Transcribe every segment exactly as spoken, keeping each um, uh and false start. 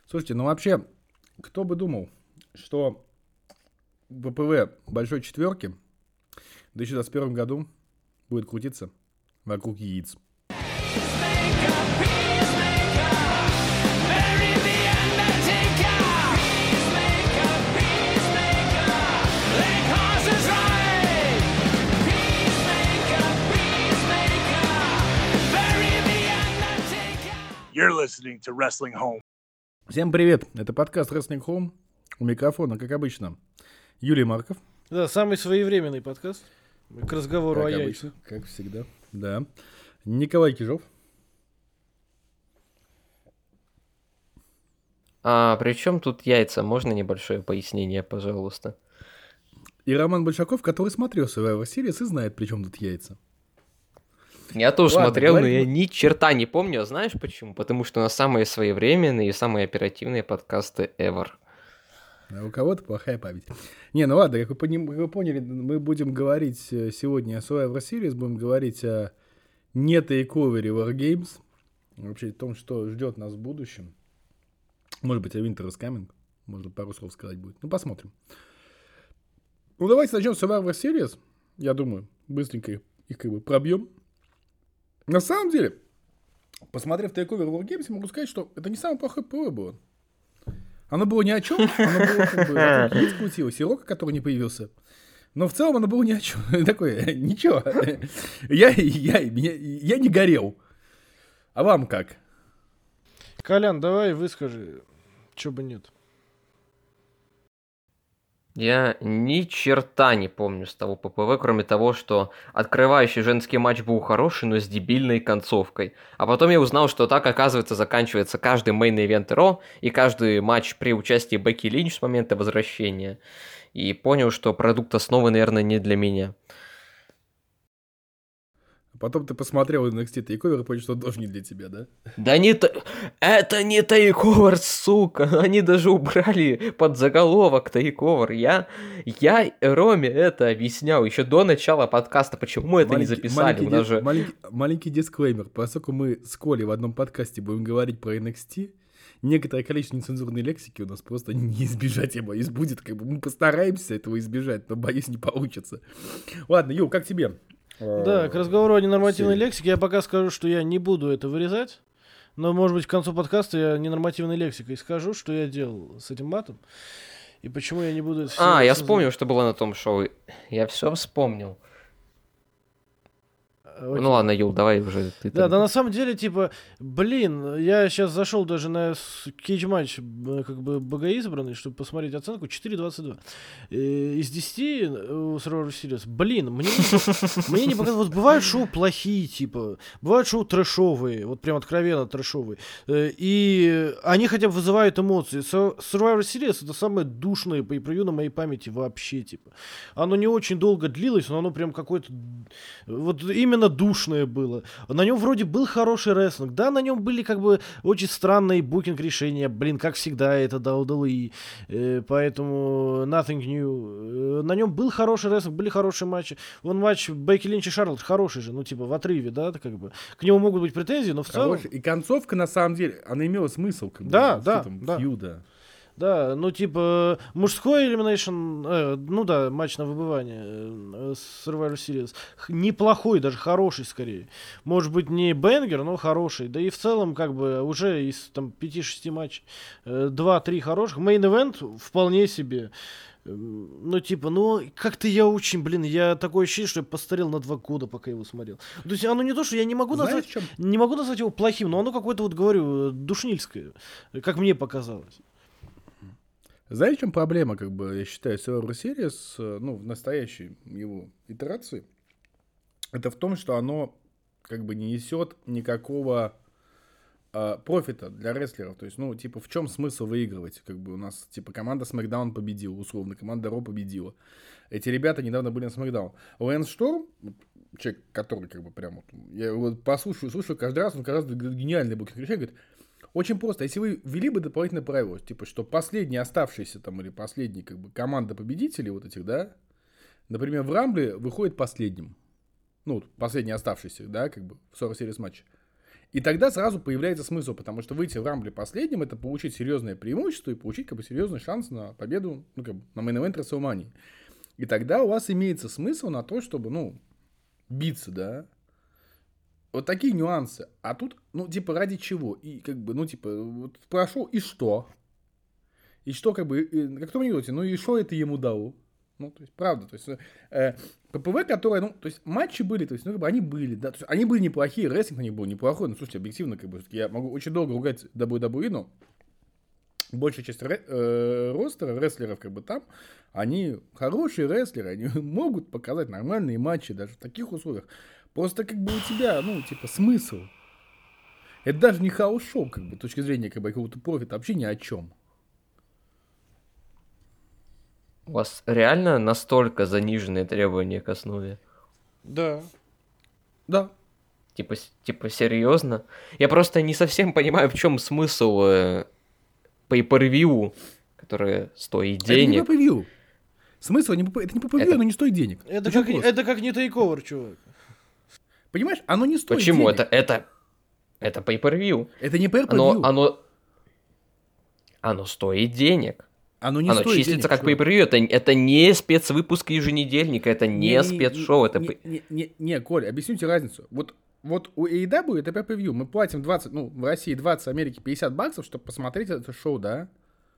Слушайте, ну вообще, кто бы думал, что ВПВ большой четверки в две тысячи двадцать первом году будет крутиться вокруг яиц. You're listening to Wrestling Home. Всем привет, это подкаст Wrestling Home. У микрофона, как обычно, Юлий Марков. Да, самый своевременный подкаст к разговору как о обычно, яйцах. Как всегда, да. Николай Кижов. А при чем тут яйца? Можно небольшое пояснение, пожалуйста? И Роман Большаков, который смотрел Survivor Series и знает, при чем тут яйца. Я тоже Ладно, смотрел, но говорим... я ни черта не помню. А знаешь почему? Потому что у нас самые своевременные и самые оперативные подкасты ever. А у кого-то плохая память. Не, ну ладно, как вы, поним... как вы поняли, мы будем говорить сегодня о Survivor Series, будем говорить о не тейковере War Games, вообще о том, что ждет нас в будущем. Может быть, о Winter is Coming, можно пару слов сказать будет. Ну, посмотрим. Ну, давайте начнем с Survivor Series. Я думаю, быстренько их, их как бы пробьем. На самом деле, посмотрев тейковер War Games, я могу сказать, что это не самое плохое ПВ было. Оно было ни о чем, оно было как бы яиц крутилось, и Рока, который не появился. Но в целом оно было ни о чем. Такое, ничего. Я, я, я, я не горел. А вам как? Колян, давай выскажи, чё бы нет. Я ни черта не помню с того ППВ, кроме того, что открывающий женский матч был хороший, но с дебильной концовкой. А потом я узнал, что так, оказывается, заканчивается каждый мейн-ивент Ро и каждый матч при участии Бекки Линч с момента возвращения. И понял, что продукт основы, наверное, не для меня. Потом ты посмотрел эн экс ти Takeover и понял, что он тоже не для тебя, да? Да не та... Это не тейковер, сука. Они даже убрали под заголовок тейковер. Я, я Роме это объяснял еще до начала подкаста, почему мы это маленький, не записали. Маленький, даже... маленький, маленький дисклеймер. Поскольку мы с Колей в одном подкасте будем говорить про эн экс ти, некоторое количество нецензурной лексики у нас просто не избежать, я боюсь, будет. Как бы мы постараемся этого избежать, но, боюсь, не получится. Ладно, Ю, как тебе? Да, к разговору о ненормативной лексике я пока скажу, что я не буду это вырезать. Но, может быть, к концу подкаста я ненормативной лексикой скажу, что я делал с этим матом. И почему я не буду это все... А, я вспомнил, что было на том шоу. Я все вспомнил. Окей. Ну ладно, Юл, давай уже. Ты да, там... да, на самом деле, типа, блин, я сейчас зашел даже на кейдж-матч, как бы, богоизбранный, чтобы посмотреть оценку, четыре двадцать два. Из десяти у Survivor Series. Блин, мне, мне не показалось. Вот бывают шоу плохие, типа, бывают шоу трэшовые, вот прям откровенно трэшовые. И они хотя бы вызывают эмоции. Survivor Series — это самое душное pay-per-view на моей памяти вообще, типа. Оно не очень долго длилось, но оно прям какое-то... Вот именно душное было. На нем вроде был хороший рестлинг. Да, на нем были как бы очень странные букинг решения. Блин, как всегда, это дабл ю дабл ю и. Э, поэтому nothing new. Э, на нем был хороший рестлинг, были хорошие матчи. Вон матч Бекки Линч и Шарлотт хороший же, ну типа в отрыве, да, как бы. К нему могут быть претензии, но в целом... И концовка, на самом деле, она имела смысл. Как да, бы, да, там, да. фьюда. Да, ну типа мужской элиминейшн, э, ну да, матч на выбывание э, Survivor Series. Х- неплохой, даже хороший скорее. Может быть не бенгер, но хороший. Да и в целом как бы уже из там пяти-шести матчей э, два-три хороших. Мейн-эвент вполне себе. Э, ну типа, ну как-то я очень, блин, я такое ощущение, что я постарел на два года, пока его смотрел. То есть оно не то, что я не могу Знаешь, назвать, в чем? не могу назвать его плохим, но оно какое-то вот говорю душнильское, как мне показалось. Знаете, в чем проблема, как бы, я считаю, Survivor Series, ну, в настоящей его итерации? Это в том, что оно, как бы, не несет никакого э, профита для рестлеров. То есть, ну, типа, в чем смысл выигрывать? Как бы у нас, типа, команда SmackDown победила, условно, команда Raw победила. Эти ребята недавно были на SmackDown. Лэнс Шторм, человек, который, как бы, прям, вот, я его послушаю, слушаю каждый раз, он каждый раз гениальный букинг решение, говорит, очень просто. Если вы ввели бы дополнительное правило, типа, что последняя оставшаяся там или последняя как бы команда победителей вот этих, да, например, в Рамбле выходит последним. Ну, последний оставшийся, да, как бы в Survivor Series матче. И тогда сразу появляется смысл, потому что выйти в Рамбле последним — это получить серьезное преимущество и получить как бы серьезный шанс на победу, ну, как бы, на мейн-эвент WrestleMania. И тогда у вас имеется смысл на то, чтобы, ну, биться, да. Вот такие нюансы. А тут, ну, типа, ради чего? И, как бы, ну, типа, вот прошел, и что? И что, как бы, и, как то мне говорите, ну, и что это ему дало? Ну, то есть, правда, то есть, э, ППВ, которые, ну, то есть, матчи были, то есть, ну, как бы, они были, да, то есть, они были неплохие, рестлинг на них был неплохой, ну, слушайте, объективно, как бы, я могу очень долго ругать дабл ю дабл ю и, но большая часть ре- э, ростера, рестлеров, как бы, там, они хорошие рестлеры, они могут показать нормальные матчи даже в таких условиях. Просто, как бы, у тебя, ну, типа, смысл. Это даже не хаус-шоу, как бы, с точки зрения, как бы, какого-то профита, вообще ни о чем. У вас реально настолько заниженные требования к основе? Да. Да. Типа, с- типа серьезно? Я просто не совсем понимаю, в чем смысл э, pay-per-view, который стоит Это не денег. pay-per-view. Смысл, не pay- это не pay-per-view, Это- оно не стоит денег. Это Очень как, просто. это как не тейковер, чувак. Понимаешь, оно не стоит Почему? денег. Это, это, это pay-per-view. Это не pay-per-view. Оно, оно, оно стоит денег. Оно не Оно стоит чистится денег, как чувак. pay-per-view. Это, это не спецвыпуск еженедельника, это не, Не, спецшоу. Это Не, пы- не, не, не, Коля, объясню тебе разницу. Вот, вот у эй и дабл ю это pay-per-view. Мы платим двадцать, ну, в России двадцать, в Америке пятьдесят баксов, чтобы посмотреть это шоу, да?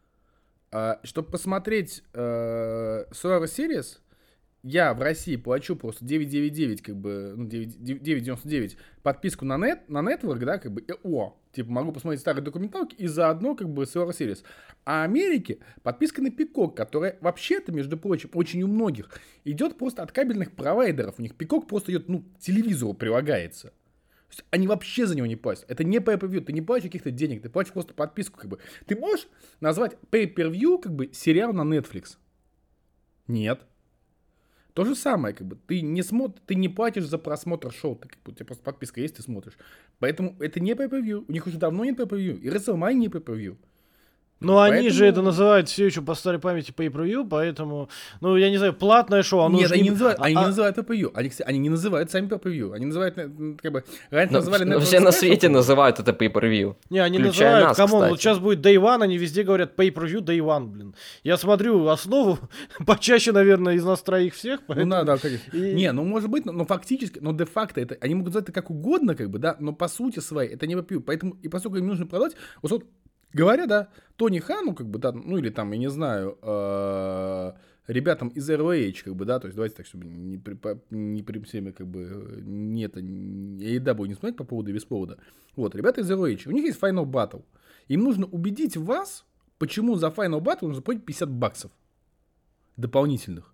А, чтобы посмотреть э, Survivor Series, я в России плачу просто девять девяносто девять, как бы, ну, девять девяносто девять подписку на нет, на Network, да, как бы, и, о, типа, могу посмотреть старые документалки и заодно, как бы, Survivor Series. А Америке подписка на Peacock, которая вообще-то, между прочим, очень у многих идет просто от кабельных провайдеров. У них Peacock просто идет, ну, к телевизору прилагается. То есть они вообще за него не платят. Это не pay-per-view, ты не платишь каких-то денег, ты платишь просто подписку, как бы. Ты можешь назвать pay-per-view, как бы, сериал на Netflix? Нет. То же самое, как бы, ты не смотришь, ты не платишь за просмотр шоу, ты, как бы, у тебя просто подписка есть, ты смотришь. Поэтому это не pay-per-view, у них уже давно нет pay-per-view, и WrestleMania не pay-per-view. Но они Поэтому- же это называют все еще по старой памяти pay-per-view, поэтому, ну, я не знаю, платное шоу, оно Нет, же они не не... называют, а- они а- не называют pay-per-view, они, кстати, они не называют сами pay-per-view, они называют, э, как бы, раньше Но, называли но Network все на Special, свете как бы. называют это pay-per-view. Не, они Включая называют, нас, камон, вот кстати. сейчас будет Day One, они везде говорят pay-per-view Day One, блин. Я смотрю основу, почаще, наверное, из нас троих всех, Ну, поэтому... да, да, конечно. И- Не, ну, может быть, но, но фактически, но де-факто это, они могут называть это как угодно, как бы, да, но по сути своей это не pay-per-view, поэтому, и поскольку им нужно продать, вот, вот говоря, да, Тони Хану, как бы, да, ну, или там, я не знаю, э, ребятам из эр о эйч, как бы, да, то есть давайте так, чтобы не при, по- не при всеми, как бы, не это, не эй и дабл ю не смотреть по поводу и без повода. Вот, ребята из эр о эйч, у них есть Final Battle. Им нужно убедить вас, почему за Final Battle нужно платить пятьдесят баксов дополнительных.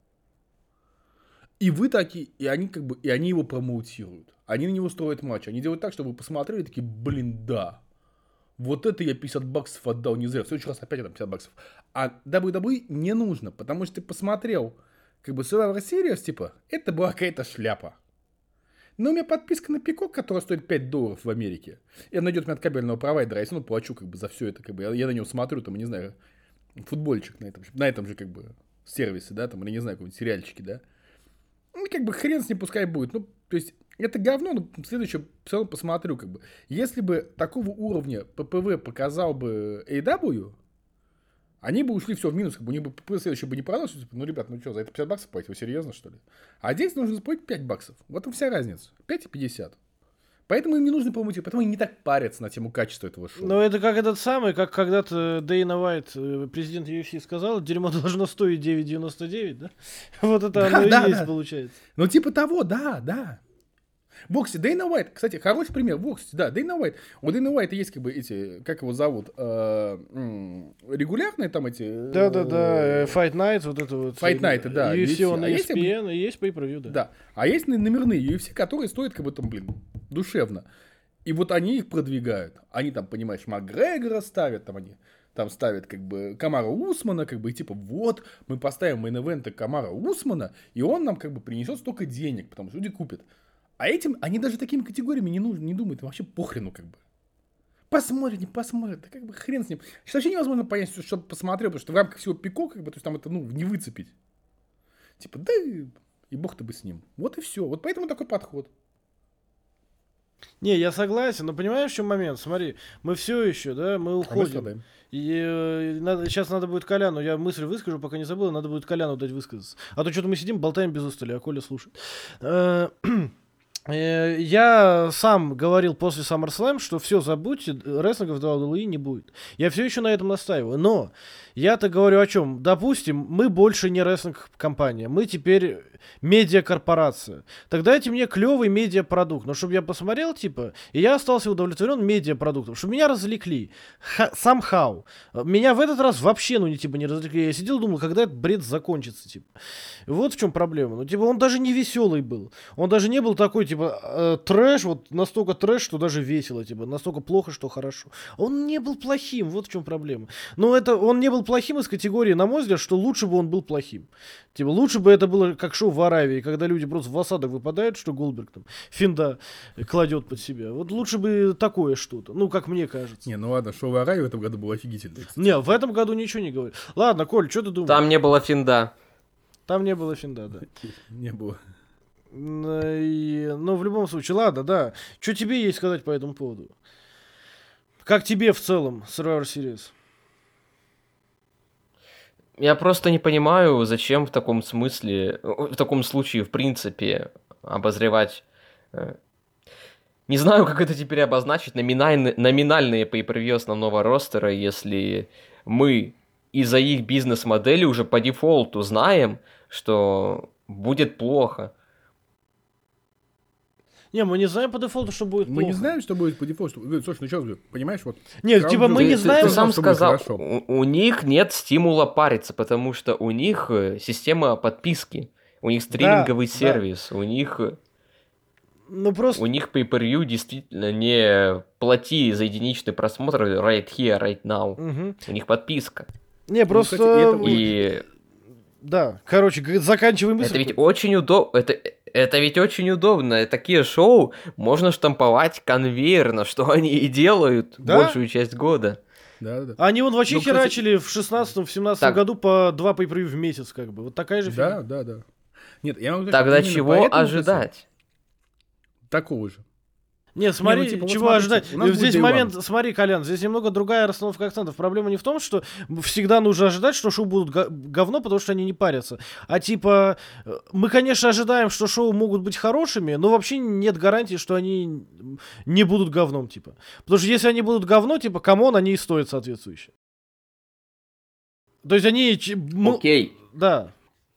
И вы такие, и они как бы, и они его промоутируют. Они на него строят матч. Они делают так, чтобы вы посмотрели, такие, блин, да. Вот это я пятьдесят баксов отдал не зря. В следующий раз опять отдам пятьдесят баксов. А дабл ю дабл ю и не нужно, потому что ты посмотрел, как бы, Survivor Series, типа, это была какая-то шляпа. Но у меня подписка на Peacock, которая стоит пять долларов в Америке. И она идет мне от кабельного провайдера, я все равно плачу, как бы, за все это, как бы, я, я на него смотрю, там, не знаю, футбольчик на этом, же- на этом же, как бы, сервисе, да, там, или, не знаю, какой-нибудь сериальчики, да. Ну, как бы, хрен с ним пускай будет. Ну, то есть, это говно, но в следующем все равно посмотрю, как бы. Если бы такого уровня ППВ показал бы эй дабл ю, они бы ушли все в минус, как бы у них бы ППВ следующий бы не продался, типа, ну, ребят, ну что, за это пятьдесят баксов платить, вы серьезно, что ли? А здесь нужно заплатить пять баксов. Вот и вся разница. пять и пятьдесят. Поэтому им не нужно промоутировать, поэтому они не так парятся на тему качества этого шоу. Но это как этот самый, как когда-то Дэйна Уайт, э, президент ю эф си, сказал, дерьмо должно стоить девять девяносто девять, да? Вот это Да, оно и да, есть, да. получается. Ну, типа того, да, да. В боксе Дэйна Уайт, кстати, хороший пример. В боксе, да, Дэйна Уайт. У Дэйна Уайта есть, как бы, эти, как его зовут, э, м, регулярные там эти... э, Да-да-да, э, Fight Night, вот это вот. Fight Night, да, ю эф си ю эф си. он А есть, и эс пи эн, и есть pay-per-view, да. Да. А есть н- номерные ю эф си, которые стоят, как бы, там, блин, душевно. И вот они их продвигают. Они там, понимаешь, Макгрегора ставят, там они там ставят, как бы, Камара Усмана, как бы, и типа, вот, мы поставим мейн-эвенты Камара Усмана, и он нам, как бы, принесет столько денег, потому что люди купят. А этим, они даже такими категориями не нужны, не думают, им вообще похрену, как бы. Посмотрят, не посмотрят, да как бы хрен с ним. Сейчас вообще невозможно понять, что, что посмотрел, потому что в рамках всего Пико, как бы, то есть там это, ну, не выцепить. Типа, да и, и бог-то бы с ним. Вот и все. Вот поэтому такой подход. Не, я согласен, но понимаешь, в чем момент? Смотри, мы все еще, да, мы А мы уходим. страдаем. И э, надо, сейчас надо будет Коляну, я мысль выскажу, пока не забыл, надо будет Коляну дать высказаться. А то что-то мы сидим, болтаем без устали, а Коля слушает. Э, э, Я сам говорил после SummerSlam, что все, забудьте, рестлингов в дабл ю дабл ю и не будет. Я все еще на этом настаиваю. Но я-то говорю о чем? Допустим, мы больше не рестлинг-компания, мы теперь медиакорпорация. Тогда дайте мне клевый медиапродукт. Но чтобы я посмотрел, типа, и я остался удовлетворен медиапродуктом, чтобы меня развлекли. Ха- somehow. Меня в этот раз вообще, ну, не, типа, не развлекли. Я сидел, думал, когда этот бред закончится, типа. Вот в чем проблема. Ну, типа, он даже не веселый был. Он даже не был такой, типа, э, трэш, вот настолько трэш, что даже весело, типа, настолько плохо, что хорошо. Он не был плохим, вот в чем проблема. Но это, он не был плохим из категории, на мой взгляд, что лучше бы он был плохим. Типа, лучше бы это было как шоу в Аравии, когда люди просто в осадок выпадают, что Голдберг там финда кладет под себя. Вот лучше бы такое что-то, ну, как мне кажется. Не, ну ладно, шоу в Аравии в этом году было офигительное. кстати. Не, в этом году ничего не говорю. Ладно, Коль, что ты думаешь? Там не было финда. Там не было финда, да. Не было. Ну, и- ну, в любом случае, ладно, да. Что тебе есть сказать по этому поводу? Как тебе в целом Survivor Series? Я просто не понимаю, зачем в таком смысле, в таком случае, в принципе, обозревать... э, Не знаю, как это теперь обозначить, номинальные, номинальные pay-per-view основного ростера, если мы из-за их бизнес-модели уже по дефолту знаем, что будет плохо. Не, мы не знаем по дефолту, что будет Мы плохо. не знаем, что будет по дефолту. Говорю, Слушай, ну что, понимаешь, вот... Нет, Crown типа мы Jewel- не Ты- знаем... Ты сам что будет сказал, хорошо. у, у них нет стимула париться, потому что у них э, система подписки, у них стриминговый да. сервис, у них... э, Ну, просто... У них pay-per-view действительно не плати за единичный просмотр right here, right now. Мгм. У них подписка. Не, просто... кстати, и это- И Да, короче, г- заканчиваем мысль. это ведь очень удобно. Это, это ведь очень удобно. Такие шоу можно штамповать конвейерно, что они и делают Да? большую часть года. Да, да, да. Они вон вообще Ну, кстати- херачили в шестнадцатом, в семнадцатом Так. году по два pay-per-view в месяц, как бы. Вот такая же Да, фигня. да, да. Нет, я могу сказать, Тогда именно чего поэтому, ожидать? Такого же. Не, смотри, ну, типа, вот чего смотрите, ожидать. у нас будет Здесь Day момент, One. смотри, Колян, здесь немного другая расстановка акцентов. Проблема не в том, что всегда нужно ожидать, что шоу будут го- говно, потому что они не парятся. А типа, э, мы, конечно, ожидаем, что шоу могут быть хорошими, но вообще нет гарантии, что они не будут говном, типа. Потому что если они будут говно, типа, камон, они и стоят соответствующе. То есть они... ч- м- Окей. Да.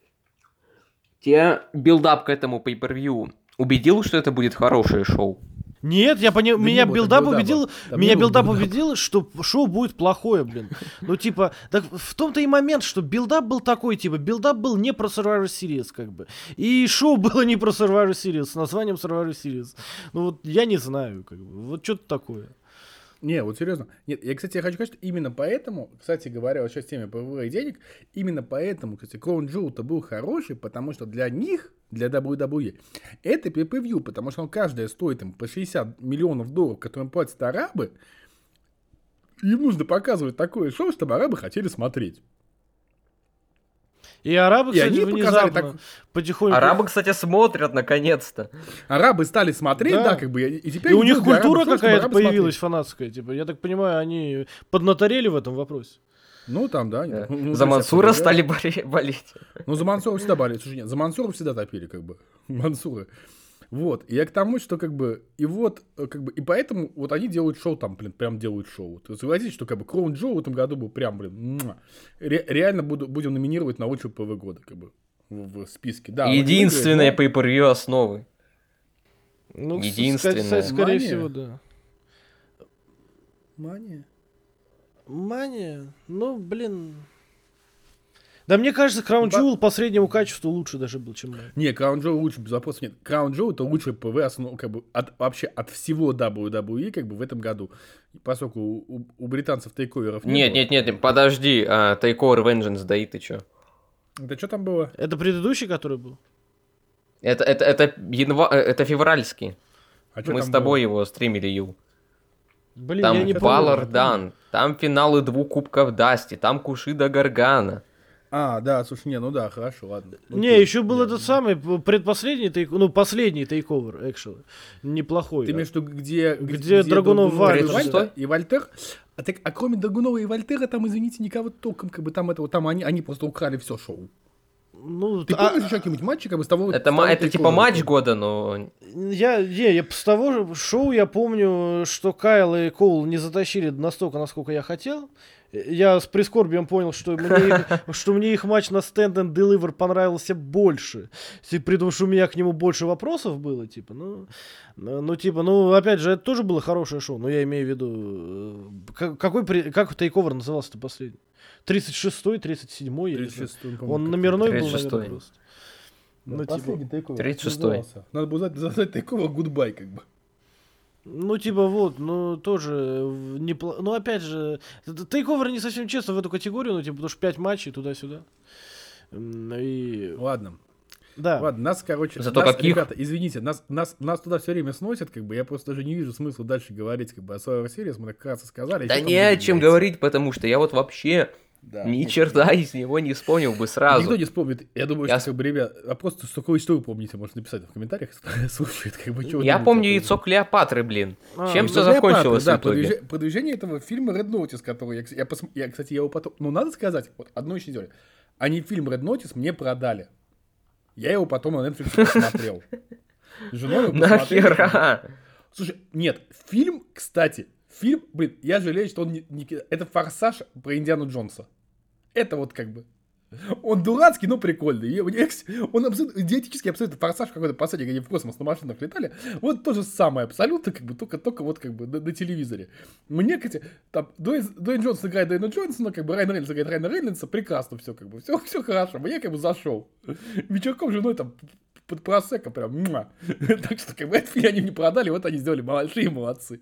Тебя билдап к этому pay-per-view убедил, что это будет хорошее шоу? Нет, я пони... Да меня не было билдап билдапа. убедил, Там меня не было билдап билдапа. убедил, что шоу будет плохое, блин. Ну, типа, так в том-то и момент, что билдап был такой, типа, билдап был не про Survivor Series, как бы. И шоу было не про Survivor Series, с названием Survivor Series. Ну, вот я не знаю, как бы, вот что-то такое. Не, вот серьезно. Нет, я, кстати, я хочу сказать, что именно поэтому, кстати говоря, вот сейчас в теме ПВВ и денег, именно поэтому, кстати, Crown Jewel-то был хороший, потому что для них, для дабл ю дабл ю и, это pay-per-view, потому что он каждая стоит им по шестьдесят миллионов долларов, которые платят арабы, им нужно показывать такое шоу, чтобы арабы хотели смотреть. И арабы, И кстати, они показали внезапно так- потихоньку... Арабы, кстати, смотрят наконец-то. Арабы стали смотреть, Да. да, как бы, и теперь... И у них идет для культура арабов шоу, чтобы какая-то арабы появилась смотрели. фанатская, типа, я так понимаю, они поднаторели в этом вопросе. Ну, там, да. Э, ну, За ну, Мансура всякое, стали боре- болеть. Ну, за Мансура всегда болели. Слушай, нет, за Мансура всегда топили, как бы. Мансура. Вот. И я к тому, что как бы... И вот, э, как бы... И поэтому вот они делают шоу там, блин, прям делают шоу. То есть, согласитесь, что как бы Crown Jewel в этом году был прям, блин... муа. Ре- реально буду, будем номинировать на лучший ПВ года, как бы. В, в списке. Да, он не Единственное выиграет, pay-per-view основы. Ну, Единственное. сказать, скорее Мания? всего, да. но- Мания. Мания? Ну, блин... Да мне кажется, Crown Ба- Jewel по среднему качеству лучше даже был, чем Мания. Не, Crown Jewel лучше, без вопросов нет. Crown Jewel это лучший ПВ основ, как бы, от, вообще от всего дабл ю дабл ю и, как бы, в этом году. Поскольку у, у- у британцев тейковеров не Нет, было. нет, нет, нет, подожди. а, Takeover Vengeance, да и ты чё? Да что там было? Это предыдущий, который был? Это, это, это, янва... э, это февральский. А чё Мы там с тобой было? его стримили, Ю. Блин, Там я не это помню. Баллар Дан, там финалы двух кубков Дасти, там Кушида Гаргана. А, да, слушай, не, ну да, хорошо, ладно. Не, Окей, еще был да. этот самый п- предпоследний тейк, ну последний тейковер, actually, неплохой. Ты имеешь в виду, где... Где Драгунов Вальтер, и Вальтер? Вальтер, и Вальтер? А, так, а кроме Драгунова и Вальтера, там, извините, никого толком, как бы, там этого, там они, они просто украли все шоу. Ну, Ты а- помнишь еще какие-нибудь матчи, как бы, с того... Это, с ма- того это типа тейковера? матч года, но... Я, не, я с того же шоу я помню, что Кайл и Коул не затащили настолько, насколько я хотел. Я с прискорбием понял, что мне, их, что мне их матч на Stand and Deliver понравился больше. Си- При том, что у меня к нему больше вопросов было, типа, ну, ну, ну, типа, ну, опять же, это тоже было хорошее шоу, но я имею в виду, э, как, какой, при- как тейковер назывался-то последний? тридцать шестой, тридцать седьмой? я не знаю. тридцать шестой, по-моему, Он как-то. номерной был, тридцать шестой. наверное, просто. Да, Ну, типа, последний тейковер. тридцать шестой. назывался. Надо было назвать- назвать тейковер Goodbye, как бы. ну, типа, вот, ну, тоже неплохо. Ну, опять же, тейковер не совсем честно в эту категорию, ну, типа, потому что пять матчей туда-сюда. М, И... Ладно. Да. Ладно, нас, короче, Зато нас, каких? ребята, извините, нас, нас, нас туда все время сносят, как бы, я просто даже не вижу смысла дальше говорить, как бы, о Survivor Series, мы так вкратце сказали. Да ещё там не о будем чем говорить, потому что я вот вообще Да. ни Ну, черта из него не вспомнил бы Никто сразу. не вспомнит. Я думаю, Я что, как бы, ребят, а просто что что вы помните, можете написать в комментариях, кто слушает, как бы, что вы Я думаете помню о яйцо этом. Клеопатры, блин. А, Чем ну, все Клеопатра, закончилось да, в итоге? продвиж- продвижение этого фильма Red Notice, который я, кс- я, пос- я, кстати, я его потом... Ну, надо сказать, вот одну еще неделю. Они фильм Red Notice мне продали. Я его потом на Netflix посмотрел. С женой его посмотрели. Нахера? Слушай, нет, фильм, кстати, фильм, блин, я жалею, что он не... не- это «Форсаж» про Индиану Джонса. Это вот как бы... Он дурацкий, но прикольный. И у него, он абсолютно идиотический, абсолютно «Форсаж» какой-то последний, где они в космос на машинах летали. Вот то же самое абсолютно, как бы, только, только вот как бы на, на телевизоре. Мне, кстати, там Дуэйн, Дуэйн Джонсон играет Дуэйна Джонсона, как бы Райан Рейнольдс играет Райана Рейнольдса, прекрасно все, как бы, все, все хорошо. Мне как бы зашел. Вечерком с женой там под просека прям. Муа. Так что, как бы, этот фильм они мне продали, вот они сделали большие молодцы.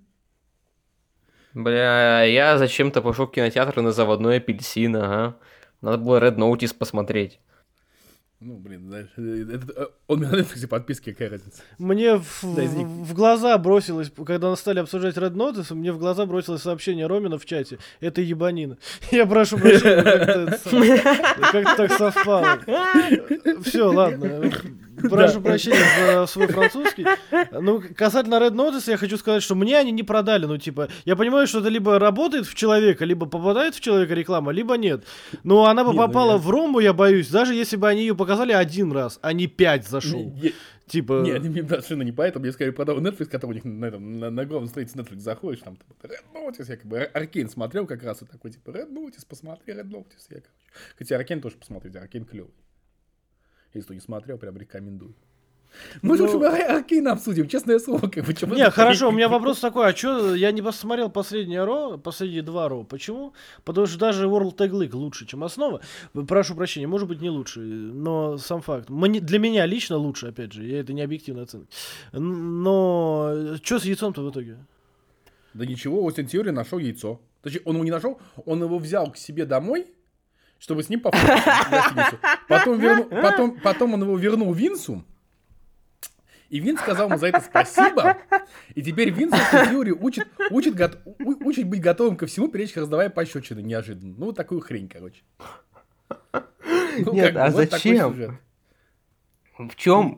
Бля, я зачем-то пошел в кинотеатр на заводной апельсин, ага. Надо было Red Notice посмотреть. Ну, блин, знаешь, это- это- он мне на Netflix подписки, какая разница. Мне в, Да, извини. в- в глаза бросилось, когда мы стали обсуждать Red Notice, мне в глаза бросилось сообщение Ромина в чате. Это ебанина. Я прошу прощения, как-то это самое- как-то так совпало. Все, ладно. Прошу прощения за свой французский. Ну, касательно Red Notice, я хочу сказать, что мне они не продали. Ну, типа, я понимаю, что это либо работает в человека, либо попадает в человека реклама, либо нет. Но она бы Не, ну попала я- в Рому, я боюсь, даже если бы они ее показали один раз, а не пять за шоу. Не, Типа... не, не, совершенно не поэтому. Я скорее продал Netflix, который у них на, этом, на, на главном странице Netflix заходишь, там типа, Red Notice, я как бы Аркейн смотрел как раз и такой, типа, Red Notice, посмотри, Red Notice, я, короче. Хотя Аркейн тоже посмотрите, Аркейн клевый. Если кто не смотрел, прям рекомендую. Мы же Ну- уж Аркейн обсудим, честное слово, как бы. Не, хорошо, у меня вопрос такой, а чё, я не посмотрел последнее Ро, последние два Ро, почему? Потому что даже World Tag League лучше, чем основа. Прошу прощения, может быть не лучше, но сам факт. Мне, для меня лично лучше, опять же, я это не объективная оценка. Н- Но что с яйцом-то в итоге? Да ничего, Остин Тьюри нашел яйцо. Точнее, он его не нашел, он его взял к себе домой, чтобы с ним пофоткаться в гостиницу. Потом, верну- потом, потом он его вернул Винсу, и Винс сказал ему за это спасибо. И теперь Винс Остин Тьюри учит, учит, гот- у- учит быть готовым ко всему, перечь раздавая пощечины неожиданно. Ну, вот такую хрень, короче. Ну, Нет, как бы, а вот такой зачем? сюжет. В чем?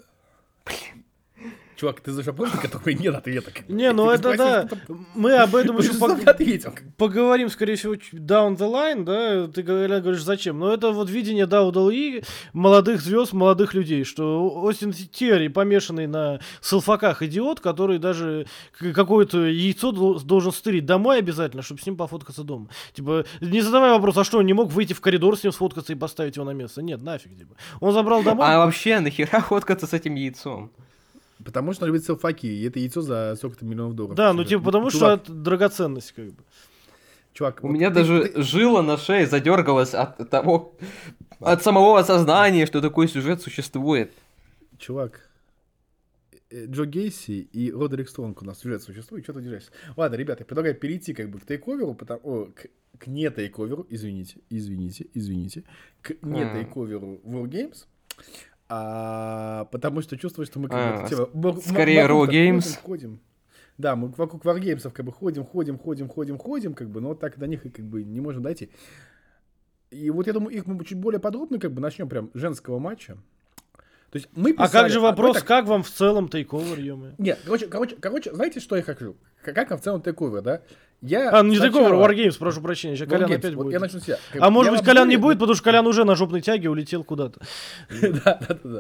Чувак, ты за помнишь, который нет ответа? как бы? Не, ну Ты это спросил, да, что там- мы об этом Он еще же пог- сам ответил. поговорим, скорее всего, ч- down the line, да, ты говоря- говоришь, зачем? Но это вот видение дабл ю дабл ю и молодых звезд, молодых людей, что Остин Тьюри помешанный на салфаках идиот, который даже к- какое-то яйцо дол- должен стырить домой обязательно, чтобы с ним пофоткаться дома. Типа, не задавай вопрос, а что, он не мог выйти в коридор с ним сфоткаться и поставить его на место? Нет, нафиг, типа. Он забрал домой. А вообще, нахера фоткаться с этим яйцом? Потому что он любит селфаки, и это яйцо за сколько-то миллионов долларов. Да, ну Чувак, типа, потому что чувак, это драгоценность, как бы. Чувак, У вот меня ты- даже ты- жила на шее задергалась от того, от самого осознания, что такой сюжет существует. Чувак, э, Джо Гейси и Родерик Стронг у нас сюжет существует, что ты держишься? Ладно, ребята, я предлагаю перейти как бы к тейковеру, потому... О, к, к не тейковеру, извините, извините, извините, к не А. тейковеру Wargames, а, потому что чувствую, что мы как А, бы эту тему- мо- мо- скорее вокруг-то Raw Games. ходим, ходим. Да, мы вокруг Wargames как бы ходим, ходим, ходим, ходим, ходим, как бы, но вот так до них и как бы не можем дойти. И вот я думаю, их мы чуть более подробно как бы начнем прям женского матча. То есть мы писали, а как же вопрос, а так... как вам в целом тейковер, ё-моё? Нет, короче, короче, короче, знаете, что я хочу? Как вам в целом тейковер, да? Я а, ну не сначала... тейковер, Wargames, прошу прощения, сейчас Колян опять вот будет. Я начну себя. А может быть, Колян не будет, потому что Колян уже на жопной тяге улетел куда-то. Да, да, да.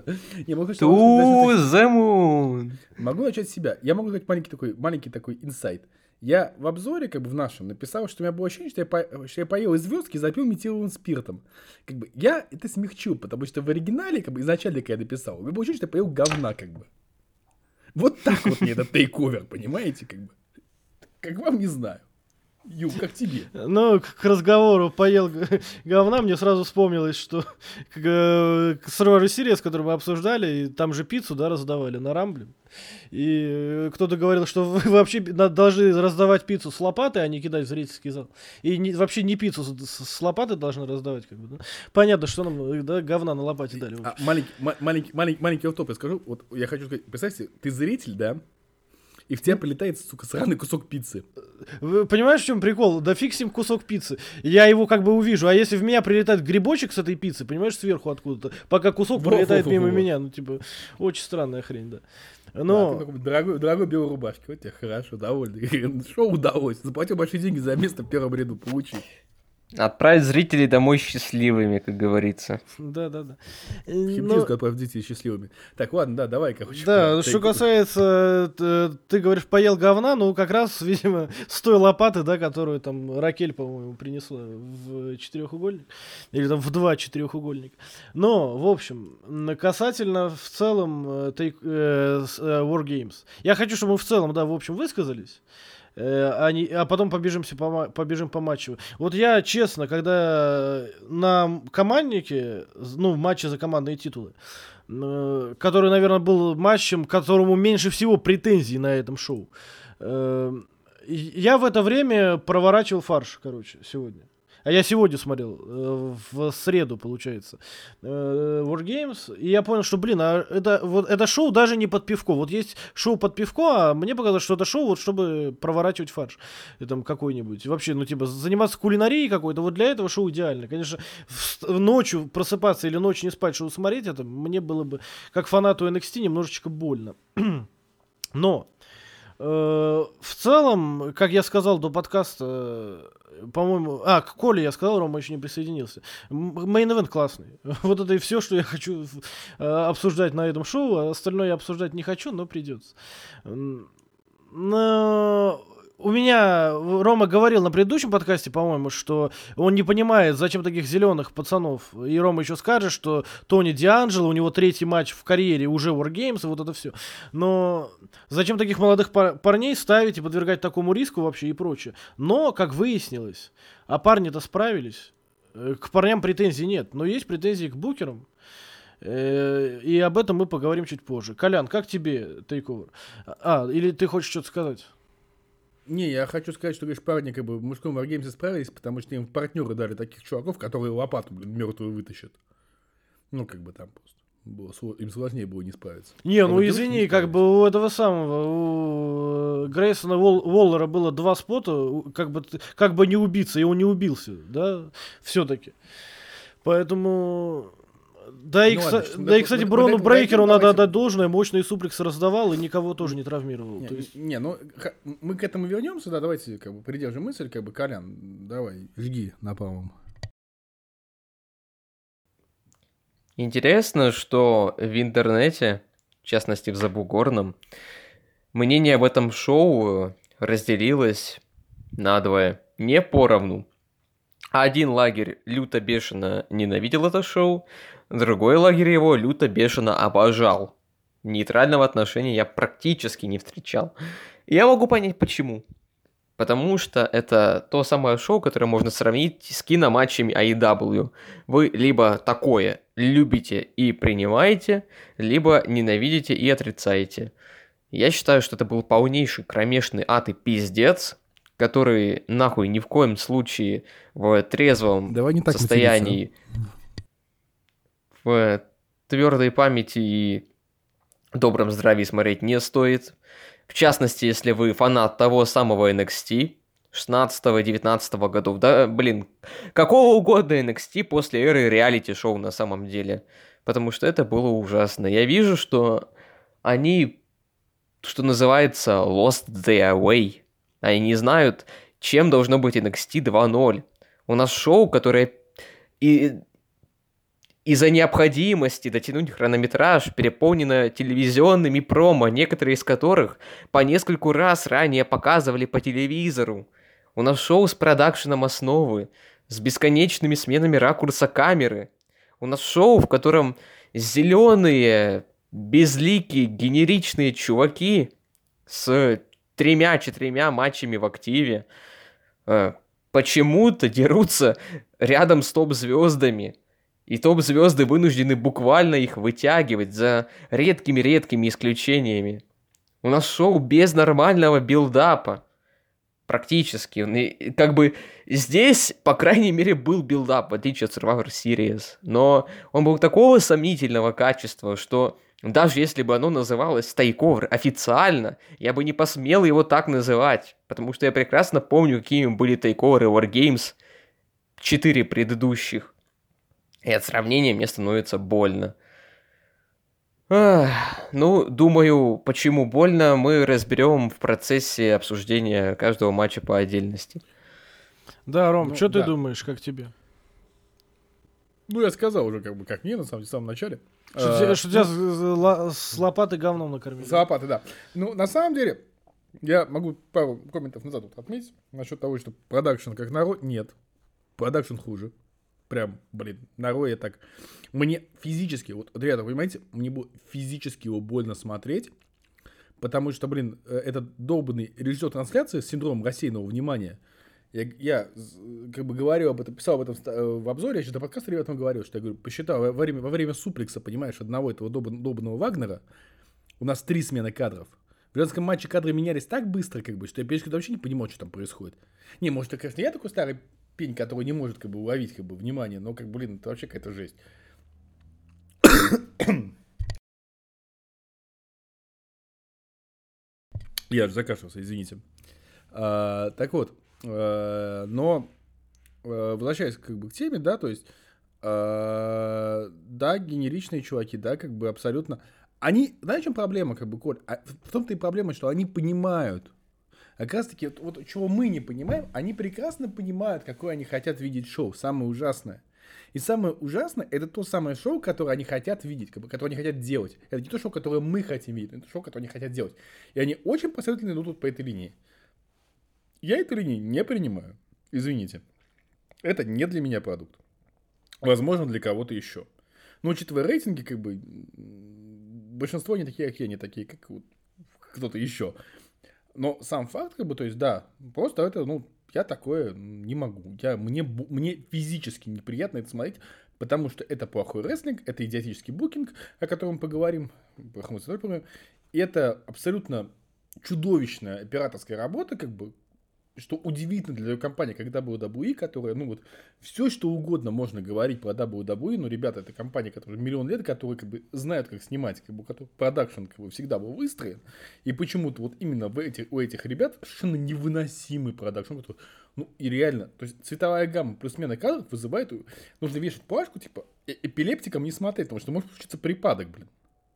To the moon. Могу начать с себя. Я могу сказать маленький такой, маленький такой инсайт. Я в обзоре, как бы в нашем, написал, что у меня было ощущение, что я, по... что я поел из звездки и запил метиловым спиртом. Как бы я это смягчил, потому что в оригинале, как бы изначально, когда я дописал, у меня было ощущение, что я поел говна, как бы. Вот так вот мне этот тейковер, понимаете, как бы. Как вам, не знаю. Ю, как тебе? Ну, к разговору поел говна, мне сразу вспомнилось, что к Survivor Series, который мы обсуждали, там же пиццу, да, раздавали на Рамбле. И кто-то говорил, что вы вообще должны раздавать пиццу с лопатой, а не кидать в зрительский зал. И не, вообще не пиццу с, с лопатой должны раздавать. Как бы, да? Понятно, что нам да, говна на лопате дали. А, маленький, маленький, маленький, маленький офф-топ я скажу. Вот я хочу сказать, представьте, ты зритель, да? И в тебя прилетает, сука, сраный кусок пиццы. Вы понимаешь, в чем прикол? Да фиг с ним кусок пиццы. Я его как бы увижу. А если в меня прилетает грибочек с этой пиццы, понимаешь, сверху откуда-то, пока кусок во, пролетает во, во, мимо во. меня. Ну, типа, очень странная хрень, да. Но... Да, ты такой дорогой, дорогой белой рубашке. Вот тебе хорошо, довольный. Что удалось? Заплатил большие деньги за место в первом ряду. Получи. Отправить зрителей домой счастливыми, как говорится. Да, да, да. Химчистку отправить детей счастливыми. Так, ладно, да, давай, короче. Да, что касается, ты, ты говоришь, поел говна, ну, как раз, видимо, с той лопаты, да, которую там Ракель, по-моему, принесла в четырехугольник. Или там в два четырехугольника. Но, в общем, касательно в целом take, э, Wargames. Я хочу, чтобы мы в целом, да, в общем, высказались. А, не, а потом побежимся по, побежим по матчу. Вот я, честно, когда на команднике, ну, в матче за командные титулы, который, наверное, был матчем, к которому меньше всего претензий на этом шоу, я в это время проворачивал фарш, короче, сегодня. А я сегодня смотрел, э, в среду, получается, э, Wargames, и я понял, что, блин, а это, вот, это шоу даже не под пивко. Вот есть шоу под пивко, а мне показалось, что это шоу, вот, чтобы проворачивать фарш там какой-нибудь. Вообще, ну, типа, заниматься кулинарией какой-то, вот для этого шоу идеально. Конечно, в, ночью просыпаться или ночью не спать, шоу смотреть, это мне было бы, как фанату эн экс ти, немножечко больно. Но... в целом, как я сказал до подкаста, по-моему... А, к Коле я сказал, Рома еще не присоединился. Мейн-эвент классный. Вот это и все, что я хочу обсуждать на этом шоу. А остальное я обсуждать не хочу, но придется. Но... У меня Рома говорил на предыдущем подкасте, по-моему, что он не понимает, зачем таких зеленых пацанов. И Рома еще скажет, что Тони Дианджело, у него третий матч в карьере, уже Wargames, и вот это все. Но зачем таких молодых пар- парней ставить и подвергать такому риску вообще и прочее. Но, как выяснилось, а парни-то справились. К парням претензий нет, но есть претензии к букерам. И об этом мы поговорим чуть позже. Колян, как тебе тейковер? А, или ты хочешь что-то сказать? Не, я хочу сказать, что, говоришь, парни как бы в мужском Wargames справились, потому что им партнеры дали таких чуваков, которые лопату, блин, мертвую вытащат. Ну, как бы там просто. Было, им сложнее было не справиться. Не, а ну вот извини, не как бы у этого самого, у Грейсона Уол, Уоллера было два спота, как бы, как бы не убиться, и он не убился, да, все-таки. Поэтому... Да, и, ну, кса- ладно, да, да и, кстати, мы, Брону мы, Брейкеру мы, надо отдать должное, мощные суплексы раздавал и никого тоже не травмировал. Не, то есть... не, ну, мы к этому вернемся, да, давайте, как бы, придержим мысль, как бы, Колян, давай, жги напалмом. Интересно, что в интернете, в частности в Забугорном, мнение об этом шоу разделилось надвое, не поровну. Один лагерь люто бешено ненавидел это шоу, другой лагерь его люто бешено обожал. Нейтрального отношения я практически не встречал. И я могу понять почему. Потому что это то самое шоу, которое можно сравнить с киноматчами эй и дабл ю. Вы либо такое любите и принимаете, либо ненавидите и отрицаете. Я считаю, что это был полнейший кромешный ад и пиздец, который нахуй ни в коем случае в трезвом состоянии, в твердой памяти и добром здравии смотреть не стоит. В частности, если вы фанат того самого эн экс ти, шестнадцатого-девятнадцатого годов. Да, блин, какого угодно эн экс ти после эры реалити-шоу на самом деле. Потому что это было ужасно. Я вижу, что они, что называется, lost their way. Они не знают, чем должно быть эн экс ти два ноль. У нас шоу, которое и... из-за необходимости дотянуть хронометраж переполнено телевизионными промо, некоторые из которых по нескольку раз ранее показывали по телевизору. У нас шоу с продакшеном основы, с бесконечными сменами ракурса камеры. У нас шоу, в котором зеленые, безликие, генеричные чуваки с тремя-четырьмя матчами в активе э, почему-то дерутся рядом с топ-звездами. И топ-звезды вынуждены буквально их вытягивать за редкими-редкими исключениями. У нас шоу без нормального билдапа. Практически. И, как бы здесь, по крайней мере, был билдап, в отличие от Survivor Series. Но он был такого сомнительного качества, что даже если бы оно называлось Takeover официально, я бы не посмел его так называть. Потому что я прекрасно помню, какими были Takeover и Wargames четыре предыдущих. И от сравнения мне становится больно. Ах, ну, думаю, почему больно, мы разберем в процессе обсуждения каждого матча по отдельности. Да, Ром, Ну, что ты да. думаешь, как тебе? Ну, я сказал уже, как бы, как мне, на самом деле, в самом начале. Что, А, тебя, что тебя с, с- с лопаты говном накормили? За лопаты, да. Ну, на самом деле, я могу пару комментов назад вот отметить насчет того, что продакшн как на Ро... Нет. Продакшн хуже. Прям, блин, на Ро я так... Мне физически, вот, вот, ребята, понимаете, мне было физически его больно смотреть, потому что, блин, э, этот долбанный режиссер трансляции с синдромом рассеянного внимания, я, я з- как бы говорил об этом, писал об этом ста- э, в обзоре, я сейчас до подкаста ребятам говорил, что я говорю, посчитал, во время, во время суплекса, понимаешь, одного этого долбан- долбанного Вагнера у нас три смены кадров. В женском матче кадры менялись так быстро, как бы, что я перед вообще не понимал, что там происходит. Не, может, это, конечно, я такой старый пень, который не может, как бы, уловить, как бы, внимание, но, как, блин, это вообще какая-то жесть. Я же закашлялся, извините. А, так вот, а, но а, возвращаясь как бы к теме, да, то есть, а, да, генеричные чуваки, да, как бы абсолютно. Они, знаешь, в чем проблема, как бы, Коль? А в том-то и проблема, что они понимают. А как раз таки, вот, вот чего мы не понимаем, они прекрасно понимают, какое они хотят видеть шоу. Самое ужасное. И самое ужасное, это то самое шоу, которое они хотят видеть, как бы, которое они хотят делать. Это не то шоу, которое мы хотим видеть, это шоу, которое они хотят делать. И они очень последовательно идут вот по этой линии. Я эту линию не принимаю. Извините. Это не для меня продукт. Возможно, для кого-то еще. Но учитывая рейтинги, как бы, м, большинство не такие, как я, не такие, как вот кто-то еще. Но сам факт, как бы, то есть, да, просто это, ну, я такое не могу. Я, мне, бу- мне физически неприятно это смотреть, потому что это плохой рестлинг, это идиотический букинг, о котором мы поговорим, про Хамаса тоже поговорим. И это абсолютно чудовищная операторская работа, как бы, что удивительно для компании, как дабл ю дабл ю и, которая, ну вот, все что угодно можно говорить про дабл ю дабл ю и, но, ребята, это компания, которая миллион лет, которые, как бы, знают, как снимать, как бы, который продакшн, как бы, всегда был выстроен, и почему-то вот именно в этих, у этих ребят совершенно невыносимый продакшн, который, ну, и реально, то есть, цветовая гамма плюс смена кадров вызывает, нужно вешать плашку, типа, э- эпилептикам не смотреть, потому что может случиться припадок, блин.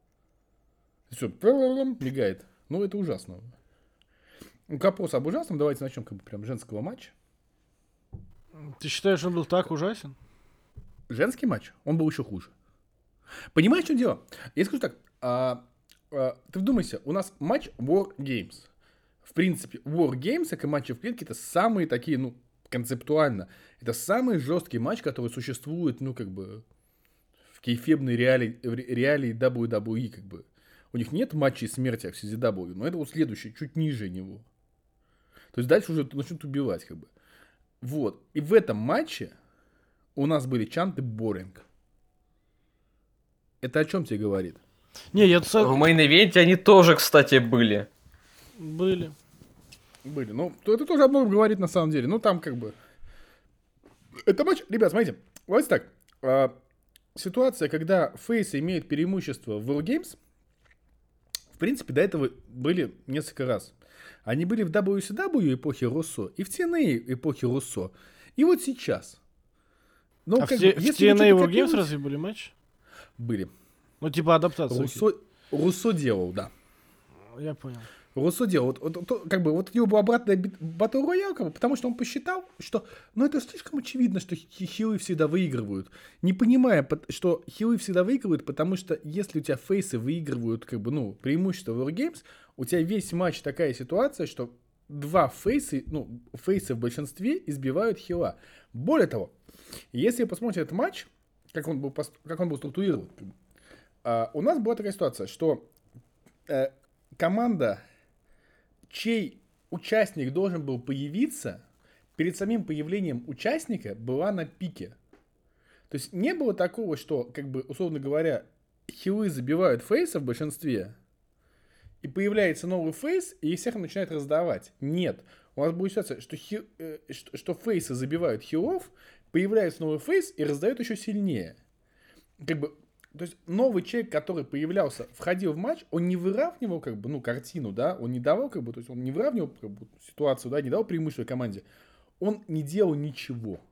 Все, мигает. Ну, это ужасно. Ну, к вопросу об ужасном, давайте начнем как бы прям женского матча. Ты считаешь, он был так ужасен? Женский матч, он был еще хуже. Понимаешь, в чем дело? Я скажу так, а, а, ты вдумайся, у нас матч War Games. В принципе, War Games, как и матчи в клетке, это самые такие, ну, концептуально, это самый жесткий матч, который существует, ну, как бы, в кейфебной реалии, в ре- реалии дабл ю дабл ю и, как бы. У них нет матчей смерти в си зет дабл ю, но это вот следующий, чуть ниже него. То есть дальше уже начнут убивать, как бы. Вот. И в этом матче у нас были чанты Боринг. Это о чем тебе говорит? Не, я... В со- мейн-ивенте они тоже, кстати, были. Были. Были. Ну, то это тоже об многом говорит на самом деле. Ну, там как бы... Это матч... Ребят, смотрите. Давайте так. А, ситуация, когда фейсы имеют преимущество в War Games, в принципе, до этого были несколько раз. Они были в дабл ю си дабл ю эпохи Руссо и в ти эн эй эпохи Руссо. И вот сейчас. Ну, а в, те, в ти эн эй Wargames разве были матчи? Были. Ну, типа адаптация. Руссо, Руссо делал, да. Я понял. Руссо делал. Вот, вот, вот, как бы, вот у него была обратная батл роял, как бы, потому что он посчитал, что ну это слишком очевидно, что хилы всегда выигрывают. Не понимая, что хилы всегда выигрывают, потому что если у тебя фейсы выигрывают, как бы, ну, преимущество в Wargames, у тебя весь матч такая ситуация, что два фейса, ну, фейсы в большинстве избивают хила. Более того, если вы посмотрите этот матч, как он был, как он был структурирован, а, у нас была такая ситуация, что а, команда, чей участник должен был появиться, перед самим появлением участника была на пике. То есть не было такого, что, как бы, условно говоря, хилы забивают фейса в большинстве, и появляется новый фейс, и всех начинает раздавать. Нет. У нас будет ситуация, что, хи, э, что, что фейсы забивают хилов, появляется новый фейс и раздает еще сильнее. Как бы, то есть новый человек, который появлялся, входил в матч, он не выравнивал, как бы, ну, картину, да, он не давал, как бы, то есть он не выравнивал, как бы, ситуацию, да, не давал преимущество команде. Он не делал ничего.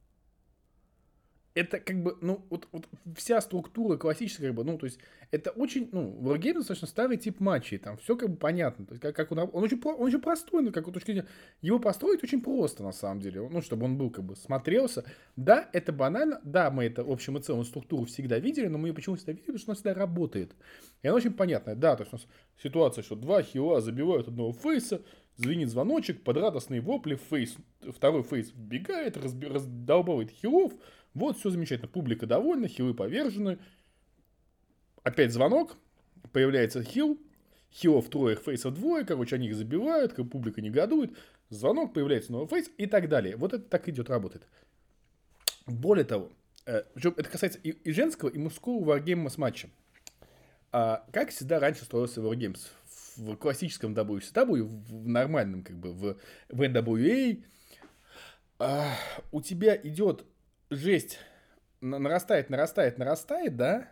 Это как бы, ну, вот, вот вся структура классическая, как бы, ну, то есть, это очень, ну, Wargames достаточно старый тип матчей, там все как бы понятно, то есть, как, как он, он, очень, он очень простой, ну, как вот точки зрения, его построить очень просто, на самом деле, ну, чтобы он был, как бы, смотрелся. Да, это банально, да, мы это, в общем и целом, структуру всегда видели, но мы ее почему всегда видели, потому что она всегда работает. И она очень понятная, да, то есть, у нас ситуация, что два хила забивают одного фейса, звенит звоночек, под радостные вопли, фейс, второй фейс вбегает, разби, раздолбывает хилов. Вот, все замечательно. Публика довольна, хилы повержены. Опять звонок. Появляется хил. Хилов трое, фейсов двое. Короче, они их забивают, как публика негодует. Звонок, появляется новый фейс и так далее. Вот это так идет, работает. Более того, это касается и, и женского, и мужского Wargames матча. А как всегда раньше строился Wargames? В классическом дабл ю си дабл ю, в нормальном, как бы, в, в эн дабл ю эй, а, у тебя идет жесть, нарастает, нарастает, нарастает, да?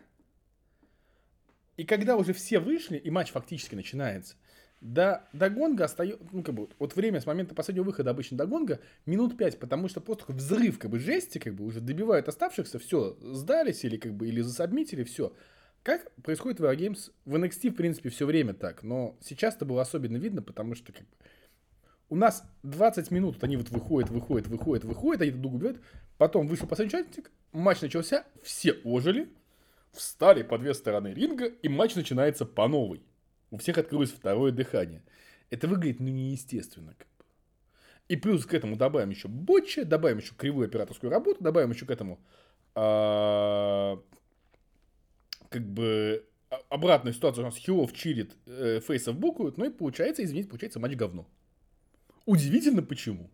И когда уже все вышли, и матч фактически начинается, до, до гонга остается, ну, как бы, вот время с момента последнего выхода обычно до гонга минут пять, потому что просто такой взрыв, как бы, жести, как бы, уже добивают оставшихся, все, сдались или, как бы, или засабмитили, все. Как происходит в Wargames? В эн экс ти, в принципе, все время так, но сейчас это было особенно видно, потому что, как бы, у нас двадцать минут, вот они вот выходят, выходят, выходят, выходят, они друг друга убивают, потом вышел последний участник, матч начался, все ожили, встали по две стороны ринга, и матч начинается по новой. У всех открылось второе дыхание. Это выглядит, ну, неестественно. Как бы. И плюс к этому добавим еще ботча, добавим еще кривую операторскую работу, добавим еще к этому а, как бы обратную ситуацию, у нас хилов чилит, э, фейсов букают, ну и получается, извините, получается матч говно. Удивительно почему.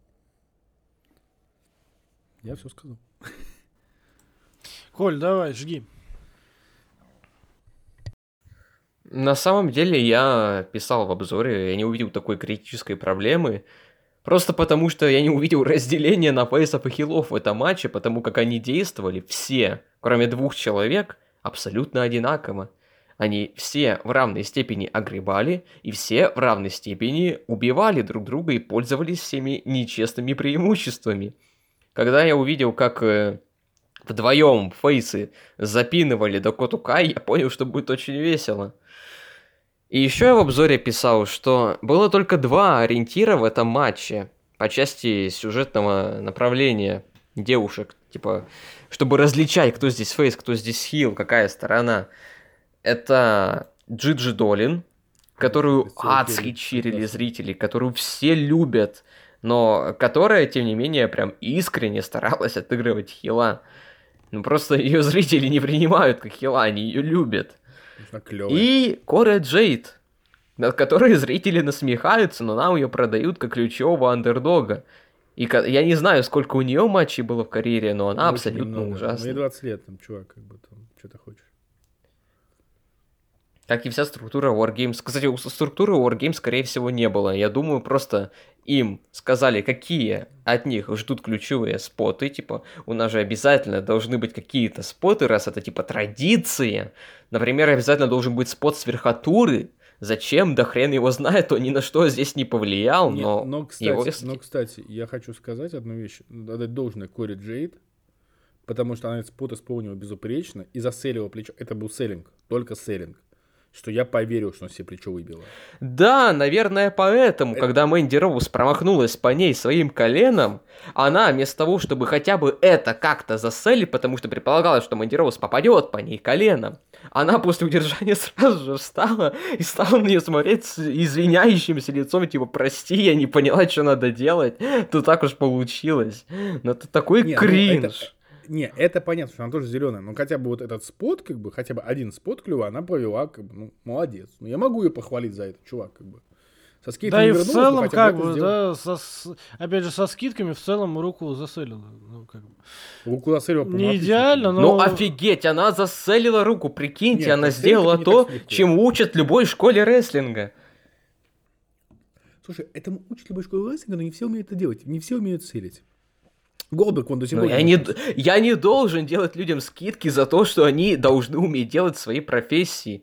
Я все сказал. Коль, давай, жги. На самом деле я писал в обзоре, я не увидел такой критической проблемы, просто потому что я не увидел разделения на фейсов и хилов в этом матче, потому как они действовали все, кроме двух человек, абсолютно одинаково. Они все в равной степени огребали, и все в равной степени убивали друг друга и пользовались всеми нечестными преимуществами. Когда я увидел, как э, вдвоем фейсы запинывали Дакоту Кай, я понял, что будет очень весело. И еще я в обзоре писал, что было только два ориентира в этом матче по части сюжетного направления девушек, типа, чтобы различать, кто здесь фейс, кто здесь хил, какая сторона. Это Джиджи Долин, которую адски чирили зрители, которую все любят, но которая, тем не менее, прям искренне старалась отыгрывать хила. Ну, просто ее зрители не принимают как хила, они ее любят. И Кора Джейд, над которой зрители насмехаются, но нам ее продают как ключевого андердога. И я не знаю, сколько у нее матчей было в карьере, но она очень абсолютно много. Ужасна. Мне двадцать лет, там, чувак, как бы там, что ты хочешь. Как и вся структура Wargames. Кстати, структуры Wargames, скорее всего, не было. Я думаю, просто им сказали, какие от них ждут ключевые споты. Типа, у нас же обязательно должны быть какие-то споты, раз это типа традиция. Например, обязательно должен быть спот с верхотуры, Зачем? Да хрен его знает, он ни на что здесь не повлиял, Нет, но, но, кстати, его... но, кстати, я хочу сказать одну вещь. Отдать должное Кори Джейд, потому что она этот спот исполнила безупречно и заселила плечо. Это был селлинг, только селлинг. Что я поверил, что она себе плечо выбила. Да, наверное, поэтому, Это- когда Мэнди Роуз промахнулась по ней своим коленом, она вместо того, чтобы хотя бы это как-то заселить, потому что предполагалось, что Мэнди Роуз попадет по ней коленом, она после удержания сразу же встала и стала на нее смотреть с извиняющимся лицом, типа, прости, я не поняла, что надо делать, то так уж получилось. Но это такой Не, ну, кринж. это- Не, это понятно, что она тоже зеленая, но хотя бы вот этот спот, как бы, хотя бы один спот клюва она провела, как бы, ну, молодец. Ну, я могу ее похвалить за это, чувак, как бы. Со скидками Да и в вернулась, но целом, хотя как это бы, сделала. да, со с- опять же, со скидками в целом руку заселила. Ну, как бы. Руку заселила, по-моему, Не отлично. идеально, но... Ну офигеть, она заселила руку, прикиньте, Нет, она заселить сделала это не то, так легко. чем учат в любой школе рестлинга. Слушай, этому учат любой школы рестлинга, но не все умеют это делать, не все умеют целить. Голдберг, он до сих Но пор я не не, научился. д- я не должен делать людям скидки за то, что они должны уметь делать свои профессии.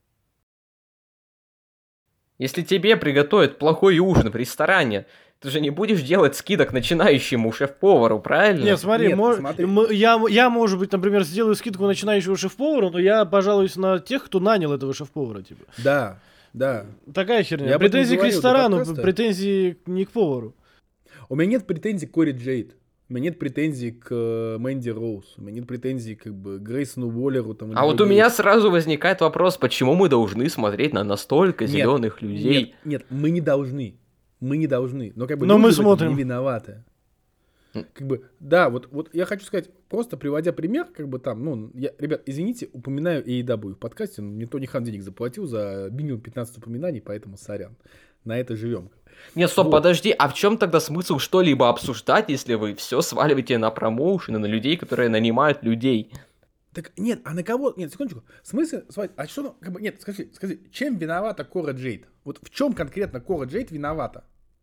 Если тебе приготовят плохой ужин в ресторане, ты же не будешь делать скидок начинающему шеф-повару, правильно? Нет, смотри, Нет, мо- смотри. м- я, я, может быть, например, сделаю скидку начинающего шеф-повара, но я пожалуюсь на тех, кто нанял этого шеф-повара, типа. Да, да. Такая херня. Я об этом Претензии к говорил до ресторану, подкаста. претензии не к повару. У меня нет претензий к Кори Джейд. У меня нет претензий к э, Мэнди Роуз. У меня нет претензий как бы к Грейсону Уоллеру. Там, или А вот у другим. меня сразу возникает вопрос, почему мы должны смотреть на настолько Нет, зеленых людей? Нет, нет, мы не должны. Мы не должны. Но как бы Но люди мы в этом смотрим. не виноваты. Как бы, да, вот, вот я хочу сказать, просто приводя пример, как бы там, ну, я, ребят, извините, упоминаю эй и дабл ю в подкасте, но мне Тони Хан денег заплатил за минимум пятнадцать упоминаний, поэтому сорян. На это живем. Нет, стоп, Вот. подожди, а в чем тогда смысл что-либо обсуждать, если вы все сваливаете на промоушены, на людей, которые нанимают людей? Так нет, а на кого? Нет, секундочку. В смысле, смотри, а что, ну, как бы, нет, скажи, скажи, чем виновата Кора Джейд? Вот в чем конкретно Кора Джейд виновата?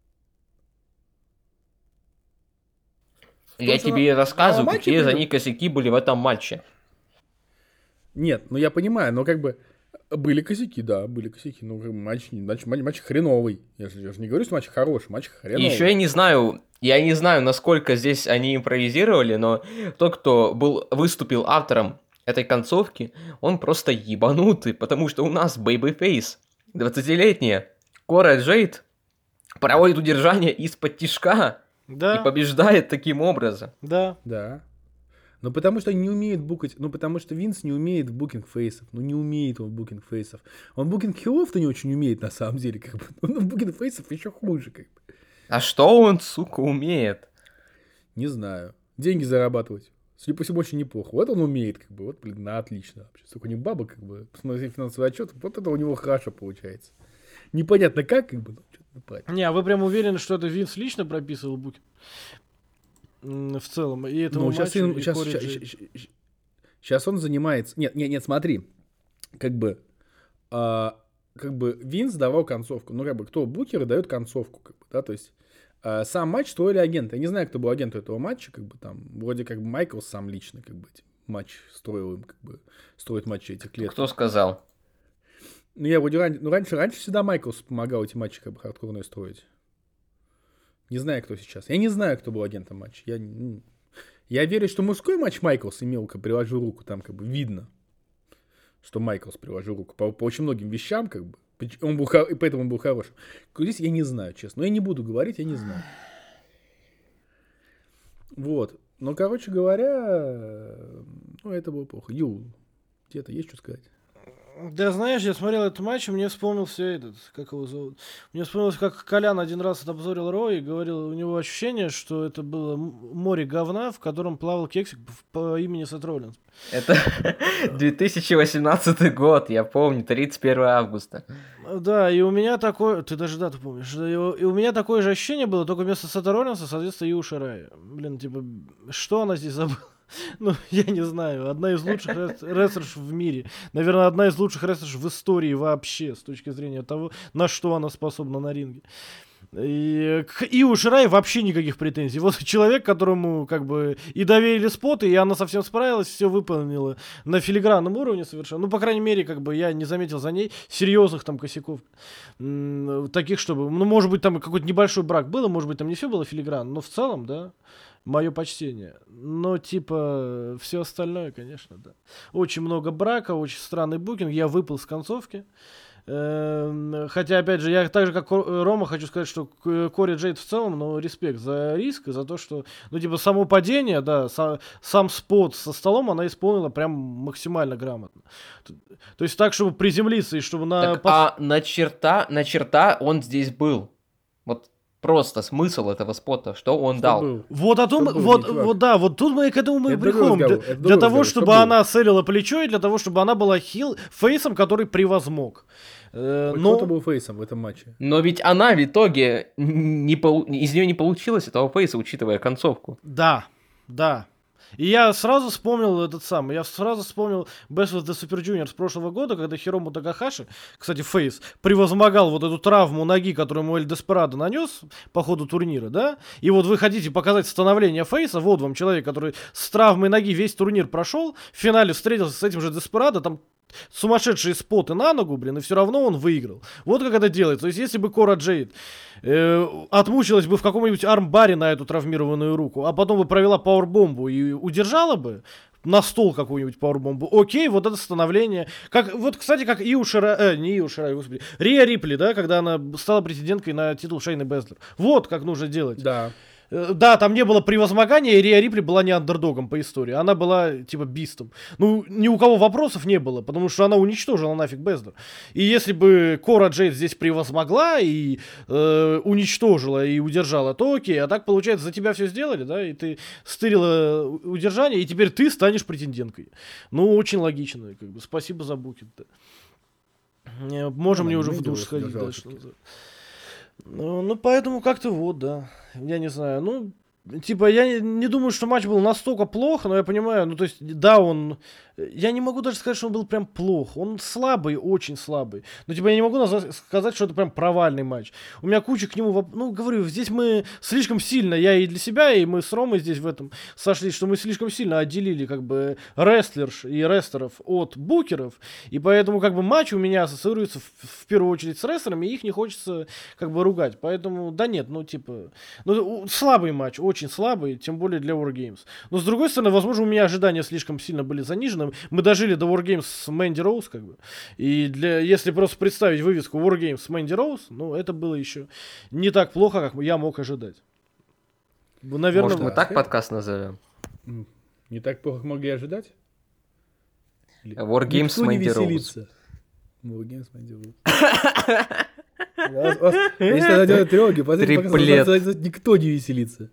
Я что тебе она- рассказываю, она матче какие за привела? ней косяки были в этом матче. Нет, ну я понимаю, но как бы были косяки, да, были косяки, но как бы матч, не- матч, матч, матч хреновый. Я же, я же не говорю, что матч хороший, матч хреновый. Еще я не знаю, я не знаю, насколько здесь они импровизировали, но тот, кто был, выступил автором этой концовки, он просто ебанутый, потому что у нас Бэйбифейс, двадцатилетняя Кора Джейд, проводит удержание из-под тишка Да, и побеждает таким образом. да. Да. Ну, потому что они не умеют букать, ну, потому что Винс не умеет в букинг фейсов, ну, не умеет он в букинг фейсов. Он букинг хилов-то не очень умеет, на самом деле, как бы. Ну, в букинг фейсов еще хуже, как бы. А что он, сука, умеет? Не знаю. Деньги зарабатывать. Судя по всему, очень неплохо. Вот он умеет, как бы, вот, блин, на отлично вообще. Сколько у него бабок, как бы, посмотри финансовый отчет, вот это у него хорошо получается. Непонятно как, как бы, но что-то платит. Не, а вы прям уверены, что это Винс лично прописывал букин? М, В целом, и этому Ну, сейчас, матчу, и сейчас, Кори сейчас, Джейд. сейчас он занимается... Нет, нет, нет, смотри. Как бы... а, как бы Винс давал концовку. Ну, как бы, кто букеры дает концовку, как бы, да, то есть... а, сам матч строили агенты. Я не знаю, кто был агентом этого матча, как бы там... Вроде как бы Майкл сам лично, как бы, эти- матч строил им, как бы... Строит матчи этих лет. Кто сказал? Ну, я вроде ран... ну, раньше, раньше всегда Майклс помогал эти матчи, как бы, хардкорные строить. Не знаю, кто сейчас. Я не знаю, кто был агентом матча. Я, ну, я верю, что мужской матч Майклс имел, как приложил руку, там как бы видно, что Майклс приложил руку по, по очень многим вещам, как бы. Поч- Он был, хо- и поэтому он был хорошим. Здесь я не знаю, честно. Но я не буду говорить, я не знаю. Вот. Но, короче говоря, э, ну, это было плохо. Ю, где-то есть что сказать? Да, знаешь, я смотрел этот матч, и мне вспомнился этот, как его зовут. Мне вспомнилось, как Колян один раз обзорил Ро и говорил, у него ощущение, что это было м- море говна, в котором плавал кексик в- по имени Сет Роллинс. Это две тысячи восемнадцатый год, я помню, тридцать первого августа. Да, и у меня такое... Ты даже дату помнишь. Да, И, у и у меня такое же ощущение было, только вместо Сета Роллинса, соответственно, Ю Ширай. Блин, типа, что она здесь забыла? Ну, я не знаю. Одна из лучших рес- рестлерш в мире. Наверное, одна из лучших рестлерш в истории вообще, с точки зрения того, на что она способна на ринге. И к Ио Ширай вообще никаких претензий. Вот человек, которому как бы и доверили споты, и она совсем справилась, все выполнила на филигранном уровне совершенно. Ну, по крайней мере, как бы я не заметил за ней серьезных там косяков. М- таких, чтобы... Ну, может быть, там какой-то небольшой брак было, может быть, там не все было филигран, но в целом, да, мое почтение. Но, типа, все остальное, конечно, да. Очень много брака, очень странный букинг. Я выпал с концовки. Хотя, опять же, я так же, как Рома, хочу сказать, что Кори Джейд в целом, ну, респект за риск и за то, что, ну, типа, само падение, да, сам, сам спот со столом она исполнила прям максимально грамотно. То есть так, чтобы приземлиться и чтобы на... Так, а на черта, на черта он здесь был. Вот просто смысл этого спота, что он Что дал. был? Вот о том, Что был, вот, чувак? вот, да, вот тут мы к этому мы Это приходим. другой Для, разговор, это для другой того, разговор. чтобы Что было? она селила плечо, и для того, чтобы она была хил фейсом, который превозмог. Э, Хоть но... кто-то был фейсом в этом матче. Но ведь она в итоге не полу- из нее не получилось этого фейса, учитывая концовку. Да, да. И я сразу вспомнил этот самый, я сразу вспомнил Best of the Super Juniors прошлого года, когда Хирому Такахаши, кстати, фейс, превозмогал вот эту травму ноги, которую ему Эль Деспирадо нанес по ходу турнира, да? И вот вы хотите показать становление фейса, вот вам человек, который с травмой ноги весь турнир прошел, в финале встретился с этим же Деспирадо, там сумасшедшие споты на ногу, блин, и все равно он выиграл. Вот как это делается. То есть, если бы Кора Джейд э, отмучилась бы в каком-нибудь армбаре на эту травмированную руку, а потом бы провела пауэрбомбу и удержала бы на стол какую-нибудь пауэрбомбу, окей, вот это становление. Как, вот, кстати, как Ио Ширай, э, не Ио Ширай, господи, Риа Рипли, да, когда она стала претенденткой на титул Шайны Безлер. Вот как нужно делать. Да. Да, там не было превозмогания, и Риа Рипли была не андердогом по истории. Она была, типа, бистом. Ну, ни у кого вопросов не было, потому что она уничтожила нафиг Безлер. И если бы Кора Джейд здесь превозмогла и э, уничтожила и удержала, то окей. А так, получается, за тебя все сделали, да, и ты стырила удержание, и теперь ты станешь претенденткой. Ну, очень логично, как бы. Спасибо за букет. Да. Можем Она мне не уже в медиа душ сходить, удержала да, всё-таки. что Ну, ну, поэтому как-то вот, да. Я не знаю, ну, типа, я не, не думаю, что матч был настолько плох, но я понимаю, ну, то есть, да, он... Я не могу даже сказать, что он был прям плох. Он слабый, очень слабый. Но, типа, я не могу назвать, сказать, что это прям провальный матч. У меня куча к нему... Воп... Ну, говорю, здесь мы слишком сильно, я и для себя, и мы с Ромой здесь в этом сошлись, что мы слишком сильно отделили, как бы, рестлерш и рестлеров от букеров. И поэтому, как бы, матч у меня ассоциируется в, в первую очередь с рестлерами, и их не хочется, как бы, ругать. Поэтому, да нет, ну, типа... Ну, слабый матч, очень слабый, тем более для Wargames. Но, с другой стороны, возможно, у меня ожидания слишком сильно были занижены. Мы дожили до Wargames с Мэнди Роуз, как бы. И для, если просто представить вывеску Wargames с Мэнди Роуз, ну, это было еще не так плохо, как я мог ожидать. Наверное, Может, мы да. так подкаст назовем? Не так плохо, как могли ожидать? Или- Wargames с Никто не Мэнди Роуз. веселится. Wargames с Мэнди Роуз. Вас- вас- Если она делает трёхи, посмотрите, пока Триплет. называется, никто не веселится.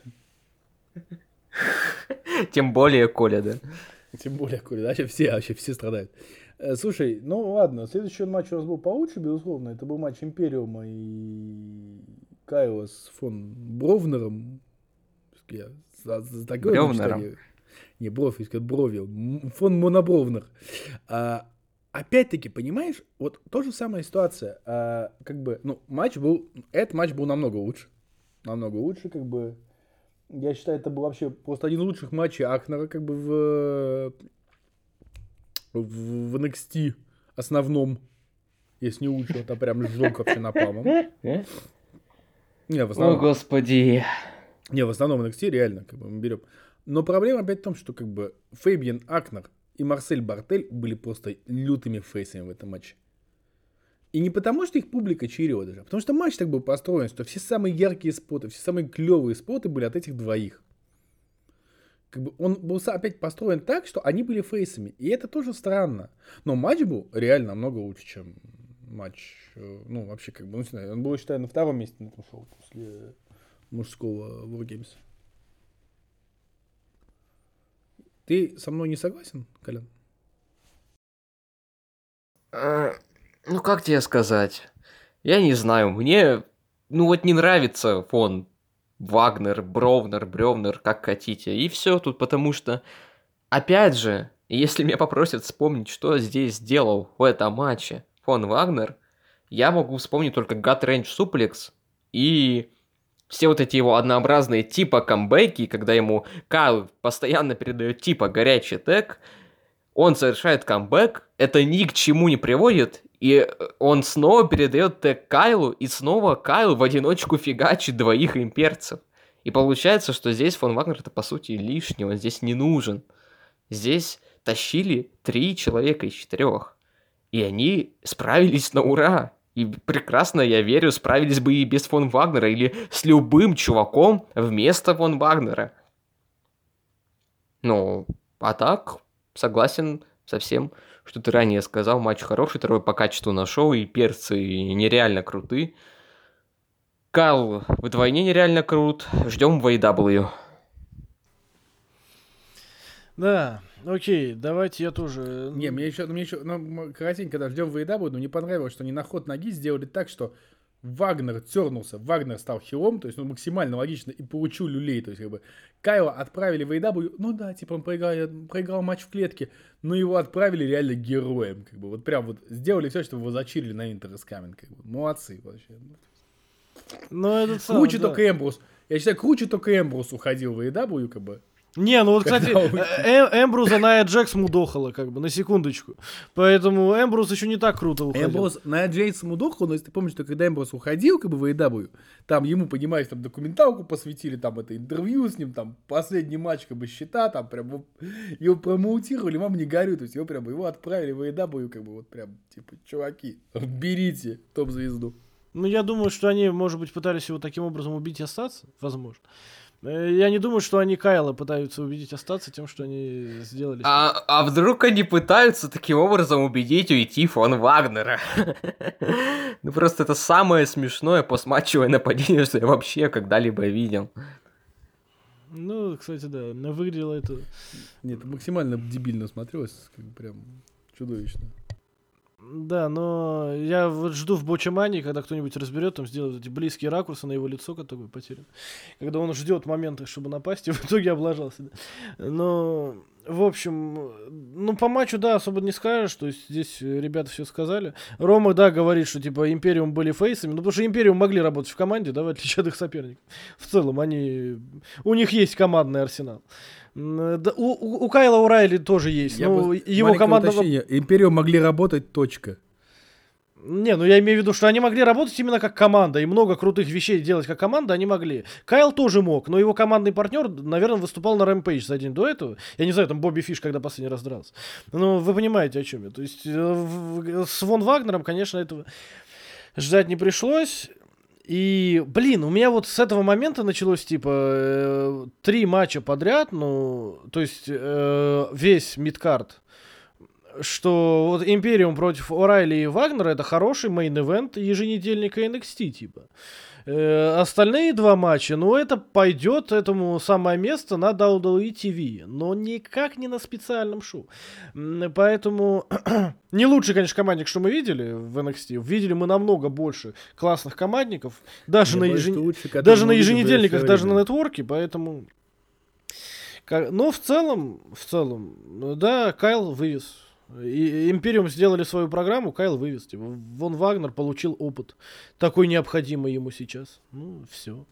Тем более Коля, да? Тем более, Коля, вообще все, вообще все страдают. Э, Слушай, ну ладно, следующий матч у нас был получше, безусловно. Это был матч Империума и Кайла с фон Бровнером. Я за- за такое Бревнером. мечтание. Не, Бров, я сказал Брови. М, Фон Монобровнер. А, опять-таки, понимаешь, вот та же самая ситуация. А, как бы, ну, матч был, этот матч был намного лучше. Намного лучше, как бы. Я считаю, это был вообще просто один из лучших матчей Акнера, как бы в, в, в эн экс ти основном. Если не лучше, это прям сжег вообще напалмом. Не, в О, основном, господи. не, в основном эн экс ти реально, как бы мы берем. Но проблема опять в том, что как бы Фейбиан Акнер и Марсель Бартель были просто лютыми фейсами в этом матче. И не потому, что их публика чирила даже, а потому что матч так был построен, что все самые яркие споты, все самые клевые споты были от этих двоих. Как бы он был са- опять построен так, что они были фейсами. И это тоже странно. Но матч был реально намного лучше, чем матч, э, ну, вообще, как бы, ну, не знаю, он был, считаю, на втором месте на этом шоу после мужского Wargames. Ты со мной не согласен, Колян? Э, Ну, как тебе сказать? Я не знаю, мне, ну вот не нравится фон Вагнер, Бровнер, Бревнер, как хотите. И все тут, потому что, опять же, если меня попросят вспомнить, что здесь сделал в этом матче фон Вагнер, я могу вспомнить только Gut Range Suplex И все вот эти его однообразные типа камбэки, когда ему Кайл постоянно передает типа горячий тег, он совершает камбэк, это ни к чему не приводит, и он снова передает тег Кайлу, и снова Кайл в одиночку фигачит двоих имперцев. И получается, что здесь фон Вагнер это по сути лишний, он здесь не нужен. Здесь тащили три человека из четырех, и они справились на ура. И прекрасно, я верю, справились бы и без фон Вагнера, или с любым чуваком вместо фон Вагнера. Ну, а так, согласен со всем, что ты ранее сказал. Матч хороший, второй по качеству на шоу, и перцы нереально круты. Кайл вдвойне нереально крут. Ждем в эй дабл ю. Да, окей, давайте я тоже... Не, мне еще, мне еще, ну, коротенько, да, ждем в эй дабл ю, но не понравилось, что они на ход ноги сделали так, что Вагнер тернулся, Вагнер стал хилом, то есть, ну, максимально логично, и получил люлей, то есть, как бы, Кайла отправили в эй дабл ю, ну да, типа, он проиграл, проиграл матч в клетке, но его отправили реально героем, как бы, вот прям вот сделали все, чтобы его зачирили на Интер из Камен, как бы, молодцы вообще. Ну, это сам, круче да. только Эмбрус, я считаю, круче только Эмбрус уходил в эй дабл ю, как бы. Не, ну вот, кстати, э- Эмбруза Найя Джекс мудохала, как бы, на секундочку. Поэтому Эмбруз еще не так круто уходил. Эмбрус Найя Джекс мудохал, но если ты помнишь, что когда Эмбрус уходил, как бы, в эй дабл ю, там ему, понимаешь, там документалку посвятили, там это интервью с ним, там последний матч, как бы, счета, там прям его промоутировали, мама не горюй, то есть его прям, его отправили в эй дабл ю, как бы, вот прям, типа, чуваки, берите топ-звезду. Ну, я думаю, что они, может быть, пытались его таким образом убить и остаться, возможно. Я не думаю, что они Кайла пытаются убедить остаться тем, что они сделали. А, а вдруг они пытаются таким образом убедить уйти фон Вагнера? Ну просто это самое смешное постматчевое нападение, что я вообще когда-либо видел. Ну, кстати, да, выглядело это... Нет, это максимально дебильно смотрелось, как бы прям чудовищно. Да, но я вот жду в Бочемане, когда кто-нибудь разберет, там сделает эти близкие ракурсы на его лицо, как такой потерян. Когда он ждет момента, чтобы напасть, и в итоге облажался. Да. Но, в общем, ну, по матчу, да, особо не скажешь, то есть здесь ребята все сказали. Рома, да, говорит, что, типа, Империум были фейсами, ну, потому что Империум могли работать в команде, да, в отличие от их соперников. В целом, они... У них есть командный арсенал. Да, у, у, у Кайла Урайли тоже есть. Я ну, бы... его командного... Империум могли работать, точка. Не, ну я имею в виду, что они могли работать именно как команда, и много крутых вещей делать как команда они могли. Кайл тоже мог, но его командный партнер, наверное, выступал на Рэмпейдж за день до этого. Я не знаю, там Бобби Фиш, когда последний раз дрался. Но вы понимаете, о чем я. То есть э, с Фон Вагнером, конечно, этого ждать не пришлось. И, блин, у меня вот с этого момента началось, типа, э, три матча подряд, ну, то есть э, весь мидкард, что вот Империум против Орайли и Вагнера — это хороший мейн-эвент еженедельника эн экс ти, типа. Э, остальные два матча, ну, это пойдет этому самое место на дабл ю дабл ю и ти ви, но никак не на специальном шоу. Поэтому не лучший, конечно, командник, что мы видели в эн экс ти. Видели мы намного больше классных командников, даже, на, ежен... лучше, даже на еженедельниках, даже на нетворке, поэтому... Но в целом, в целом, да, Кайл вывез. И Империум сделали свою программу, Кайл вывез. Типа, Фон Вагнер получил опыт, такой необходимый ему сейчас. Ну, все.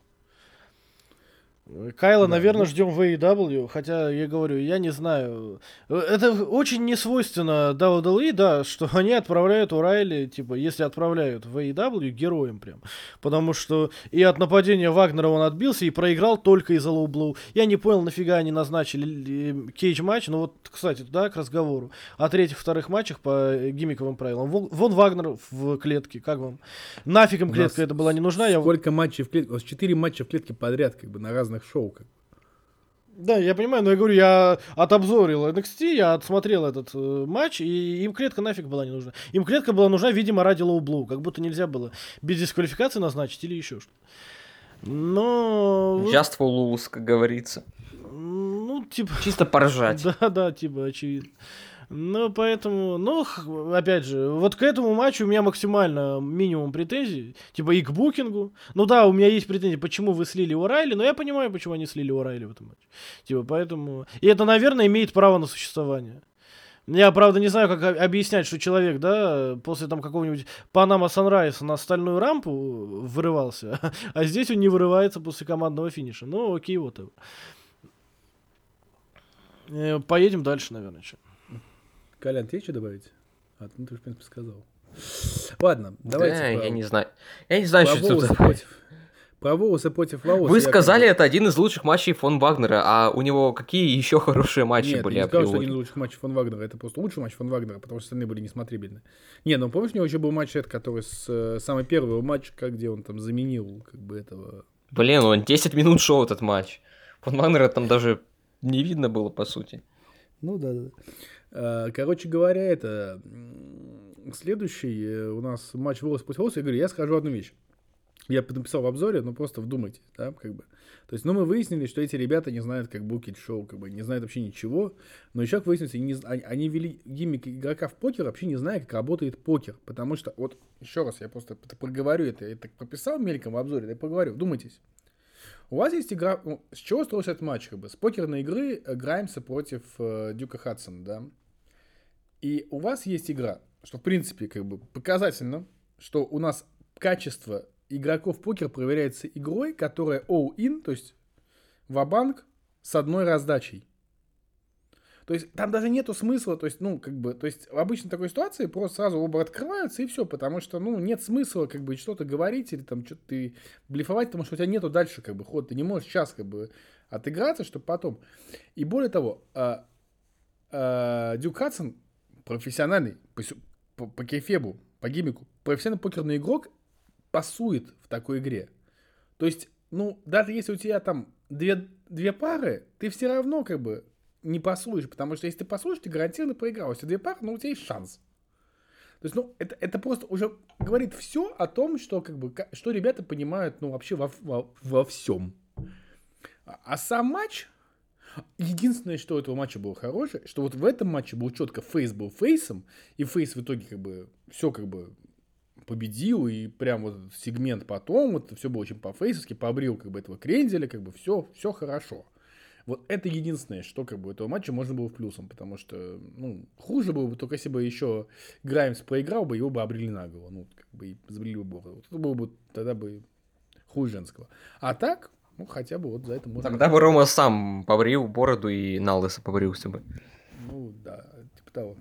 Кайла, да, наверное, ждем в эй дабл ю, хотя, я говорю, я не знаю. Это очень не свойственно дабл ю дабл ю и, да, что они отправляют Урайли, типа, если отправляют в эй дабл ю, героем прям. Потому что и от нападения Вагнера он отбился и проиграл только из-за лоу-блоу. Я не понял, нафига они назначили кейдж-матч, но вот, кстати, да, к разговору о третьих-вторых матчах по гиммиковым правилам. Вон Вагнер в клетке, как вам? Нафиг им клетка это была не нужна. Сколько я... матчей в клетке? У нас четыре матча в клетке подряд, как бы, на разных шоу. Как. Да, я понимаю, но я говорю, я отобзорил эн экс ти, я отсмотрел этот э, матч, и им клетка нафиг была не нужна. Им клетка была нужна, видимо, ради лоу-блоу, как будто нельзя было без дисквалификации назначить или еще что-то. Но... Just for lose, как говорится. Ну, типа... Чисто поржать. Да, да, типа, очевидно. Ну, поэтому, ну, опять же, вот к этому матчу у меня максимально минимум претензий, типа и к букингу. Ну да, у меня есть претензии, почему вы слили Орайли, но я понимаю, почему они слили Орайли в этом матче. Типа, поэтому... И это, наверное, имеет право на существование. Я, правда, не знаю, как об- объяснять, что человек, да, после там какого-нибудь Панама Санрайз на стальную рампу вырывался, а здесь он не вырывается после командного финиша. Ну, окей, вот. Поедем дальше, наверное. Чё. Колян, тебе что добавить? А, ну ты, в принципе, сказал. Ладно, давайте. Да, про- я не знаю. Я не знаю, про что волосы тут. против. Про волосы против волос. Вы я как сказали, бы- это один из лучших матчей фон Вагнера, а у него какие еще хорошие матчи Нет, были я не сказал, что априори? один из лучших матчей фон Вагнера. Это просто лучший матч фон Вагнера, потому что остальные были несмотрибельны. Не, ну помнишь, у него еще был матч, этот, который с э, самый первый его матч, как где он там заменил, как бы этого. Блин, он десять минут шел этот матч. Фон Вагнера там даже не видно было, по сути. Ну да, да. А, Короче говоря, это м, следующий э, у нас матч волос против волос. Я говорю, я скажу одну вещь. Я написал в обзоре, но просто вдумайтесь, да, как бы. То есть, ну, мы выяснили, что эти ребята не знают, как букить шоу, как бы, не знают вообще ничего. Но еще, как выяснилось, они, не з- они, они вели гиммик игрока в покер, вообще не зная, как работает покер. Потому что, вот, еще раз, я просто это проговорю это, я так прописал мельком в обзоре, я поговорю, вдумайтесь. У вас есть игра, ну, с чего строился этот матч, как бы, с покерной игры э, Граймса против э, Дюка Хадсона, да. И у вас есть игра, что, в принципе, как бы, показательно, что у нас качество игроков в покер проверяется игрой, которая all-in, то есть ва-банк с одной раздачей. То есть там даже нету смысла, то есть, ну, как бы, то есть в обычной такой ситуации просто сразу оба открываются и все, потому что, ну, нет смысла, как бы, что-то говорить или там что-то ты блефовать, потому что у тебя нету дальше, как бы, хода, ты не можешь сейчас, как бы, отыграться, чтобы потом. И более того, а, а, Дюк Хадсон профессиональный, по, сю- по, по кейфебу, по гиммику, профессиональный покерный игрок, пасует в такой игре. То есть, ну, даже если у тебя там две, две пары, ты все равно как бы не пасуешь, потому что если ты пасуешь, ты гарантированно проиграл. Если две пары, ну, у тебя есть шанс. То есть, ну, это, это просто уже говорит все о том, что как бы, ка- что ребята понимают, ну, вообще во, во, во всем. А, а сам матч, единственное, что у этого матча было хорошее, что вот в этом матче был четко фейс был фейсом, и фейс в итоге как бы все как бы победил, и прям вот этот сегмент потом, вот все было очень по-фейсовски, побрил как бы этого кренделя, как бы все, все хорошо. Вот это единственное, что как бы этого матча можно было в плюсом, потому что, ну, хуже было бы, только если бы еще Граймс проиграл бы, его бы обрели на голову, ну, как бы и забрели бы бороду. Вот это было бы, тогда бы хуже женского. А так, ну, хотя бы вот за это можно... Тогда бы Рома сам побрил бороду и на лысо побрился бы. Ну, да, типа того.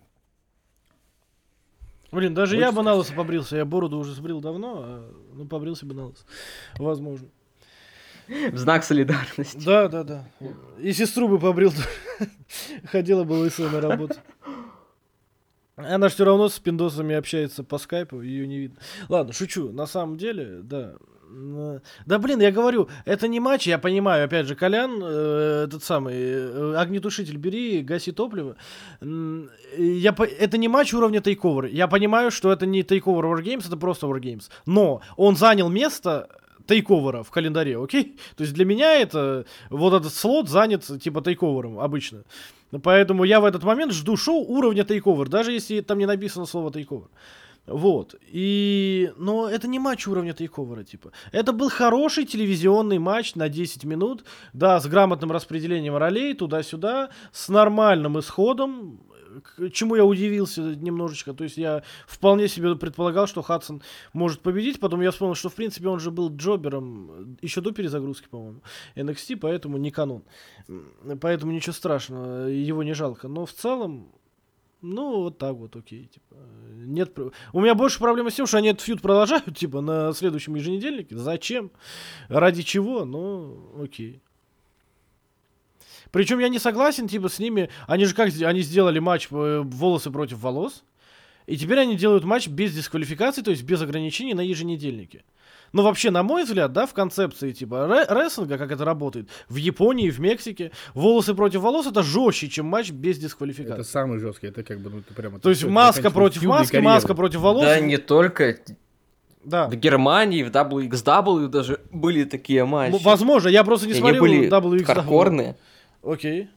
Блин, даже Хочешь я бы на лысо побрился. Я бороду уже сбрил давно, а, ну, побрился бы на лысо. Возможно. В знак солидарности. Да, да, да. И сестру бы побрил. Ходила бы лысая на работу. Она все равно с пиндосами общается по скайпу, ее не видно. Ладно, шучу. На самом деле, да. М, Да, блин, я говорю, это не матч, я понимаю, опять же, Колян, э, этот самый, э, огнетушитель бери, гаси топливо. М, Я, по- это не матч уровня тейковер. Я понимаю, что это не тейковер Wargames, это просто Wargames. Но он занял место тейковера в календаре, окей? То есть для меня это, вот этот слот занят типа тейковером обычно. Поэтому я в этот момент жду шоу уровня тейковер, даже если там не написано слово тейковер. Вот. И... Но это не матч уровня тейковера, типа. Это был хороший телевизионный матч на десять минут, да, с грамотным распределением ролей, туда-сюда, с нормальным исходом, к чему я удивился немножечко. То есть я вполне себе предполагал, что Хадсон может победить. Потом я вспомнил, что в принципе он же был джобером еще до перезагрузки, по-моему, эн экс ти, поэтому не канон. М, Поэтому ничего страшного, его не жалко. Но в целом, ну, вот так вот, окей. Типа, нет, пр- у меня больше проблема с тем, что они этот фьюд продолжают, типа, на следующем еженедельнике. Зачем? Ради чего? Ну, окей. Причем я не согласен, типа, с ними. Они же как, они сделали матч э, волосы против волос. И теперь они делают матч без дисквалификации, то есть без ограничений на еженедельнике. Ну, вообще, на мой взгляд, да, в концепции, типа, ре- рестлинга, как это работает, в Японии, в Мексике, волосы против волос — это жестче, чем матч без дисквалификации. Это самый жесткий, это как бы, ну, это прямо... То есть это маска заканчивается против фьюдной маски, карьерой. маска против волос. Да не только. Да. В Германии, в дабл ю икс дабл ю даже были такие матчи. М, Возможно, я просто не И они смотрел были дабл ю икс дабл ю. хардкорные. Окей.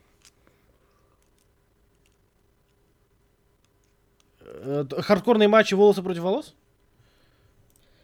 Э, т- Хардкорные матчи волосы против волос?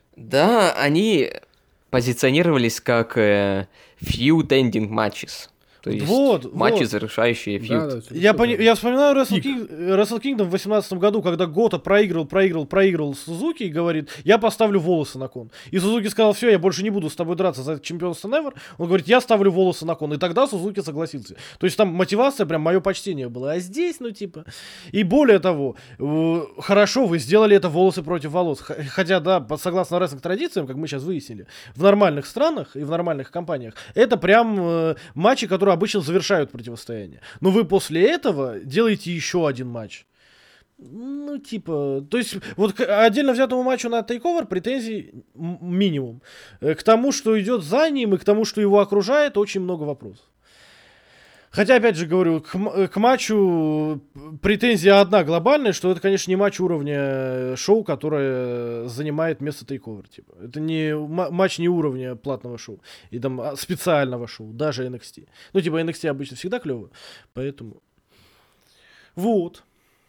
Да, они позиционировались как э, feud ending matches. То есть Вот, матчи, вот. завершающие фьюд. Да, да, всё Я, такое. пони- я вспоминаю Wrestle, Пик. King- Wrestle Kingdom в восемнадцатом году, когда Гота проиграл, проиграл, проиграл Сузуки и говорит, я поставлю волосы на кон. И Сузуки сказал, все, я больше не буду с тобой драться за чемпионство Never. Он говорит, я ставлю волосы на кон. И тогда Сузуки согласился. То есть там мотивация, прям мое почтение было. А здесь, ну типа... И более того, э, хорошо, вы сделали это волосы против волос. Х- Хотя, да, по- согласно рестлинг-традициям, как мы сейчас выяснили, в нормальных странах и в нормальных компаниях, это прям э, матчи, которые обычно завершают противостояние. Но вы после этого делаете еще один матч. Ну, типа, то есть, вот к отдельно взятому матчу на тейковер претензий м- минимум. Э, К тому, что идет за ним, и к тому, что его окружает, очень много вопросов. Хотя, опять же говорю, к, м- к матчу претензия одна глобальная, что это, конечно, не матч уровня шоу, которое занимает место тейковер. Типа. Это не ма- матч не уровня платного шоу, и там а, специального шоу, даже эн экс ти. Ну, типа, эн экс ти обычно всегда клево, поэтому... Вот.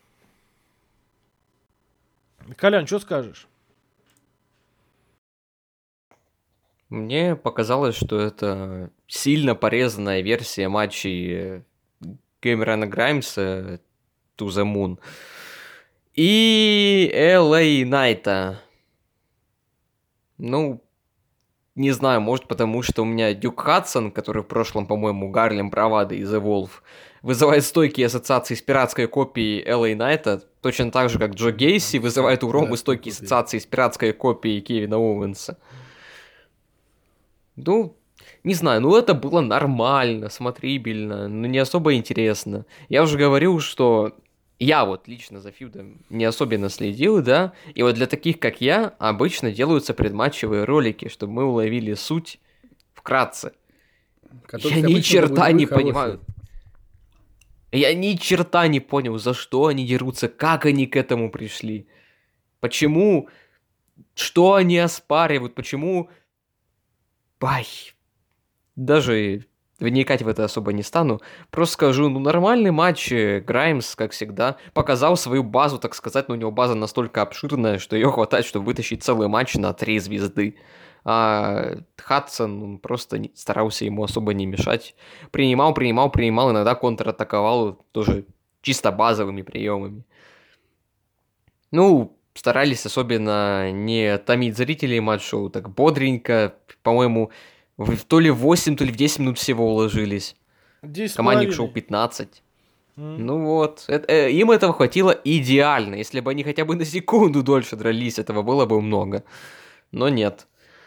Колян, что скажешь? Мне показалось, что это сильно порезанная версия матчей Кэмерона Граймса To The Moon и эл эй Найта. Ну, не знаю, может потому, что у меня Дюк Хадсон, который в прошлом, по-моему, Гарлем Бравада из Evolve, вызывает стойкие ассоциации с пиратской копией эл эй Найта, точно так же, как Джо Гейси вызывает у Ромы стойкие ассоциации с пиратской копией Кевина Оуэнса. Ну, не знаю, ну это было нормально, смотрибельно, но не особо интересно. Я уже говорил, что я вот лично за фьюдом не особенно следил, да, и вот для таких, как я, обычно делаются предматчевые ролики, чтобы мы уловили суть вкратце. Которые Я ни обычно черта будут не хорошие. понимаю. Я ни черта не понял, за что они дерутся, как они к этому пришли. Почему, что они оспаривают, почему... Ай, даже вникать в это особо не стану. Просто скажу, ну нормальный матч. Граймс, как всегда, показал свою базу, так сказать, но у него база настолько обширная, что ее хватает, чтобы вытащить целый матч на три звезды. А Хадсон, он просто не- старался ему особо не мешать. Принимал, принимал, принимал, иногда контратаковал тоже чисто базовыми приемами. Ну, старались особенно не томить зрителей матч-шоу, так бодренько, по-моему, в то ли в восемь, то ли в десять минут всего уложились. десять с Командник шоу половиной. пятнадцать. М. Ну вот, это- э, им этого хватило идеально. Если бы они хотя бы на секунду дольше дрались, этого было бы много. Но нет.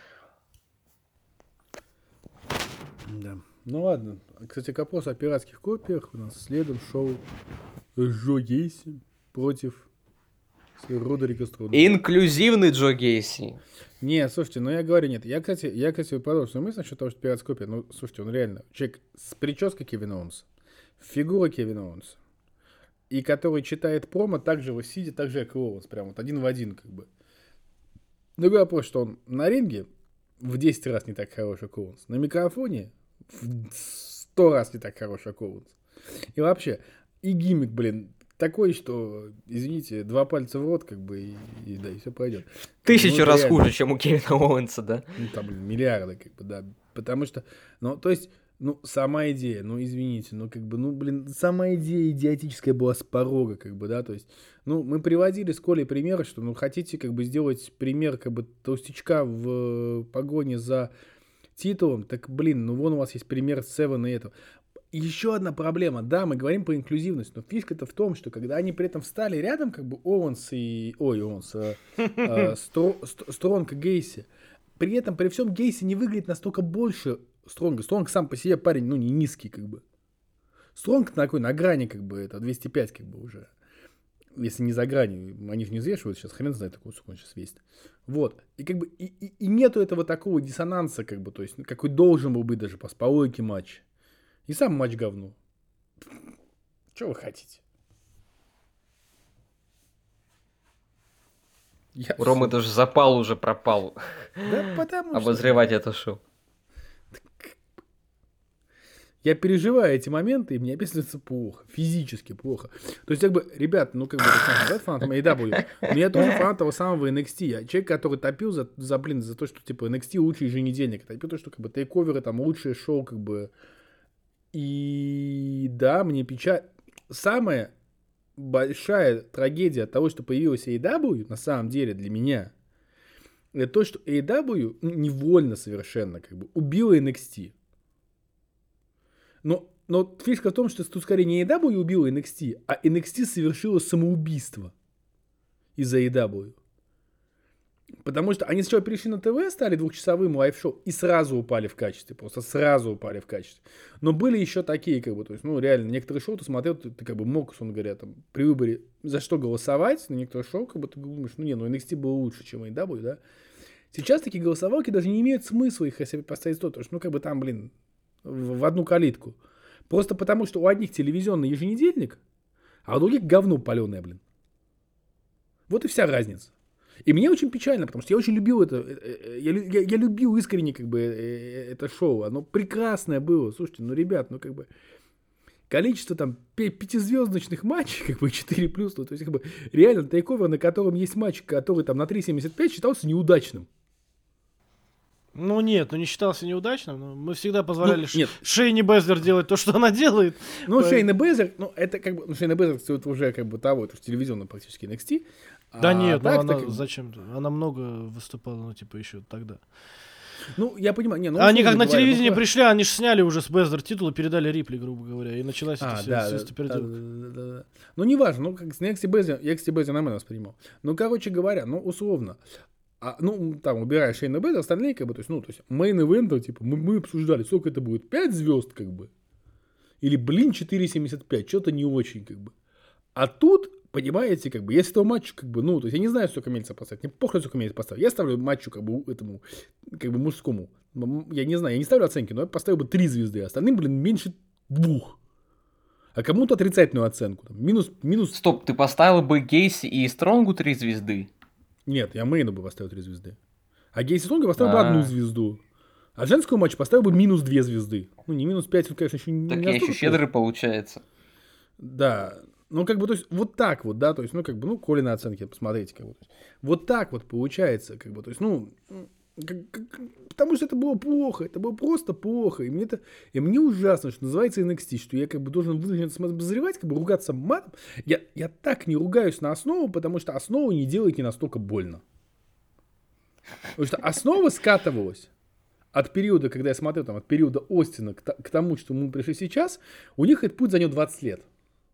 Да. Ну ладно. Кстати, к вопросу о пиратских копиях у нас следом шоу Джо Гейси против Родерика Стронга. Инклюзивный Джо Гейси. Не, слушайте, ну я говорю, нет. Я, кстати, я, кстати, продолжу свою мысль насчет того, что пиратская копия. Ну, слушайте, он реально человек с прической Кевина Оуэнса, фигура Кевина Оуэнса, и который читает промо так же, вот сидя, так же, как и Оуэнс, прям вот один в один, как бы. Другой вопрос, что он на ринге в десять раз не так хорош, как Оуэнс. На микрофоне в сто раз не так хорош, как Оуэнс. И вообще, и гиммик, блин, такой, что, извините, два пальца в рот, как бы, и, и да, и все пойдет. Тысячу Ну, раз реально. хуже, чем у Кевина Оуэнса, да? Ну, там, блин, миллиарды, как бы, да. Потому что, ну, то есть, ну, сама идея, ну, извините, ну, как бы, ну, блин, сама идея идиотическая была с порога, как бы, да, то есть, ну, мы приводили с Колей примеры, что, ну, хотите, как бы, сделать пример, как бы, толстячка в погоне за титулом, так, блин, ну, вон у вас есть пример Севена и этого. Еще одна проблема, да, мы говорим про инклюзивность, но фишка-то в том, что когда они при этом встали рядом, как бы, Оуэнс и, ой, Оуэнс, э, э, Стро- Ст- Стронг и Гейси, при этом, при всем, Гейси не выглядит настолько больше Стронга. Стронг сам по себе парень, ну, не низкий, как бы. Стронг такой на грани, как бы, это двести пять, как бы, уже. Если не за гранью, они же не взвешивают сейчас, хрен знает, такой сколько он сейчас весит. Вот. И как бы, и, и, и нету этого такого диссонанса, как бы, то есть, ну, какой должен был быть даже по, по логике матч. И сам матч говно. Что вы хотите? Я У Ромы всё. даже запал уже пропал Да потому что... обозревать это шоу. Я переживаю эти моменты, и мне описывается плохо, физически плохо. То есть, как бы, ребят, ну, как бы, это фанатом эй дабл ю. Но я тоже фанат того самого эн экс ти. Я человек, который топил за, за, блин, за то, что, типа, эн экс ти лучший еженедельник. Топил то, что, как бы, тейковеры, там, лучшее шоу, как бы, И да, мне печаль... Самая большая трагедия от того, что появилась эй и дабл ю, на самом деле, для меня, это то, что эй и дабл ю ну, невольно совершенно как бы убила эн экс ти. Но, но фишка в том, что тут скорее не эй и дабл ю убила эн экс ти, а эн экс ти совершила самоубийство из-за эй и дабл ю. Потому что они сначала перешли на ТВ, стали двухчасовым лайв-шоу и сразу упали в качестве, просто сразу упали в качестве. Но были еще такие, как бы, то есть, ну, реально, некоторые шоу ты смотрел, ты, ты как бы мог, условно говоря, там, при выборе за что голосовать, на некоторые шоу, как бы, ты думаешь, ну, не, ну, эн экс ти было лучше, чем эй и дабл ю, да. Сейчас такие голосовалки даже не имеют смысла их себе поставить то, потому что, ну, как бы, там, блин, в, в одну калитку. Просто потому, что у одних телевизионный еженедельник, а у других говно паленое, блин. Вот и вся разница. И мне очень печально, потому что я очень любил это, я, я, я любил искренне как бы это шоу, оно прекрасное было, слушайте, ну, ребят, ну, как бы, количество там пятизвездочных матчей, как бы, четыре плюс, ну, то есть, как бы, реально, тейковер, на котором есть матч, который там на три семьдесят пять считался неудачным. Ну нет, ну не считался неудачным, но мы всегда позволяли ну, Шейни Безлер делать то, что она делает. Ну, Шейна Безлер, ну, это как бы, ну, Шейна Безлер, это уже как бы того, это же телевизионный практически эн экс ти. Да а нет, так, ну она так, зачем? Она много выступала, ну типа еще тогда. Ну, я понимаю, не, ну... Они как на говоря, телевидении ну, пришли, они же сняли уже с Безлер титул и передали Рипли, грубо говоря, и началась а, эта да, вся да, переделка. да, да, да. Ну, неважно, ну, как с эн экс ти Безлер, я эн экс ти Безлер нормально воспринимал. Ну, короче говоря, ну, условно, а, ну, там, убирая Шейна Безлер, остальные, как бы, то есть, ну, то есть, мейн-ивента, типа, мы, мы обсуждали, сколько это будет, пять звезд, как бы, или, блин, четыре семьдесят пять, что-то не очень, как бы. А тут, понимаете, как бы, если этого матча, как бы, ну, то есть, я не знаю, сколько Мельца поставить, мне похуй, сколько Мельца поставить, я ставлю матчу, как бы, этому, как бы, мужскому, я не знаю, я не ставлю оценки, но я поставил бы три звезды, а остальным, блин, меньше двух. А кому-то отрицательную оценку, там, минус, минус... Стоп, ты поставил бы Гейси и Стронгу три звезды? Нет, я Мейну бы поставил три звезды. А Гейси Стронга поставил бы одну звезду. А женскую матч поставил бы минус две звезды. Ну, не минус пять, он, конечно, еще не... Так я еще щедрый получается. Да. Ну, как бы, то есть, вот так вот, да, то есть, ну, как бы, ну, Коли на оценке, посмотрите, как бы. Вот так вот получается, как бы, то есть, ну, как, как, потому что это было плохо, это было просто плохо, и мне это, и мне ужасно, что называется эн экс ти, что я, как бы, должен вынужден обозревать, как бы, ругаться матом. Я, я так не ругаюсь на основу, потому что основу не делает не настолько больно. Потому что основа скатывалась от периода, когда я смотрел, там, от периода Остина к, к тому, что мы пришли сейчас, у них этот путь занял двадцать лет.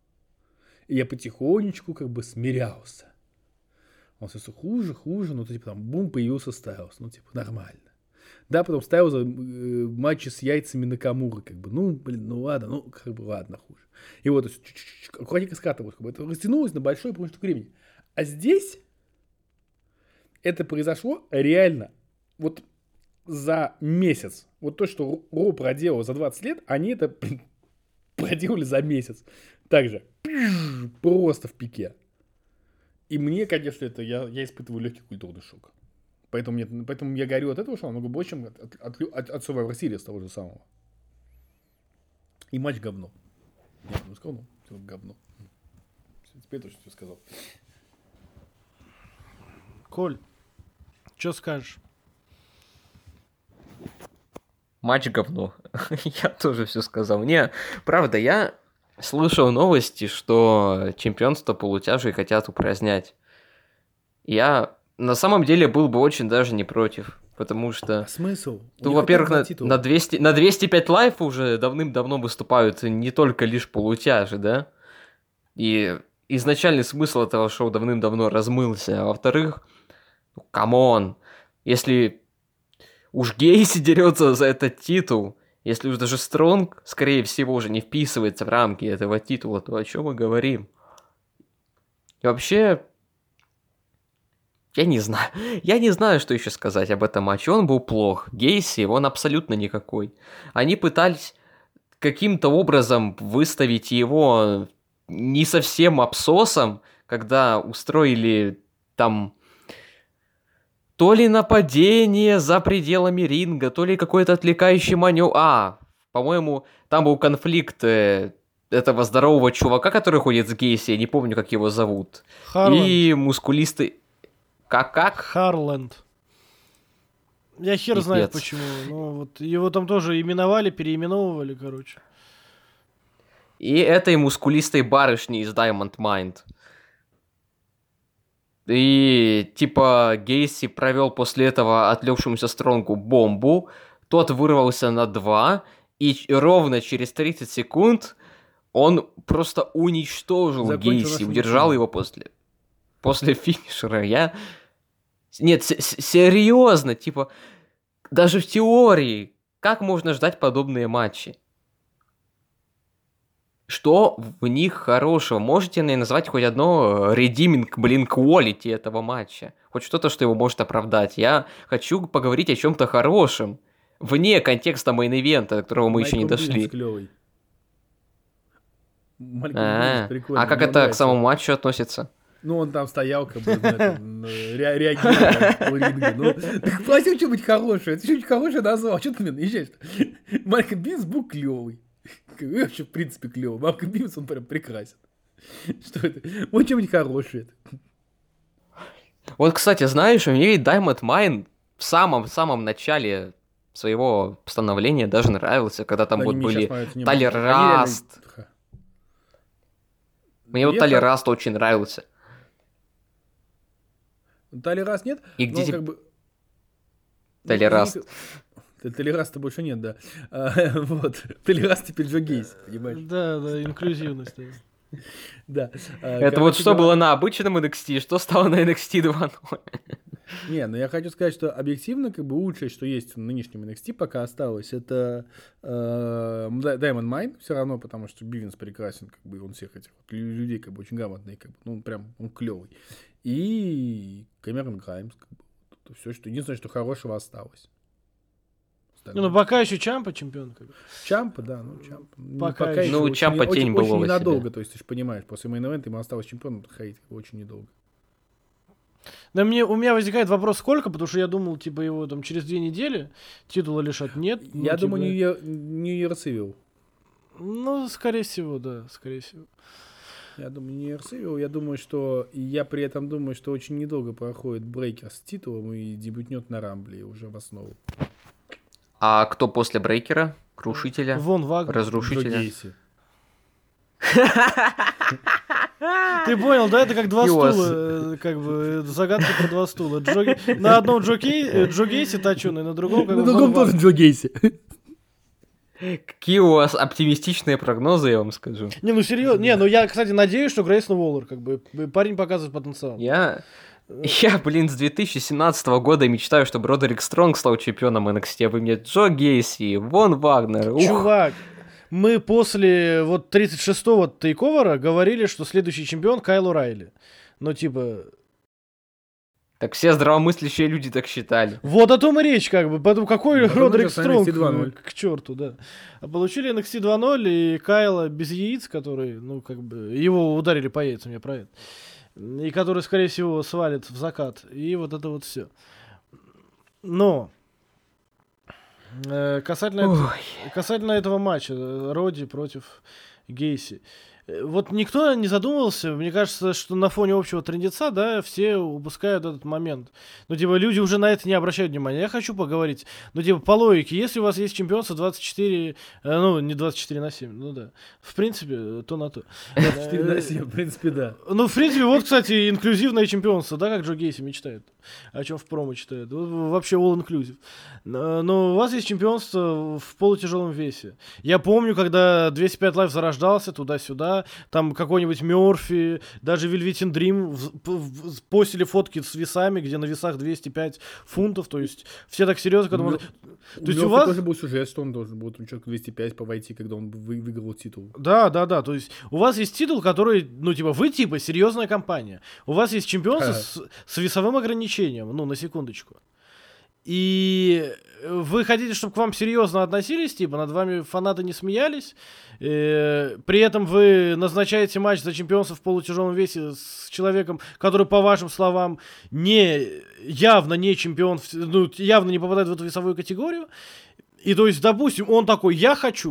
И я потихонечку, как бы, смирялся. Он все хуже, хуже, ну, типа, там, бум, появился Стайлз, ну, типа, нормально. Да, потом Стайлз э, матчи с яйцами Накамуры, как бы, ну, блин, ну, ладно, ну, как бы, ладно, хуже. И вот, аккуратненько скатывалось, как бы, это растянулось на большой промежуток времени. А здесь это произошло реально вот за месяц. Вот то, что Ро проделал за двадцать лет, они это проделали за месяц. Также, просто в пике. И мне, конечно, это я, я испытываю легкий культурный шок. Поэтому, мне, поэтому я горю от этого шоу намного больше, чем от, от, от, от Survivor Series того же самого. И матч говно. Я не сказал, ну, все говно. Теперь точно все сказал. Коль, что скажешь? Матч говно. Я тоже все сказал. Не, правда, я слышал новости, что чемпионство полутяжей хотят упразднять. Я на самом деле был бы очень даже не против, потому что... А смысл? Ну, во-первых, на, на, двести, на двести пять лайф уже давным-давно выступают не только лишь полутяжи, да? И изначальный смысл этого шоу давным-давно размылся. А во-вторых, ну, камон, если уж Гейси дерется за этот титул, если уж даже Стронг, скорее всего, уже не вписывается в рамки этого титула, то о чем мы говорим? И вообще, я не знаю. Я не знаю, что еще сказать об этом матче. Он был плох. Гейси, он абсолютно никакой. Они пытались каким-то образом выставить его не совсем абсосом, когда устроили там то ли нападение за пределами ринга, то ли какой-то отвлекающий маневр. А, по-моему, там был конфликт э, этого здорового чувака, который ходит с Гейси, я не помню, как его зовут. Харленд. И мускулистый... Как-как? Харленд. Я хер Пипец. знает почему. Ну, вот его там тоже именовали, переименовывали, короче. и этой мускулистой барышни из Diamond Mind. И типа Гейси провел после этого отлегшемуся Стронгу бомбу, тот вырвался на два, и ровно через тридцать секунд он просто уничтожил Закончил Гейси, нашу удержал миссию. его после, после финишера. Я... Нет, с- с- серьезно, типа, даже в теории, как можно ждать подобные матчи? Что в них хорошего? Можете мне назвать хоть одно redeeming, блин, quality этого матча? Хоть что-то, что его может оправдать. Я хочу поговорить о чем-то хорошем, вне контекста мейн-ивента, до которого мы еще не Малькольм дошли. Бивенс клёвый. Малькольм А, Бивенс прикольный, а как мне это к нравится. самому матчу относится? Ну, он там стоял, как бы, на этом, ре- реагировал как в ринге. Ну, так просил что-нибудь хорошее. Ты что-нибудь хорошее назвал. Что ты мне наезжаешь? Малькольм Бивенс был клевый. Вообще, в принципе, клевый. Малькольм Бивенс, он прям прекрасен. Что это? Вот что-нибудь хорошее. Вот, кстати, знаешь, у меня Diamond Mine в самом-самом начале своего становления даже нравился, когда там Они вот мне были щас нравятся, не Тайлер могу. Они реально- Раст. Мне вот Я Тайлер так- Раст очень нравился. Тайлер Раст нет? И но где те- как бы... Тайлер ну, Раст. Т- Тайлер Раста больше нет, да. А, вот. Тайлер Раст теперь Джо Гейси, понимаешь? Да, да, инклюзивность. да. Да. А, Это вот короче что говоря- было на обычном эн экс ти, что стало на эн экс ти два ноль. Не, ну я хочу сказать, что объективно, как бы лучшее, что есть в нынешнем эн экс ти пока осталось, это э, Diamond Mine все равно, потому что Бивенс прекрасен, как бы он всех этих вот лю- людей как бы очень грамотный, как бы, ну он прям он клевый. И Кэмерон Граймс, как бы, все, что единственное, что хорошего осталось. Не, ну пока еще Чампа чемпион. Как бы. Чампа, да, ну Чампа. Ну, Пока еще. Ну, очень Чампа не- тень очень, былого очень ненадолго, себя. то есть ты же понимаешь, после мейн-эвента ему осталось чемпионом ходить очень недолго. Да мне, у меня возникает вопрос, сколько, потому что я думал, типа, его там через две недели титула лишат. Нет. ну, Я типа, думаю, Нью Йорк Civil. Ну, скорее всего, да, скорее всего. Я думаю, не Эрсивил. Я думаю, что... И я при этом думаю, что очень недолго проходит брейкер с титулом и дебютнет на Рамбле уже в основу. А кто после Брейкера? Крушителя? Вон Вагнер. Джо Разрушителя? Гейси. Ты понял, да? Это как два Киос. стула, э, как бы, э, загадка про два стула. Джо Ге- На одном Джо, Кей... э, Джо Гейси точеный, на другом как На бы другом Вон тоже Джо Гейси. Какие у вас оптимистичные прогнозы, я вам скажу. Вагнер. Не, ну серьезно. Не, ну я, кстати, надеюсь, что Грейсон Уоллер, как бы, парень показывает потенциал. Я... Я, блин, с две тысячи семнадцатого года мечтаю, чтобы Родерик Стронг стал чемпионом эн экс ти, а вы мне Джо Гейси, Вон Вагнер. Ух. Чувак, мы после вот тридцать шестого тейковера говорили, что следующий чемпион Кайл О'Райли. Ну, типа... Так все здравомыслящие люди так считали. Вот о том и речь, как бы. Потом какой Потом Родерик начался Стронг эн экс ти два ноль. к черту, да. А получили эн экс ти два ноль и Кайла без яиц, который, ну, как бы, его ударили по яйцам, я про это. И который, скорее всего, свалит в закат. И вот это вот все. Но э, касательно, это- касательно этого матча, э, Роди против Гейси. Э, Вот никто не задумывался, мне кажется, что на фоне общего трындеца, да, все упускают этот момент. Ну, типа, люди уже на это не обращают внимания. Я хочу поговорить. Ну, типа, по логике, если у вас есть чемпионство двадцать четыре, э, ну, не двадцать четыре на семь, ну да. В принципе, э, то на то. четыре на семь, в принципе, да. Ну, в принципе, вот, кстати, инклюзивное чемпионство, да, как Джо Гейси мечтает. О чем в промо читает. Вот вообще all inclusive. Но но у вас есть чемпионство в полутяжелом весе. Я помню, когда двести пять Live зарождался туда-сюда, там какой-нибудь Мёрфи, даже Velveteen Dream в- п- в- постили фотки с весами, где на весах двести пять фунтов, то есть все так серьезно к этому... Ну, То У есть у него вас... тоже был сюжет, что он должен был там человек двести пять по войти, когда он вы- выиграл титул. Да, да, да. То есть у вас есть титул, который, ну, типа, вы типа серьезная компания. У вас есть чемпионство Ага. с, с весовым ограничением, ну, на секундочку. И вы хотите, чтобы к вам серьезно относились, типа, над вами фанаты не смеялись. Э, при этом вы назначаете матч за чемпионство в полутяжелом весе с человеком, который, по вашим словам, не, явно не чемпион, в- ну, явно не попадает в эту весовую категорию. И то есть, допустим, он такой, я хочу.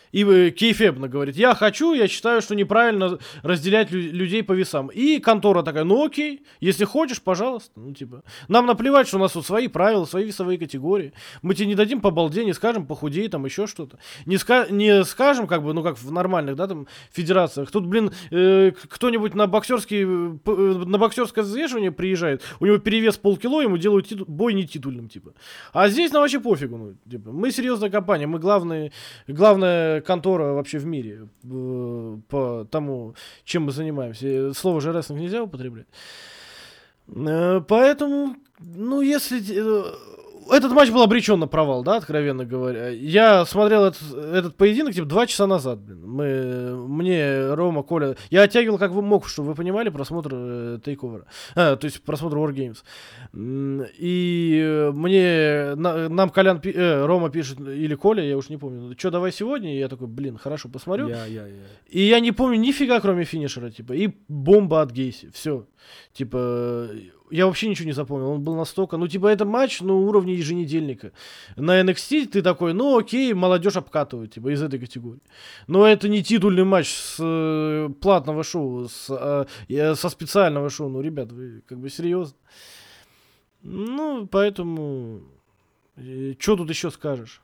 И э, кейфебно говорит, я хочу, я считаю, что неправильно разделять лю- людей по весам. И контора такая, ну окей, если хочешь, пожалуйста. Ну типа, нам наплевать, что у нас тут свои правила, свои весовые категории. Мы тебе не дадим по балде, не скажем похудей, там еще что-то. Не, ска- не скажем, как бы, ну как в нормальных, да, там, федерациях. Тут, блин, э, кто-нибудь на боксерский, э, п- э, на боксерское взвешивание приезжает, у него перевес полкило, ему делают титу- бой не титульным, типа. А здесь нам вообще пофигу, ну, типа, мы серьезная компания, мы главные, главная контора вообще в мире э, по тому, чем мы занимаемся. Слово же рестлинг нельзя употреблять. Э, поэтому, ну, если... э, этот матч был обречен на провал, да, откровенно говоря. Я смотрел этот, этот поединок, типа, два часа назад, блин. Мы, мне, Рома, Коля... Я оттягивал, как вы мог, чтобы вы понимали, просмотр э, Takeover. А, то есть просмотр War Games. М, И э, мне... На, нам Колян... пи- э, Рома пишет, или Коля, я уж не помню. Что, давай сегодня? И я такой, блин, хорошо, посмотрю. Я, я, я. И я не помню нифига, кроме финишера, типа, и бомба от Гейси, все. Типа, я вообще ничего не запомнил, он был настолько, ну, типа, это матч, ну, уровня еженедельника. На эн экс ти ты такой, ну, окей, молодежь обкатывают, типа, из этой категории. Но это не титульный матч с э, платного шоу, с, э, э, со специального шоу, ну, ребят, вы как бы серьезно. Ну, поэтому, э, что тут еще скажешь?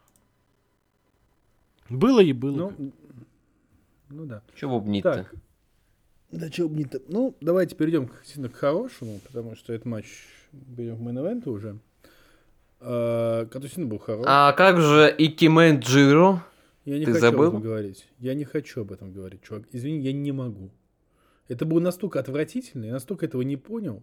Было и было. Ну, ну да. Чего бубнить-то? Так. Да, чё бубнить-то? Ну, давайте перейдем к, действительно к хорошему, потому что этот матч берем в мейн-эвенту уже. А, который действительно был хороший. А как же Икимен Джиро? Я не ты хочу забыл? об этом говорить. Я не хочу об этом говорить, чувак. Извини, я не могу. Это было настолько отвратительно, я настолько этого не понял.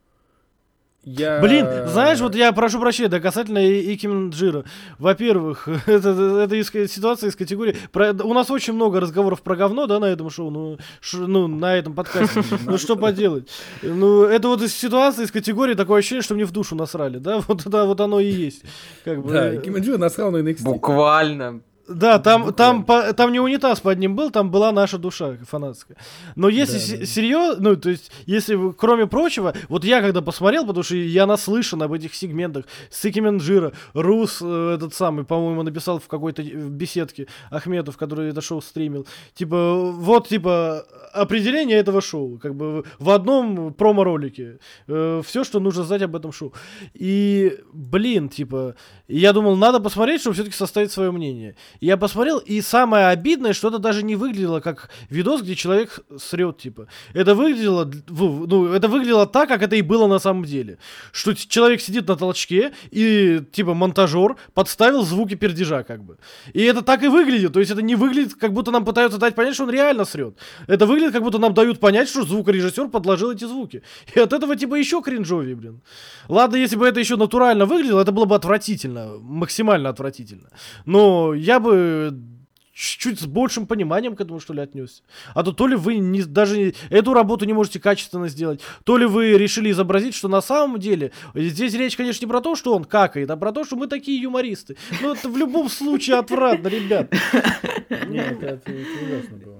Я... Блин, знаешь, вот я прошу прощения, да, касательно Икимен Джиро. Во-первых, это, это из, ситуация из категории... Про, у нас очень много разговоров про говно, да, на этом шоу, ну, ш, ну на этом подкасте. Ну, что поделать? Ну, это вот из ситуации, из категории такое ощущение, что мне в душу насрали, да, вот, да, вот оно и есть. Как бы. Да, Икимен Джиро насрал на эн экс ти. Буквально. Да, там, там, по, там не унитаз под ним был, там была наша душа фанатская. Но если Да, се- да. серьезно, ну, то есть, если, вы- кроме прочего, вот я когда посмотрел, потому что я наслышан об этих сегментах с Икимен Джиро, Рус, э, этот самый, по-моему, написал в какой-то в беседке Ахметов, который это шоу стримил, типа, вот, типа, определение этого шоу, как бы в одном промо-ролике, э, все, что нужно знать об этом шоу. И, блин, типа, я думал, надо посмотреть, чтобы все-таки составить свое мнение. Я посмотрел, и самое обидное, что это даже не выглядело как видос, где человек срет, типа. Это выглядело, в- ну, это выглядело так, как это и было на самом деле. Что т- человек сидит на толчке, и, типа, монтажер подставил звуки пердежа, как бы. И это так и выглядит. То есть это не выглядит, как будто нам пытаются дать понять, что он реально срет. Это выглядит, как будто нам дают понять, что звукорежиссер подложил эти звуки. И от этого, типа, еще кринжовее, блин. Ладно, если бы это еще натурально выглядело, это было бы отвратительно. Максимально отвратительно. Но я бы чуть-чуть с большим пониманием к этому, что ли, отнесся. А то то ли вы не, даже не- эту работу не можете качественно сделать, то ли вы решили изобразить, что на самом деле здесь речь, конечно, не про то, что он какает, а про то, что мы такие юмористы. Ну, это в любом случае отвратно, ребят. Нет, это, это ужасно было.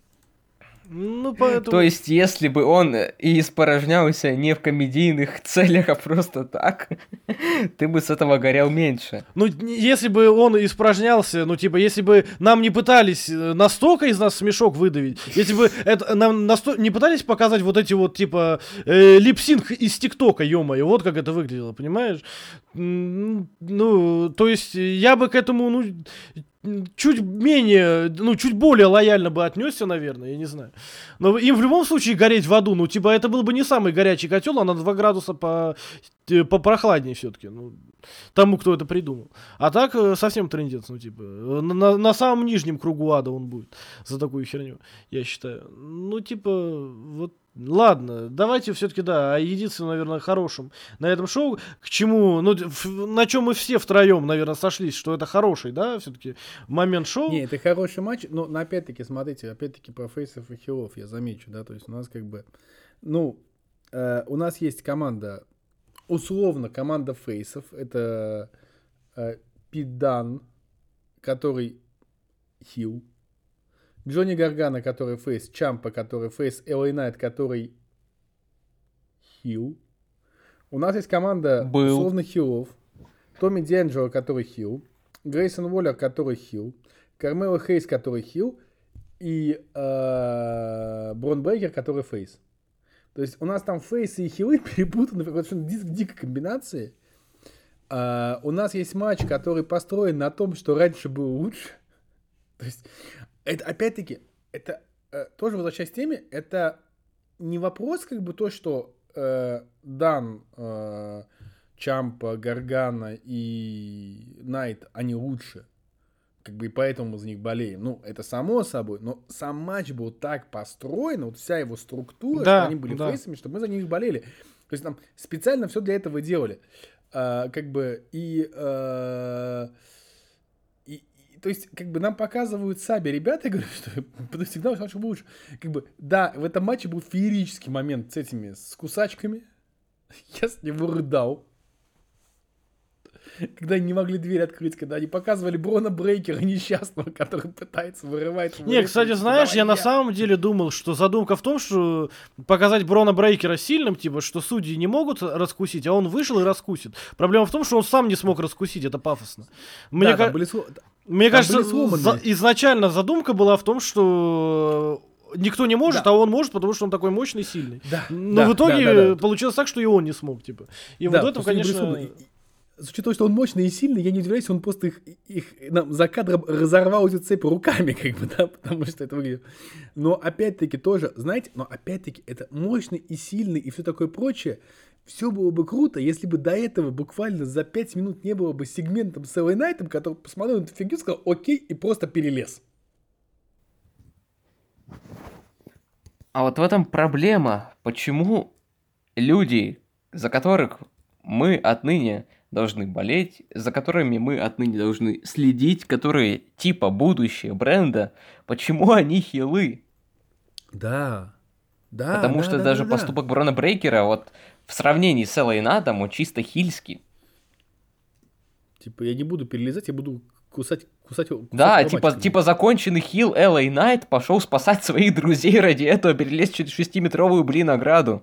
Ну, поэтому... То есть, если бы он и испорожнялся не в комедийных целях, а просто так, ты бы с этого горел меньше. Ну, н- если бы он испражнялся, ну, типа, если бы нам не пытались э, настолько из нас смешок выдавить, если бы это, нам насто- не пытались показать вот эти вот, типа, э, липсинг из ТикТока, ё-моё, вот как это выглядело, понимаешь? М, Ну, то есть, я бы к этому, ну, чуть менее, ну, чуть более лояльно бы отнесся, наверное, я не знаю. Но им в любом случае гореть в аду, ну, типа, это был бы не самый горячий котел, а на два градуса по, э, попрохладнее все-таки, ну, тому, кто это придумал. А так э, совсем трындец, ну, типа, э, на, на- на самом нижнем кругу ада он будет за такую херню, я считаю. Ну, типа, вот, ладно, давайте все-таки, да, о единственном, наверное, хорошем на этом шоу, к чему, ну, ф- на чем мы все втроем, наверное, сошлись, что это хороший, да, все-таки момент шоу. Не, это хороший матч, но но опять-таки, смотрите, опять-таки про фейсов и хилов я замечу, да, то есть у нас как бы, ну, э, у нас есть команда, условно, команда фейсов, это э, Пит Дан, который хил, Джонни Гаргано, который фейс, Чампа, который фейс, эл эй Найт, который хил. У нас есть команда Был. условно хилов, Томми Дианджело, который хил, Грейсон Уоллер, который хил, Кармело Хейс, который хил, и э, Брон Брейкер, который фейс. То есть у нас там фейсы и хилы перепутаны в совершенно дикой комбинации. Uh, у нас есть матч, который построен на том, что раньше было лучше. То есть, это, опять-таки, это uh, тоже возвращаясь к теме, это не вопрос, как бы, то, что uh, Дан, uh, Чампа, Гаргана и Найт, они лучше. Как бы, и поэтому мы за них болеем. Ну, это само собой, но сам матч был так построен, вот вся его структура, да, что они были да. фейсами, что мы за них болели. То есть, там специально все для этого делали. Uh, как бы и, uh, и, и то есть как бы нам показывают сами ребята, говорят, что всегда лучше лучше. Как бы да, в этом матче был феерический момент с этими с кусачками. Я с него рыдал. Когда они не могли дверь открыть, когда они показывали Брона Брейкера несчастного, который пытается вырывать. Не, кстати, знаешь, я, я на самом деле думал, что задумка в том, что показать Брона Брейкера сильным, типа, что судьи не могут раскусить, а он вышел и раскусит. Проблема в том, что он сам не смог раскусить, это пафосно. Мне, да, ка... там были сло... Мне там кажется, за... изначально задумка была в том, что никто не может, да. а он может, потому что он такой мощный и сильный. Да, Но да, в итоге да, да, да. получилось так, что и он не смог, типа. И да, вот в этом, конечно... С учетом того, что он мощный и сильный, я не удивляюсь, что он просто их, их нам, за кадром разорвал эти цепи руками, как бы, да, потому что это выглядит. Но опять-таки тоже, знаете, но опять-таки это мощный и сильный и все такое прочее. Все было бы круто, если бы до этого буквально за пять минут не было бы сегментом с эл эй Найтом, который посмотрел на эту фигню, сказал окей и просто перелез. А вот в этом проблема. Почему люди, за которых мы отныне должны болеть, за которыми мы отныне должны следить, которые типа будущее бренда, почему они хилы? Да, да. Потому да, что да, даже да, поступок да. Брона Брейкера вот в сравнении с эл эй Найтом он чисто хильский. Типа я не буду перелезать, я буду кусать, кусать. кусать Да, типа, типа законченный хил эл эй Найт пошел спасать своих друзей ради этого, перелез через шестиметровую, блин, ограду.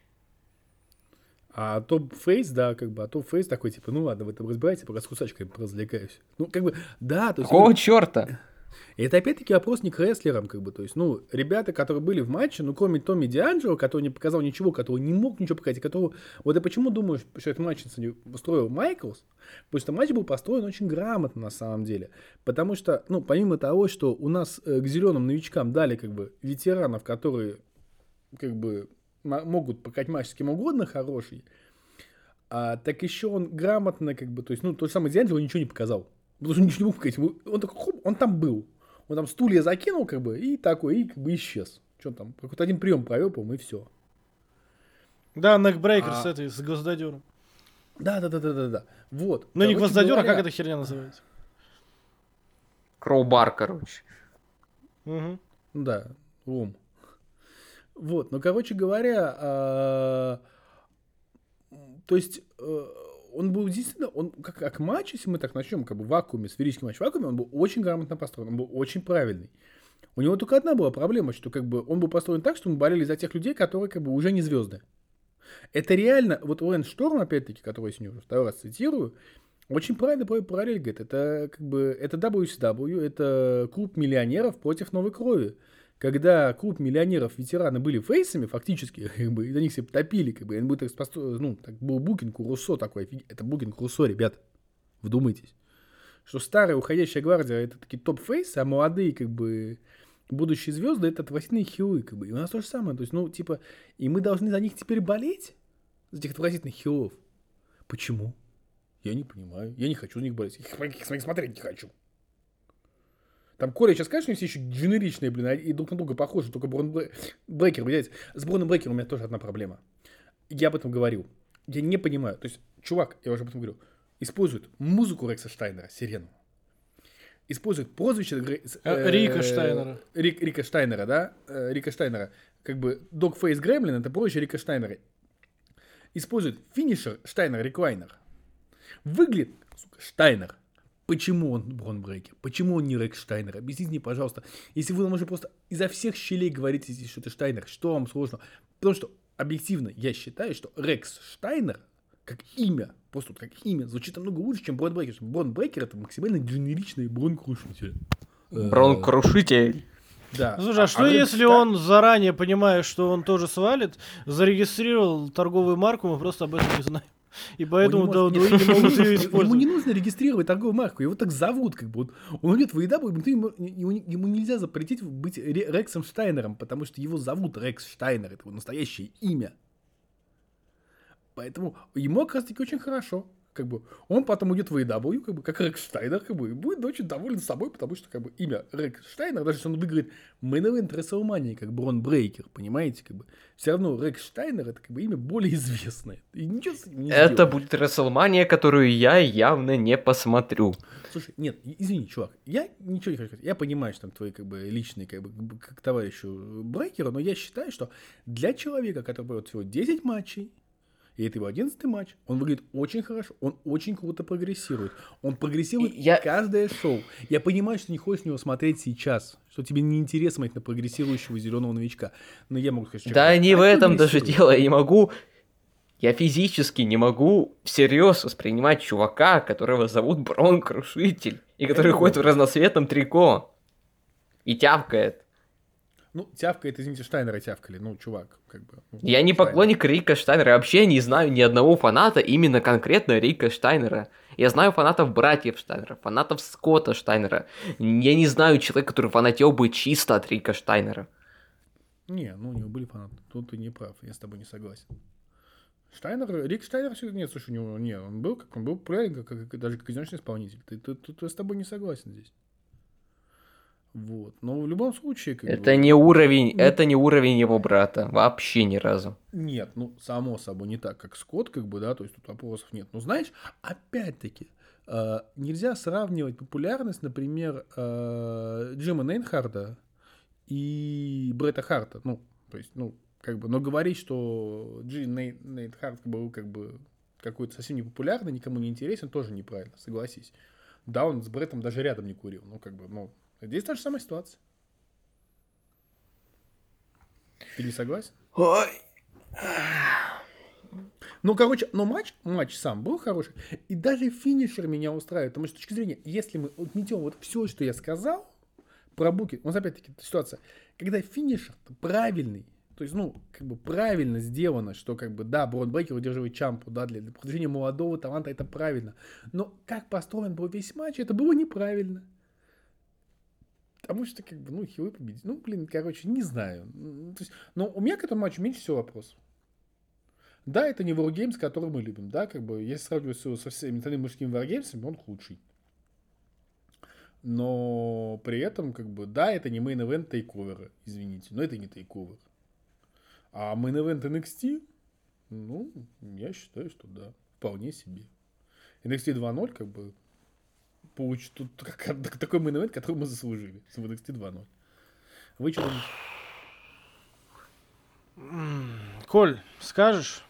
А топ-фейс, да, как бы, а топ-фейс такой, типа, ну ладно, вы там разбираете, пока с кусачками развлекаюсь. Ну, как бы, да, то есть... Какого ну, черта? это опять-таки вопрос не к рестлерам, как бы, то есть, ну, ребята, которые были в матче, ну, кроме Томми Дианджело, который не показал ничего, который не мог ничего показать, которого... Вот я почему думаю, что этот матч построил Майклс, потому что матч был построен очень грамотно, на самом деле. Потому что, ну, помимо того, что у нас э, к зеленым новичкам дали, как бы, ветеранов, которые, как бы, могут покать матч с кем угодно хороший, а, так еще он грамотно, как бы, то есть, ну, тот же самый Дианджело ничего не показал. Потому что он ничего не мог показать. Он такой, хоп, он там был. Он там стулья закинул, как бы, и такой, и как бы исчез. Что там, какой-то один прием провел, по-моему, и все. Да, некбрейкер а... с этой, с гвоздодером. Да, да, да, да, да, да. Вот. Ну, не гвоздодер, говоря... а как эта херня называется? Кроубар, короче. Угу. Да, лом. Вот, ну, короче говоря, а... то есть, он был действительно, он как, как матч, если мы так начнем, как бы в вакууме, сферический матч в вакууме, он был очень грамотно построен, он был очень правильный. У него только одна была проблема, что как бы он был построен так, что мы болели за тех людей, которые как бы уже не звезды. Это реально, вот Лэнс Шторм, опять-таки, который я сегодня уже второй раз цитирую, очень правильно параллель говорит, это как бы, это дабл ю си дабл ю, это клуб миллионеров против новой крови. Когда клуб миллионеров ветераны были фейсами, фактически, как бы, и за них все топили, как бы, они были, так, ну, так был букинг у Руссо такой, это букинг Руссо, ребят, вдумайтесь, что старая уходящая гвардия это такие топ-фейсы, а молодые, как бы, будущие звезды это отвратительные хилы, как бы, и у нас то же самое, то есть, ну, типа, и мы должны за них теперь болеть, за этих отвратительных хилов. Почему? Я не понимаю, я не хочу за них болеть, я их смотреть не хочу. Там Коля сейчас, конечно, все еще генеричные, блин, и друг на друга похожи, только Брон Брейкер, блядь. С Броном Брейкером у меня тоже одна проблема. Я об этом говорил. Я не понимаю. То есть, чувак, я уже об этом говорил, использует музыку Рекса Штайнера, сирену. Использует прозвище... Э, Рика Штайнера. Рик, Рика Штайнера, да? Э, Рика Штайнера. Как бы Dogface Gremlin, это прозвище Рика Штайнера. Использует финишер Штайнер Реклайнер. Выглядит, сука, Штайнер. Почему он Брон Брейкер? Почему он не Рекс Штайнер? Объясните мне, пожалуйста. Если вы нам уже просто изо всех щелей говорите, что это Штайнер, что вам сложно? Потому что, объективно, я считаю, что Рекс Штайнер, как имя, просто вот как имя, звучит намного лучше, чем Брон Брейкер. Брон Брейкер — это максимально генеричный Брон Крушитель. Брон-крушитель. Да. Слушай, а что Рекс если Штайнер- он, заранее понимая, что он тоже свалит, зарегистрировал торговую марку, мы просто об этом не знаем. И поэтому Он не дабл ю может- дабл ю и не могут ее Ему не использовать. нужно регистрировать торговую марку, его так зовут, как бы. Вот он идет в ИДАБ, ему, ему, ему нельзя запретить быть Ре- Рексом Штайнером, потому что его зовут Рекс Штайнер, это его настоящее имя. Поэтому ему как раз таки очень хорошо. Как бы, он потом уйдет в эй дабл ю, как бы, как Рекс Штайнер, как бы, и будет очень доволен собой, потому что как бы, имя Рекс Штайнер, даже если он выиграет мейн-эвент WrestleMania, как Брон Брейкер, понимаете, как бы, все равно Рекс Штайнер это как бы имя более известное. И ничего с этим не Это сделаешь. будет WrestleMania, которую я явно не посмотрю. Слушай, нет, и- извини, чувак, я ничего не хочу сказать. Я понимаю, что там твои как бы личные, как бы, к- как товарищу Брейкеру, но я считаю, что для человека, который провел всего десять матчей, и это его одиннадцатый матч, он выглядит очень хорошо, он очень круто прогрессирует. Он прогрессирует И я- каждое шоу. Я понимаю, что ты не хочешь на него смотреть сейчас, что тебе не интересно смотреть на прогрессирующего зеленого новичка. Но я могу сказать, что Да человек не в так этом даже прогрессирует. дело, я не могу... Я физически не могу всерьез воспринимать чувака, которого зовут Брон-крушитель, и который Это ходит в вот. разноцветном трико. И тявкает. Ну, тявкает, извините, Штайнера тявкали, ну, чувак, как бы. ну, Я не Штайнер. поклонник Рика Штайнера, я вообще не знаю ни одного фаната именно конкретно Рика Штайнера. Я знаю фанатов братьев Штайнера, фанатов Скотта Штайнера. Я не знаю человека, который фанател бы чисто от Рика Штайнера. Не, ну у него были фанаты. Тут ты не прав, я с тобой не согласен. Штайнер, Рик Штайнер, все, нет, слушай, у него, не, он был, как он был популярен, как, как- даже как одиночный исполнитель. Ты, ты, ты- ты с тобой не согласен здесь. Вот, но в любом случае, как Это бы, не уровень, Ну- это не уровень его брата, вообще ни разу. нет, ну, само собой, не так, как Скотт, как бы, да, то есть тут вопросов нет. Но знаешь, опять-таки, э, нельзя сравнивать популярность, например, э, Джима Нейнхарда и Бретта Харта, ну, то есть, ну, как бы, но говорить, что Джим Ней- Нейнхард был, как бы, какой-то совсем не популярный, никому не интересен, тоже неправильно, согласись. Да, он с Бреттом даже рядом не курил, ну, как бы, ну, здесь та же самая ситуация. Ты не согласен? Ой. Ну, короче, но матч, матч сам был хороший. И даже финишер меня устраивает. Потому что с точки зрения, если мы отметем вот все, что я сказал про буки, вот опять-таки ситуация, когда финишер правильный, то есть, ну, как бы правильно сделано, что, как бы, да, Брон Брейкер удерживает Чампу, да, для, для продвижения молодого таланта это правильно. Но как построен был весь матч, это было неправильно. Потому что, как бы, ну, хилы победили. Ну, блин, короче, не знаю. Ну, то есть, но у меня к этому матчу меньше всего вопросов. Да, это не Wargames, который мы любим, да, как бы, если сравнивать его со всеми остальными мужскими Wargames'ами, он худший. Но при этом, как бы, да, это не мейн-эвент тейковера, извините, но это не тейковер. А мейн-эвент эн экс ти, ну, я считаю, что да, вполне себе. эн экс ти два ноль, как бы, получит тут как- такой мейн-эвент, который мы заслужили с эн экс ти два ноль. Вы что думаете? Коль, скажешь?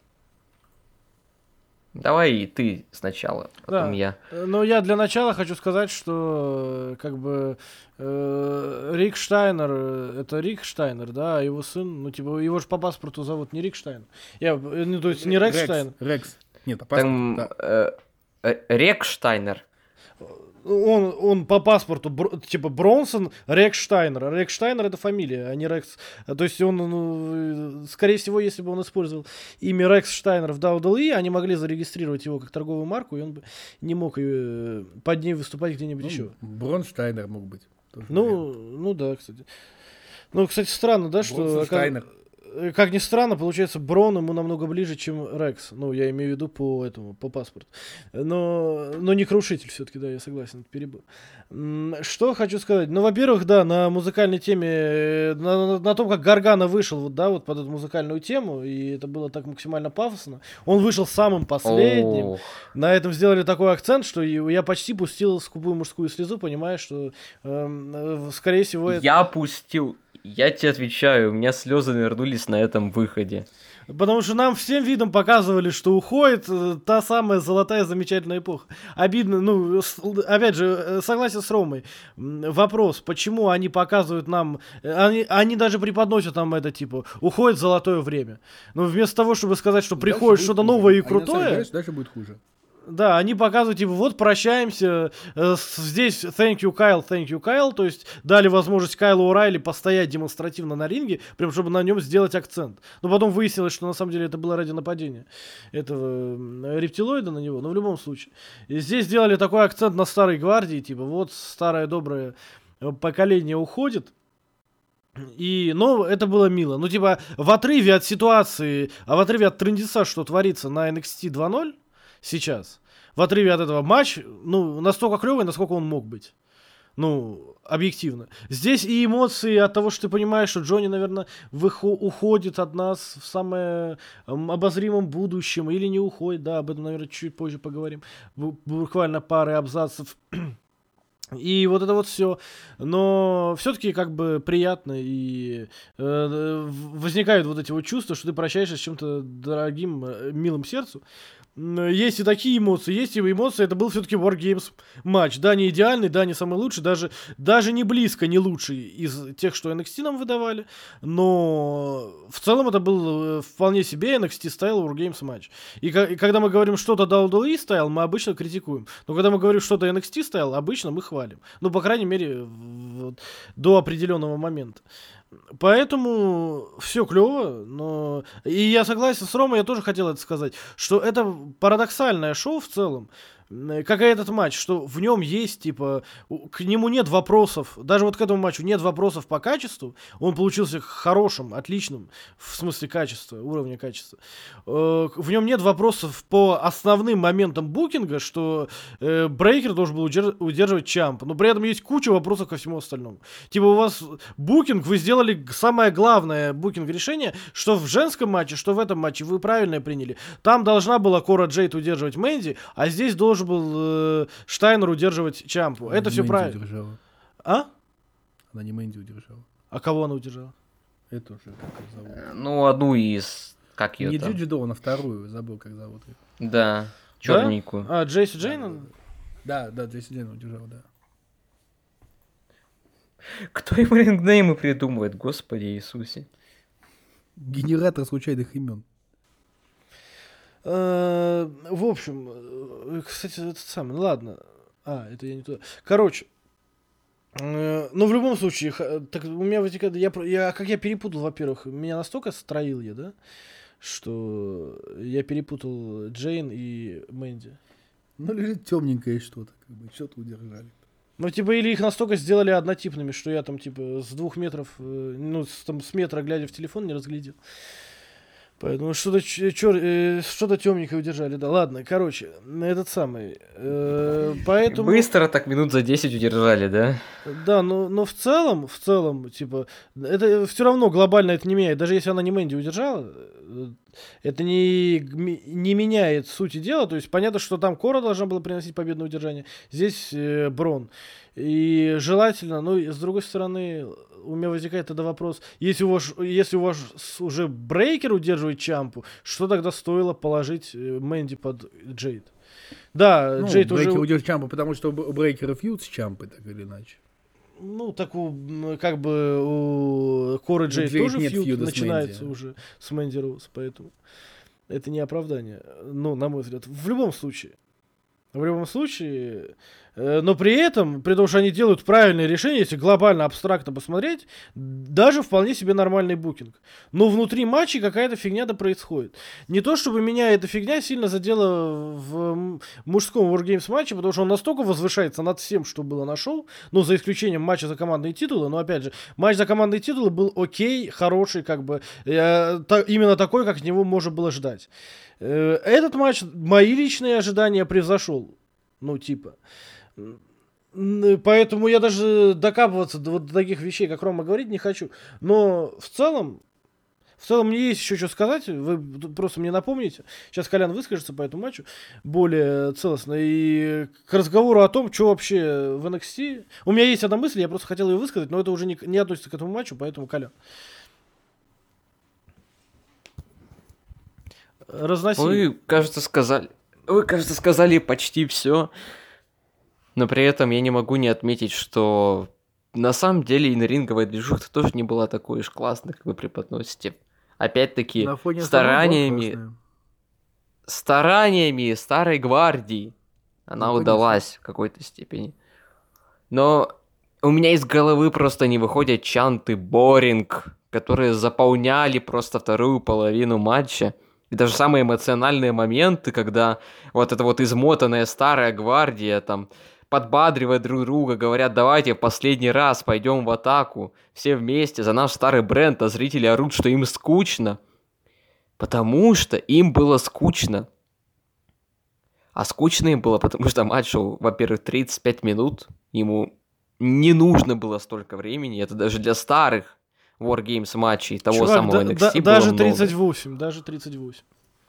Давай и ты сначала, потом Да. я. Э, Ну, я для начала хочу сказать, что э, как бы э, Рик Штайнер, э, это Рик Штайнер, да, а его сын, ну, типа, его же по паспорту зовут не Рик Штайнер. Я, э, ну, то есть не Рекс Штайнер. Рекс. Нет, по паспорту, Там да. э, э, Рек Штайнер. Он, он по паспорту, Бр- типа, Бронсон Рекс Штайнер. Рекс Штайнер это фамилия, а не Рекс. А, То есть он, ну, э, скорее всего, если бы он использовал имя Рекс Штайнер в дабл ю дабл ю и, они могли зарегистрировать его как торговую марку, и он бы не мог э, под ней выступать где-нибудь Ну, еще. Бронштайнер мог быть. Тоже Ну, вариант. ну да, кстати. Ну, кстати, странно, да, что... Бронсон как, Штайнер. э, как ни странно, получается, Брон ему намного ближе, чем Рекс. Ну, я имею в виду по этому, по паспорту. Но, но не Крушитель все-таки, да, я согласен, это перебор. М, Что хочу сказать? Ну, во-первых, да, на музыкальной теме, э, на, на- на том, как Гаргана вышел, вот, да, вот под эту музыкальную тему, и это было так максимально пафосно. Он вышел самым последним. Ох. На этом сделали такой акцент, что и- я почти пустил скупую мужскую слезу, понимая, что, эм, э, скорее всего, это... Я пустил, я тебе отвечаю, у меня слезы навернулись на этом выходе. Потому что нам всем видом показывали, что уходит э, та самая золотая замечательная эпоха. Обидно, ну, с- опять же, э, согласен с Ромой. М, Вопрос, почему они показывают нам, э, они, они даже преподносят нам это, типа, уходит золотое время. Но вместо того, чтобы сказать, что приходит Дальше что-то будет хуже. новое и Они на самом деле, крутое, Дальше, дальше будет хуже. Да, они показывают, типа, вот прощаемся, э, с- здесь thank you, Кайл, thank you, Кайл, то есть дали возможность Кайлу О'Райли постоять демонстративно на ринге, прям чтобы на нем сделать акцент. Но потом выяснилось, что на самом деле это было ради нападения этого м, рептилоида на него, но в любом случае. И здесь сделали такой акцент на старой гвардии, типа, вот старое доброе э, поколение уходит. И, ну, это было мило. Ну, типа, в отрыве от ситуации, а в отрыве от трындеца, что творится на эн экс ти два ноль сейчас, в отрыве от этого матч, ну, настолько клевый, насколько он мог быть. Ну, объективно. Здесь и эмоции от того, что ты понимаешь, что Джонни, наверное, выхо- уходит от нас в самое м, обозримом будущем, или не уходит, да, об этом, наверное, чуть позже поговорим. Бу- Буквально пары абзацев. И вот это вот все. Но все-таки как бы приятно, и э, в- возникают вот эти вот чувства, что ты прощаешься с чем-то дорогим, э, милым сердцу. М, Есть и такие эмоции, есть и эмоции. Это был все-таки Wargames матч. Да, не идеальный, да, не самый лучший, даже, даже не близко не лучший из тех, что эн экс ти нам выдавали. Но в целом это был э, вполне себе эн экс ти стайл Wargames матч. И, ка- и когда мы говорим что-то дабл ю дабл ю и стайл, мы обычно критикуем. Но когда мы говорим что-то эн экс ти стайл, обычно мы хвалим. Ну, по крайней мере, вот, до определенного момента. Поэтому все клево, но... И я согласен с Ромой, я тоже хотел это сказать, что это парадоксальное шоу в целом, м, как и этот матч, что в нем есть, типа, у- к нему нет вопросов, даже вот к этому матчу нет вопросов по качеству, он получился хорошим, отличным, в смысле качества, уровня качества. Э, В нем нет вопросов по основным моментам букинга, что э, Брейкер должен был удер- удерживать Чампа, но при этом есть куча вопросов ко всему остальному. Типа у вас букинг, вы сделали г- самое главное букинг решение, что в женском матче, что в этом матче, вы правильное приняли. Там должна была Кора Джейд удерживать Мэнди, а здесь должен был э, Штайнер удерживать Чампу. Это Она все Мэнди правильно. удержала. А? Она не Мэнди удержала. А кого она удержала? Это уже как ее зовут. Э, Ну, одну из... Как ее Не там? Джиджи Доун, а вторую. Забыл, как зовут ее. Да, черненькую. А, Джейси Джейн? Да, да, Джесси Джейн удержала, да. Кто ему рингнеймы придумывает, господи Иисусе? Генератор случайных имен. Э, В общем, э, кстати, этот самый, ну ладно. А, это я не туда. Короче, э, ну в любом случае, ха- так у меня вытекает, я, про- я, как я перепутал, во-первых, меня настолько строил я, да, что я перепутал Джейн и Мэнди. Ну, лежит темненькое что-то, как бы, что-то удержали. Ну, типа, или их настолько сделали однотипными, что я там, типа, с двух метров, э, ну, с, там, с метра, глядя в телефон, не разглядел. Поэтому что-то ч- чёр- э, что-то темненькое удержали, да. Ладно, короче, этот самый. э, поэтому. Быстро так минут за десять удержали, да? Да, но, но в целом, в целом, типа, это все равно глобально это не меняет. Даже если она не Мэнди удержала, э, это не, гми- не меняет сути дела. То есть понятно, что там Кора должна была приносить победное удержание. Здесь э, Брон. И желательно, ну, и с другой стороны, у меня возникает тогда вопрос, если у вас, если у вас с- уже Брейкер удерживает Чампу, что тогда стоило положить э, Мэнди под Джейд? Да, Ну, Джейд Брейкер уже... удержит Чампа, потому что у Брейкера фьюд с Чампой, так или иначе. Ну, так у, м, как бы, у Коры У Джейд Джейд тоже нет фьюд фьюда с начинается Мэнди. уже с Мэнди Роуз, поэтому это не оправдание, ну, на мой взгляд. В любом случае, в любом случае, э, но при этом, при том, что они делают правильные решения, если глобально, абстрактно посмотреть, даже вполне себе нормальный букинг. Но внутри матча какая-то фигня-то происходит. Не то, чтобы меня эта фигня сильно задела в м- мужском Wargames матче, потому что он настолько возвышается над всем, что было на шоу, ну, за исключением матча за командные титулы, но, опять же, матч за командные титулы был окей, хороший, как бы, э, та- именно такой, как от него можно было ждать. Э, Этот матч мои личные ожидания превзошел. Ну, типа. М, Поэтому я даже докапываться до вот до таких вещей, как Рома говорит, не хочу. Но в целом, в целом мне есть еще что сказать. Вы тут просто мне напомните. Сейчас Колян выскажется по этому матчу более целостно. И к разговору о том, что вообще в эн экс ти. У меня есть одна мысль, я просто хотел ее высказать, но это уже не, не относится к этому матчу, поэтому Колян. Разноси. Вы, кажется, сказали... Вы, кажется, сказали почти все. Но при этом я не могу не отметить, что на самом деле инринговая движуха тоже не была такой уж классной, как вы преподносите. Опять-таки, На фоне остального была стараниями... классная. стараниями старой гвардии она Ну, удалась в какой-то степени. Но у меня из головы просто не выходят чанты «боринг», которые заполняли просто вторую половину матча. И даже самые эмоциональные моменты, когда вот эта вот измотанная старая гвардия там подбадривает друг друга, говорят, давайте в последний раз пойдем в атаку, все вместе за наш старый бренд, а зрители орут, что им скучно. Потому что им было скучно. А скучно им было, потому что матч шел, во-первых, тридцать пять минут, ему не нужно было столько времени, это даже для старых Wargames матчей того Чувак, самого да- эн экс да- ти было даже много. тридцать восемь, даже тридцать восемь.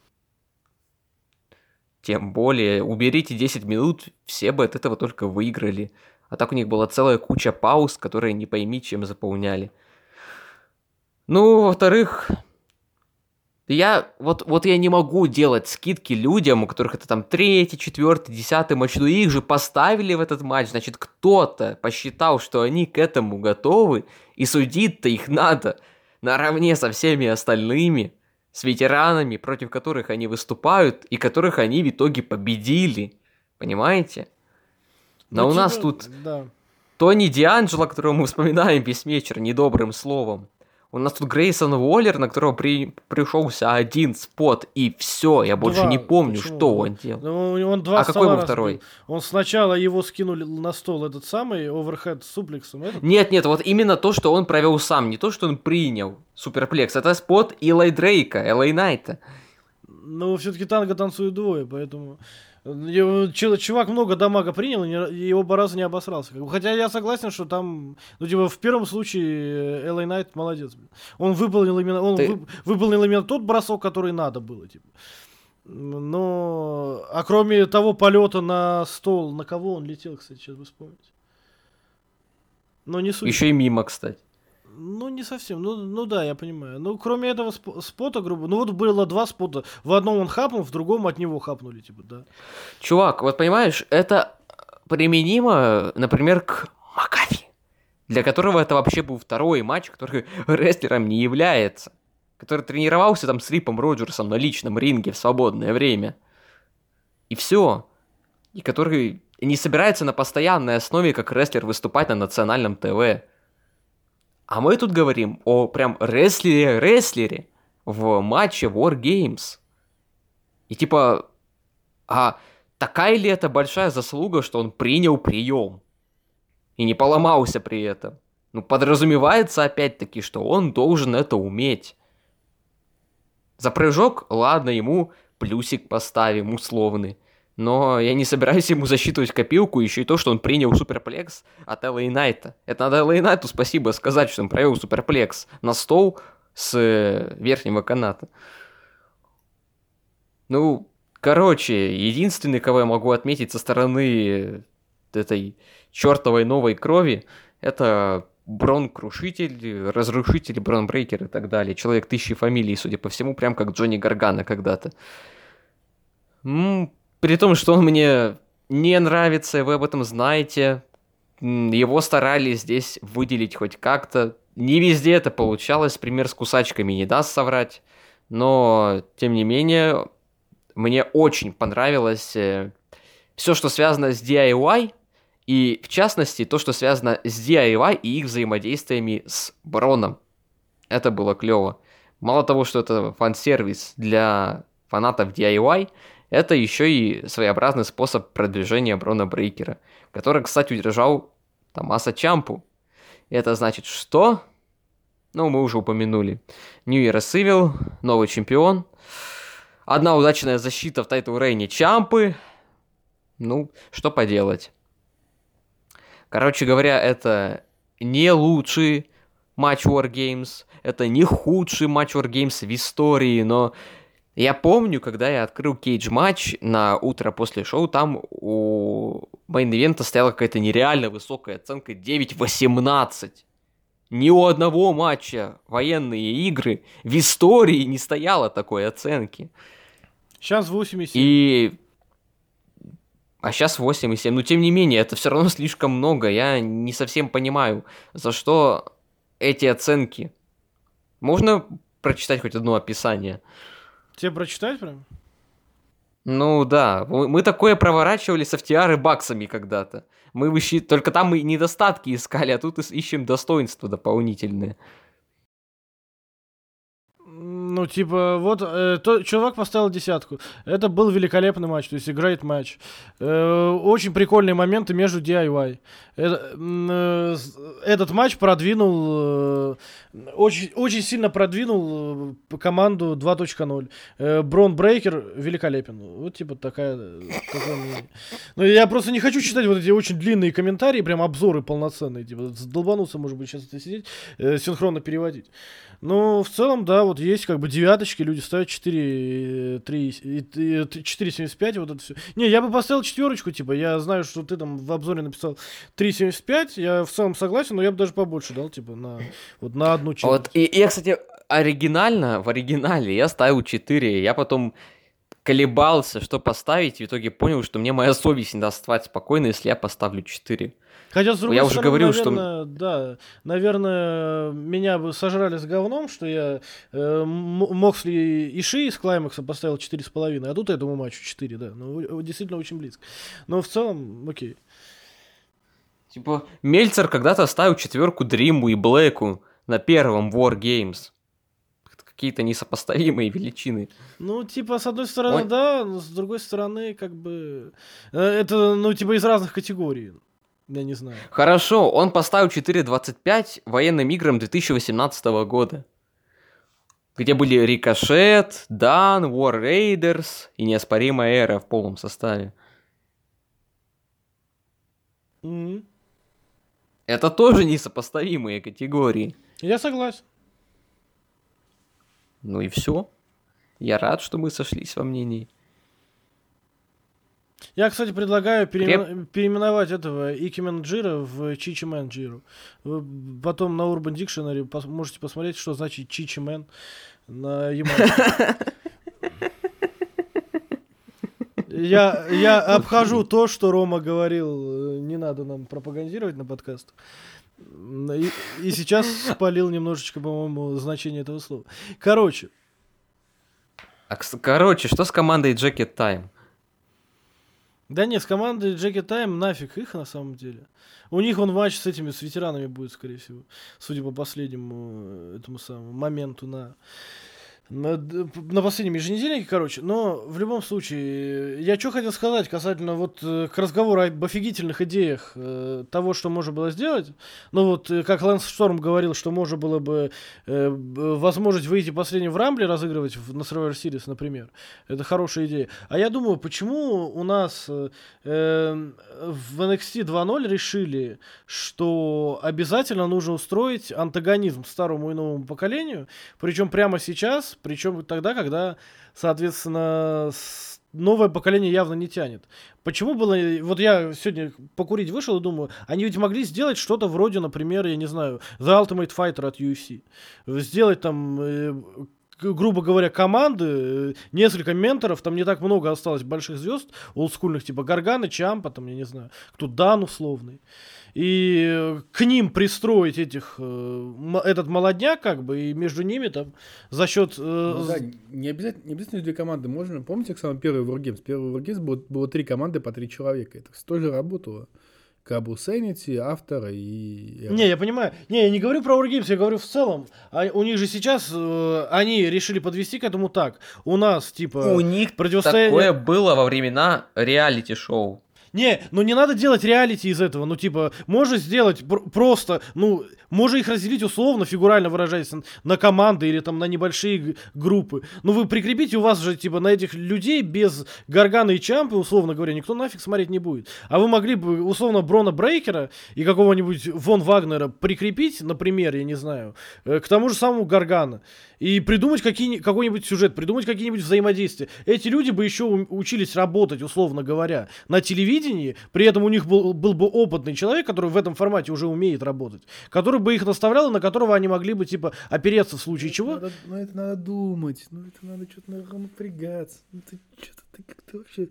Тем более, уберите десять минут, все бы от этого только выиграли. А так у них была целая куча пауз, которые не пойми чем заполняли. Ну, во-вторых, я вот, вот я не могу делать скидки людям, у которых это там третий, четвертый, десятый матч, но их же поставили в этот матч, значит, кто-то посчитал, что они к этому готовы, и судить-то их надо наравне со всеми остальными, с ветеранами, против которых они выступают, и которых они в итоге победили. Понимаете? Но Ну, у нас типа, тут Да. Тони Дианджело, которого мы вспоминаем весь вечер недобрым словом. У нас тут Грейсон Уоллер, на которого при... пришелся один спот, и все. Я больше Два. не помню, Почему? что он делал. Ну, он два А какой стола был второй? разбил. Он сначала его скинули на стол этот самый оверхед с суплексом. Этот. Нет, нет, вот именно то, что он провел сам, не то, что он принял суперплекс. Это спот Илай Дрейка, Эл Эй Найта. Но все-таки танго танцуют двое, поэтому... Его- чел- Чувак много дамага принял, и не- и оба раза не обосрался. Как бы. Хотя я согласен, что там, ну, типа, в первом случае Эл Эй Найт молодец. блин. Он выполнил именно, он Ты- вы- выполнил именно тот бросок, который надо было, типа. Но, а кроме того полета на стол, на кого он летел, кстати, сейчас бы вспомнить. Но не суть. Еще и мимо, кстати. Ну, не совсем. Ну, ну да, я понимаю. Ну, кроме этого сп- спота, грубо. Ну, вот было два спота. В одном он хапнул, в другом от него хапнули, типа, да. Чувак, вот понимаешь, это применимо, например, к Макафи, для которого это вообще был второй матч, который рестлером не является, который тренировался там с Рипом Роджерсом на личном ринге в свободное время. И все. И который не собирается на постоянной основе как рестлер выступать на национальном ТВ. А мы тут говорим о прям рестлере-рестлере в матче War Games. И типа, а такая ли это большая заслуга, что он принял прием и не поломался при этом? Ну, подразумевается опять-таки, что он должен это уметь. За прыжок, ладно, ему плюсик поставим условный. Но я не собираюсь ему засчитывать копилку, еще и то, что он принял суперплекс от Эл Эй Найта. Это надо Эл Эй Найту спасибо сказать, что он провел суперплекс на стол с э, верхнего каната. Ну, короче, единственный, кого я могу отметить со стороны этой чертовой новой крови, это Брон-крушитель, разрушитель, Брон-брейкер и так далее. Человек тысячи фамилий, судя по всему, прям как Джонни Гаргано когда-то. М, При том, что он мне не нравится, вы об этом знаете. М, Его старались здесь выделить хоть как-то. Не везде это получалось, пример с кусачками не даст соврать. Но, тем не менее, мне очень понравилось все, что связано с ди ай уай. И, в частности, то, что связано с ди ай уай и их взаимодействиями с Броном. Это было клево. Мало того, что это фан-сервис для фанатов ди ай уай, это еще и своеобразный способ продвижения Брона Брейкера, который, кстати, удержал Томаса Чампу. И это значит, что? Ну, мы уже упомянули. New Year's Evil, новый чемпион. Одна удачная защита в тайтл рейне Чампы. Ну, что поделать. Короче говоря, это не лучший матч War Games, это не худший матч War Games в истории, но я помню, когда я открыл кейдж-матч на утро после шоу, там у мейн-ивента стояла какая-то нереально высокая оценка девять восемнадцать. Ни у одного матча военные игры в истории не стояло такой оценки. Сейчас восемь и семь. И... А сейчас восемь и семь. Но тем не менее, это все равно слишком много. Я не совсем понимаю, за что эти оценки. Можно прочитать хоть одно описание? Тебе прочитать прям? Ну да, мы мы такое проворачивали с эф ти ар и баксами когда-то. Мы выщи... Только там мы недостатки искали, а тут ис- ищем достоинства дополнительные. Ну, типа, вот, э, то, чувак поставил десятку. Это был великолепный матч, то есть great матч. Э, очень прикольные моменты между ди ай вай. Это, м, э, с- этот матч продвинул, э, очень, очень сильно продвинул э, команду два точка ноль. Э, Брон Брейкер великолепен. Вот, типа, такая, такое мнение. Ну, я просто не хочу читать вот эти очень длинные комментарии, прям обзоры полноценные. Типа, долбануться, может быть, сейчас это сидеть, э, синхронно переводить. Ну, в целом, да, вот есть как бы девяточки, люди ставят четыре, три, четыре семьдесят пять, вот это все. Не, я бы поставил четверочку, типа, я знаю, что ты там в обзоре написал три семьдесят пять, я в целом согласен, но я бы даже побольше дал, типа, на, вот на одну А четверть. Вот, и, и я, кстати, оригинально, в оригинале я ставил четыре. Я потом колебался, что поставить, и в итоге понял, что мне моя совесть не даст спать спокойно, если я поставлю четыре. Хотя, с другой Я уже стороны, говорил, что- наверное, да, наверное, меня бы сожрали с говном, что я э, М- Моксли и Ши из Клаймакса поставил четыре с половиной, а тут этому матчу четыре, да, ну, о- действительно очень близко. Но в целом, окей. Типа, Мельцер когда-то ставил четверку Дриму и Блэку на первом War Games. Какие-то несопоставимые величины. Ну, типа, с одной стороны, Ой. да, но с другой стороны, как бы, э, это, ну, типа, из разных категорий, я не знаю. Хорошо, он поставил четыре двадцать пять военным играм две тысячи восемнадцатого года. Где были Рикошет, Дан, War Raiders и неоспоримая эра в полном составе. Мгм. Это тоже несопоставимые категории. Я согласен. Ну и все. Я рад, что мы сошлись во мнении. Я, кстати, предлагаю переимен- переименовать этого Икимен Джира в Чичимен Джиру. Вы потом на Urban Dictionary пос- можете посмотреть, что значит Чичимен на ямайском. Я, я обхожу то, что Рома говорил, э, не надо нам пропагандировать на подкаст. И, и сейчас спалил немножечко, по-моему, значение этого слова. Короче, А, кс- короче, что с командой Jacket Time? да нет, с командой Jacket Time нафиг их на самом деле. У них он матч с этими, с ветеранами будет, скорее всего. Судя по последнему э, этому самому моменту на, на, д- на последнем еженедельнике, короче. Но в любом случае, я что хотел сказать касательно вот э, к разговору об офигительных идеях э, того, что можно было сделать. Ну вот, э, как Лэнс Шторм говорил, что можно было бы э, б- возможность выйти последним в Рамбле, разыгрывать в, на Survivor Series, например. Это хорошая идея. А я думаю, почему у нас э, э, в эн экс ти два ноль решили, что обязательно нужно устроить антагонизм старому и новому поколению, причем прямо сейчас, причем тогда, когда, соответственно, с- новое поколение явно не тянет. Почему было... Вот я сегодня покурить вышел и думаю, они ведь могли сделать что-то вроде, например, я не знаю, The Ultimate Fighter от ю эф си. Сделать там... э, к- грубо говоря, команды, э, несколько менторов, там не так много осталось больших звезд, олдскульных, типа Гаргана, Чампа, там, я не знаю, кто Дан условный. И э, к ним пристроить этих, э, м- этот молодняк, как бы, и между ними там за счет... э, Ну з- да, не обязательно, не обязательно две команды. Можно, помните, как самый первый Wargames? Первый Wargames было, было три команды по три человека. Это тоже работало. Кабу Sanity, Автор и... Эра. Не, я понимаю. Не, я не говорю про Wargames, я говорю в целом. А у них же сейчас, э, они решили подвести к этому так. У нас, типа... У них противостояние- такое было во времена реалити-шоу. Не, ну не надо делать реалити из этого. Ну, типа, можно сделать пр- просто, ну, можно их разделить условно, фигурально выражаясь, на, на команды или там на небольшие г- группы. Ну, вы прикрепите, у вас же, типа, на этих людей без Гаргана и Чампы, условно говоря, никто нафиг смотреть не будет. А вы могли бы, условно, Брона Брейкера и какого-нибудь Вон Вагнера прикрепить, например, я не знаю, э, к тому же самому Гаргана. И придумать какие, какой-нибудь сюжет, придумать какие-нибудь взаимодействия. Эти люди бы еще у- учились работать, условно говоря, на телевидении. При этом у них был, был бы опытный человек, который в этом формате уже умеет работать. Который бы их наставлял, и на которого они могли бы, типа, опереться в случае чего. Надо, ну это надо думать, ну это надо что-то напрягаться. Ну ты что-то ты как-то вообще...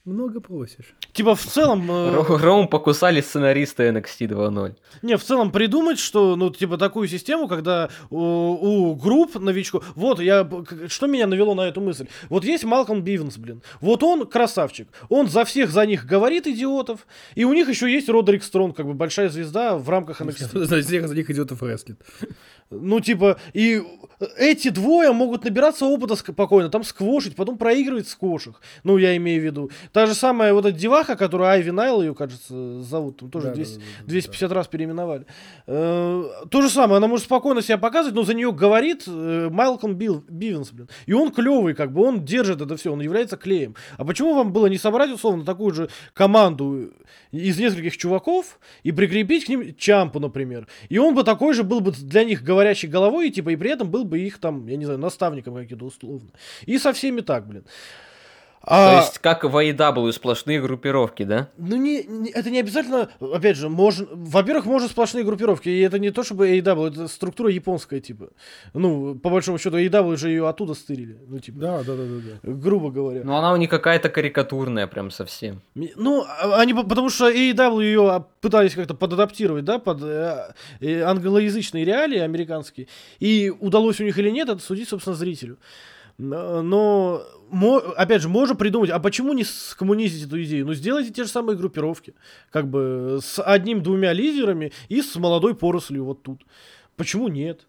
Много просишь. Типа в целом... э, Ро- Роум покусали сценаристы эн экс ти два ноль. Не, в целом придумать, что, ну, типа, такую систему, когда у, у групп новичков... Вот, я... б- к- Что меня навело на эту мысль? Вот есть Малкольм Бивенс, блин. Вот он красавчик. Он за всех за них говорит, идиотов. И у них еще есть Родерик Стронг, как бы большая звезда в рамках эн экс ти. За всех за них идиотов рестлит. Ну, типа, и эти двое могут набираться опыта спокойно, там сквошить, потом проигрывать в сквошах. Ну, я имею в виду. Та же самая вот эта деваха, которую Айви Найл, ее, кажется, зовут, там тоже Да, да, двести, да, да, двести пятьдесят раз переименовали. Э, То же самое, она может спокойно себя показывать, но за нее говорит э, Малкольм Билл- Бивенс, блин. И он клевый, как бы, он держит это все, он является клеем. А почему вам было не собрать, условно, такую же команду из нескольких чуваков и прикрепить к ним Чампу, например? И он бы такой же был бы для них говорящей головой, и типа, и при этом был бы их там, я не знаю, наставником каким-то условно. И со всеми так, блин. То А, есть, как в эй и дабл ю, сплошные группировки, да? ну, не, не- это не обязательно, опять же, можно, во-первых, можно сплошные группировки, и это не то, чтобы эй и дабл ю, это структура японская, типа. Ну, по большому счету, эй и дабл ю же ее оттуда стырили, ну, типа, Да, да, да, да, да. грубо говоря. Но она у них какая-то карикатурная прям совсем. Ми- Ну, а- они, по- потому что эй и дабл ю ее пытались как-то подадаптировать, да, под э, э, англоязычные реалии американские, и удалось у них или нет, это судить, собственно, зрителю. Но, но, мо- опять же, можно придумать, а почему не скоммунизить эту идею? Ну, сделайте те же самые группировки, как бы с одним-двумя лидерами и с молодой порослью вот тут. Почему нет?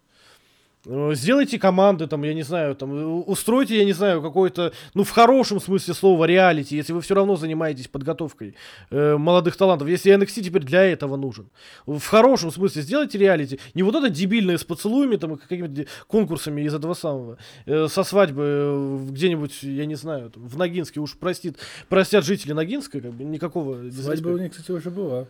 Э, Сделайте команды, там, я не знаю, там, у- устройте, я не знаю, какой-то, ну, в хорошем смысле слова, реалити, если вы все равно занимаетесь подготовкой э, молодых талантов, если эн экс ти теперь для этого нужен. В хорошем смысле сделайте реалити, не вот это дебильное с поцелуями, там, и какими-то де- конкурсами из этого самого, э, со свадьбы э, где-нибудь, я не знаю, там, в Ногинске, уж простит, простят жители Ногинска, как бы, никакого... Свадьба у дизреспекта. них, кстати, уже была.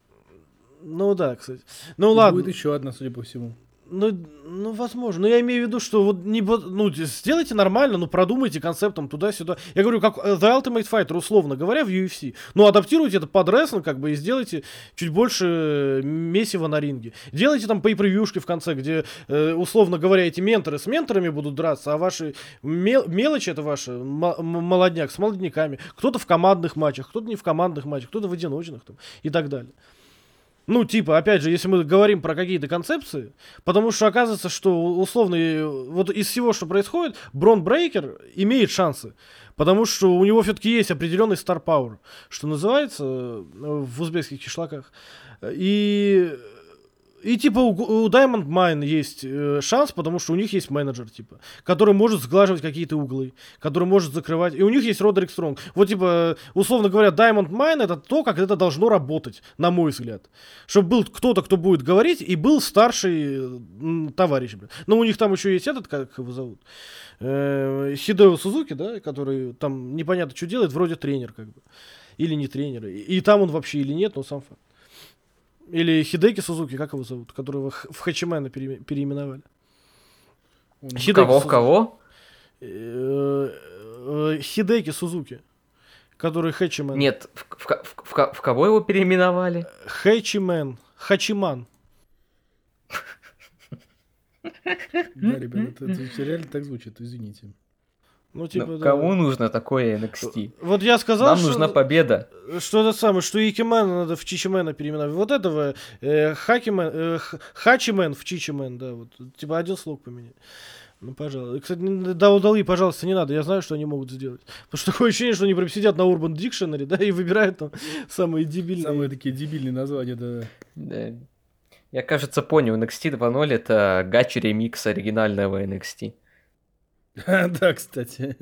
Ну, да, кстати. Ну, И ладно. будет еще одна, судя по всему. Ну, ну, возможно. Но я имею в виду, что вот не, бо- ну, д- сделайте нормально, ну, продумайте концептом туда-сюда. Я говорю, как э, The Ultimate Fighter, условно говоря, в ю эф си. Ну, адаптируйте это под рестлинг, как бы, и сделайте чуть больше э, месива на ринге. Делайте там пей-превьюшки в конце, где, э, условно говоря, эти менторы с менторами будут драться, а ваши мел- мелочи, это ваши, м- м- молодняк с молодняками. Кто-то в командных матчах, кто-то не в командных матчах, кто-то в одиночных там, и так далее. Ну, типа, опять же, если мы говорим про какие-то концепции, потому что оказывается, что условно, э, вот из всего, что происходит, Брон Брейкер имеет шансы, потому что у него все-таки есть определенный star power, что называется э, в узбекских кишлаках. И, и типа у, у Diamond Mine есть э, шанс, потому что у них есть менеджер, типа, который может сглаживать какие-то углы, который может закрывать. И у них есть Родерик Стронг. Вот, типа, условно говоря, Diamond Mine это то, как это должно работать, на мой взгляд. Чтобы был кто-то, кто будет говорить, и был старший м, товарищ. Блин. Но у них там еще есть этот, как его зовут, э, Хидео Сузуки, да, который там непонятно что делает, вроде тренер, как бы. Или не тренер. И, и там он вообще или нет, но сам факт. Или Хидеки Сузуки, как его зовут, которого х- в Хачимена пере- переименовали. Он- Хидеки Кого, в Сузуки. кого? Э, э, Хидеки Сузуки, который Хачимен. Нет, в, в, ко- в, ко- в кого его переименовали? Хачимен. Хачиман. Да, ребят, это, это реально так звучит, извините. Ну, типа, Ну, да. кому нужно такое эн экс ти? Вот я сказал, Нам что, нужна победа. что это самое, что Икимена надо в Чичимена переименовать. Вот этого э, Хакимен, э, Х- Хачимен в Чичимен, да, вот. Типа один слог поменять. Ну, пожалуйста. Кстати, не- да, удали, пожалуйста, не надо. Я знаю, что они могут сделать. Потому что такое ощущение, что они прям сидят на Urban Dictionary, да, и выбирают там самые дебильные. Самые такие дебильные названия, да. Да. Я, кажется, понял, эн экс ти два ноль это гачи ремикс оригинального эн экс ти. Да, кстати.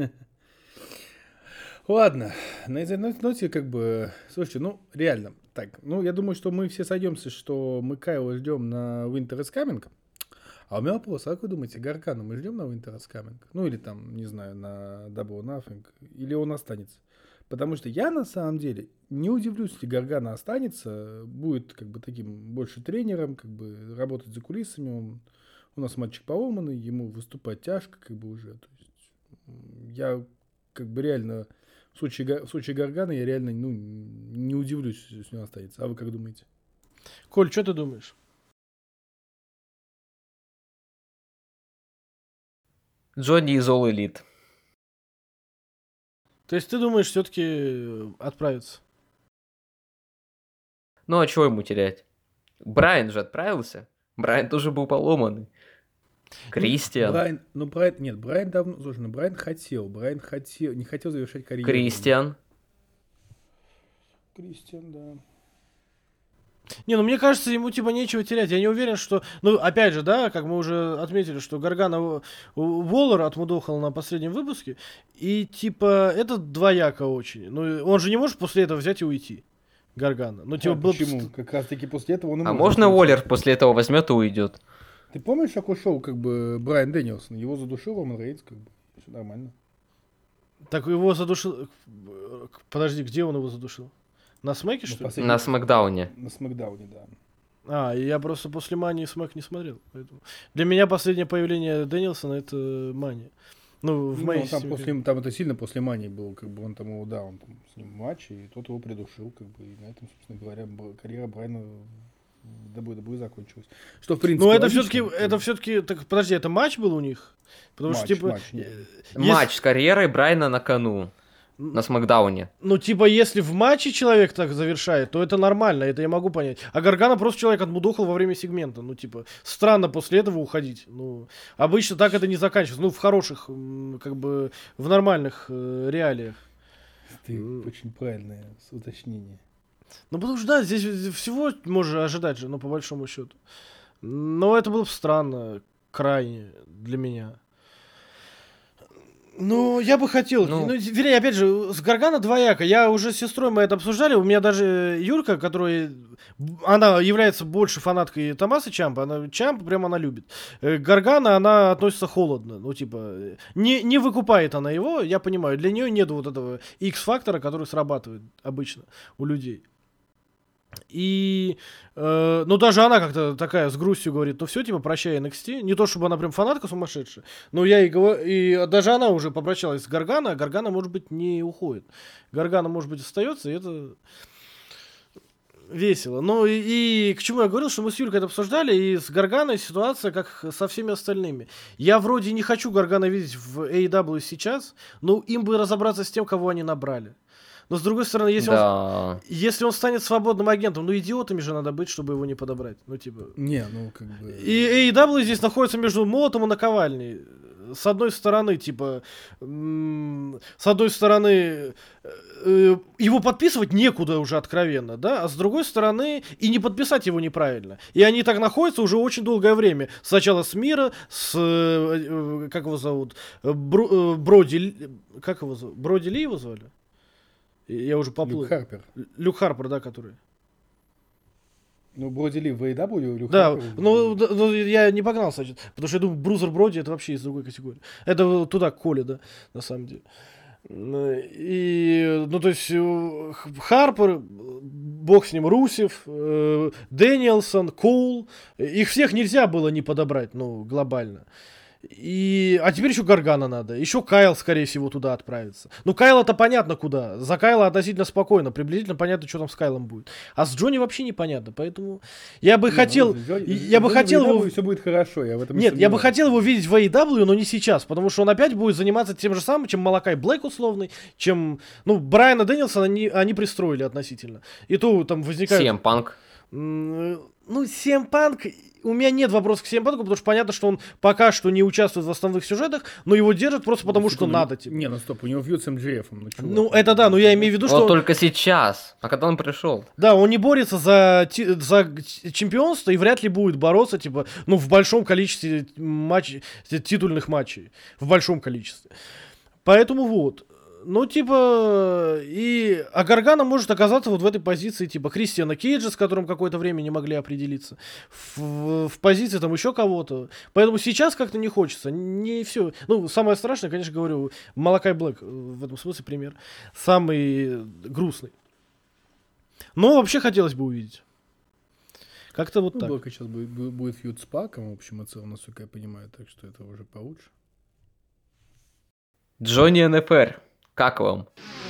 Ладно, на этой но- ноте как бы... Слушайте, ну, реально. Так, ну, я думаю, что мы все сойдемся, что мы Кайла ждем на Winter is Coming. А у меня вопрос, а как вы думаете, Гаргана мы ждем на Winter is Coming? Ну, или там, не знаю, на Double or Nothing? Или он останется? Потому что я, на самом деле, не удивлюсь, если Гаргана останется, будет как бы таким больше тренером, как бы работать за кулисами. Он, у нас мальчик поломанный, ему выступать тяжко, как бы уже. То есть, м, я как бы реально... В случае, Га- в случае Гаргана я реально ну, не удивлюсь, если он останется. А вы как думаете? Коль, что ты думаешь? Джонни из All Elite. То есть ты думаешь, все-таки отправиться? Ну а чего ему терять? Брайан же отправился. Брайан тоже был поломанный. Кристиан. Брайан, ну Брайан, нет, Брайан давно, слушай, ну Брайан хотел, Брайан хотел, не хотел завершать карьеру. Кристиан. Кристиан, да. Не, ну мне кажется, ему типа нечего терять. Я не уверен, что... Ну, опять же, да, как мы уже отметили, что Гаргана Воллер отмудохал на последнем выпуске. И типа это двояко очень. Ну, он же не может после этого взять и уйти. Гаргана. Ну, типа, А был... почему? Как раз таки после этого он и А может можно уйти. Уоллер после этого возьмет и уйдет? Ты помнишь, как ушел как бы Брайан Дэнилсон? Его задушил Роман Рейнс, как бы. Все нормально. Так его задушил... Подожди, где он его задушил? На Смэке, что ли? последний- На Смакдауне. На Смакдауне, да. А, я просто после Мании Смэк не смотрел. Поэтому... Для меня последнее появление Дэнилсона — это Мания. Ну, в Ну, моей он там, системе. после, там это сильно после Мании был, как бы он там его, да, он там с ним матч, и тот его придушил, как бы, и на этом, собственно говоря, б- карьера Брайана в дабл ю дабл ю и закончилась. Что, в принципе, Ну, это логично. все-таки, это все-таки, так, подожди, это матч был у них? Потому Матч, что, типа, матч, нет. э, Матч если- с карьерой Брайана на кону. На Смакдауне. ну, типа, если в матче человек так завершает, то это нормально, это я могу понять. А Гаргана просто человек отмудохал во время сегмента, ну, типа, странно после этого уходить. Ну, обычно так это не заканчивается, ну, в хороших, м, как бы, в нормальных э, реалиях. Ты очень правильное уточнение. Ну, потому что, да, здесь всего можно ожидать же, ну, по большому счету. Но это было бы странно, крайне для меня. Ну, я бы хотел. Ну. Ну, вернее, опять же, с Гаргана двояко. Я уже с сестрой мы это обсуждали. У меня даже Юрка, которая... Она является больше фанаткой Томаса Чампа. Она Чампа прям она любит. Э, Гаргана, она относится холодно. Ну, типа, не, не выкупает она его, я понимаю. Для нее нет вот этого X-фактора, который срабатывает обычно у людей. И, э, ну, даже она как-то такая с грустью говорит, ну, все, типа, прощай эн экс ти. Не то, чтобы она прям фанатка сумасшедшая, но я и говорю, и даже она уже попрощалась с Гаргана, а Гаргана, может быть, не уходит. Гаргана, может быть, остается, и это весело. Ну, и, и к чему я говорил, что мы с Юркой это обсуждали, и с Гарганой ситуация как со всеми остальными. Я вроде не хочу Гаргана видеть в эй и дабл ю сейчас, но им бы разобраться с тем, кого они набрали. Но с другой стороны, если, он, Да. если он станет свободным агентом, ну идиотами же надо быть, чтобы его не подобрать. Ну, типа. Не, ну, как бы... И эй и дабл ю здесь находится между молотом и наковальней. С одной стороны, типа, м- с одной стороны, э, его подписывать некуда уже откровенно, да, а с другой стороны, и не подписать его неправильно. И они так находятся уже очень долгое время. Сначала с Мира, с, э, э, как его зовут, Бру- э, Броди, Ли- как его зовут, Броди Ли его звали? Я уже поплыл. Люк Харпер. Люк Харпер, да, который. Ну, Броди Ли в эй и дабл ю, Люк Да, Харпер. ну, да, ну, я не погнался, значит, потому что я думаю, Брузер Броди это вообще из другой категории. Это туда, к Коле, да, на самом деле. Ну, и, ну, то есть, э, Харпер, бог с ним, Русев, э, Дэниелсон, Коул, их всех нельзя было не подобрать, ну, глобально. И... А теперь еще Гаргана надо. Еще Кайл, скорее всего, туда отправится. Ну, Кайл это понятно куда. За Кайла относительно спокойно. Приблизительно понятно, что там с Кайлом будет. А с Джонни вообще непонятно. Поэтому я бы Не, хотел... ну, Джонни- я бы Джонни хотел в эй и дабл ю его... все будет хорошо, я в этом не Нет, я бы сомневаюсь. хотел его видеть в эй и дабл ю, но не сейчас. Потому что он опять будет заниматься тем же самым, чем Малакай Блэк условный, чем... Ну, Брайана Дэнилсона они, они пристроили относительно. И то там возникает... си эм Punk. М, Ну, си эм Punk... У меня нет вопросов к си эм Punk, потому что понятно, что он пока что не участвует в основных сюжетах, но его держат просто потому, что Ну, надо, типа. Не, ну стоп, у него фьюд с эм джей эф. Ну, чувак. Ну, это да, но я имею в виду, что... Вот только сейчас. А когда он пришел? Да, он не борется за, ти- за чемпионство и вряд ли будет бороться, типа, ну, в большом количестве матчей, титульных матчей. В большом количестве. Поэтому вот. Ну, типа, и... А Гаргана может оказаться вот в этой позиции, типа, Кристиана Кейджа, с которым какое-то время не могли определиться. В, в позиции там еще кого-то. Поэтому сейчас как-то не хочется. Не все. Ну, самое страшное, конечно, говорю, Малакай Блэк, в этом смысле пример. Самый грустный. Но вообще хотелось бы увидеть. Как-то вот Ну, так. Блэка сейчас будет, будет, будет фьюд с Паком, в общем и целом, насколько я понимаю, так что это уже получше. Джонни эн эф эр. Как вам?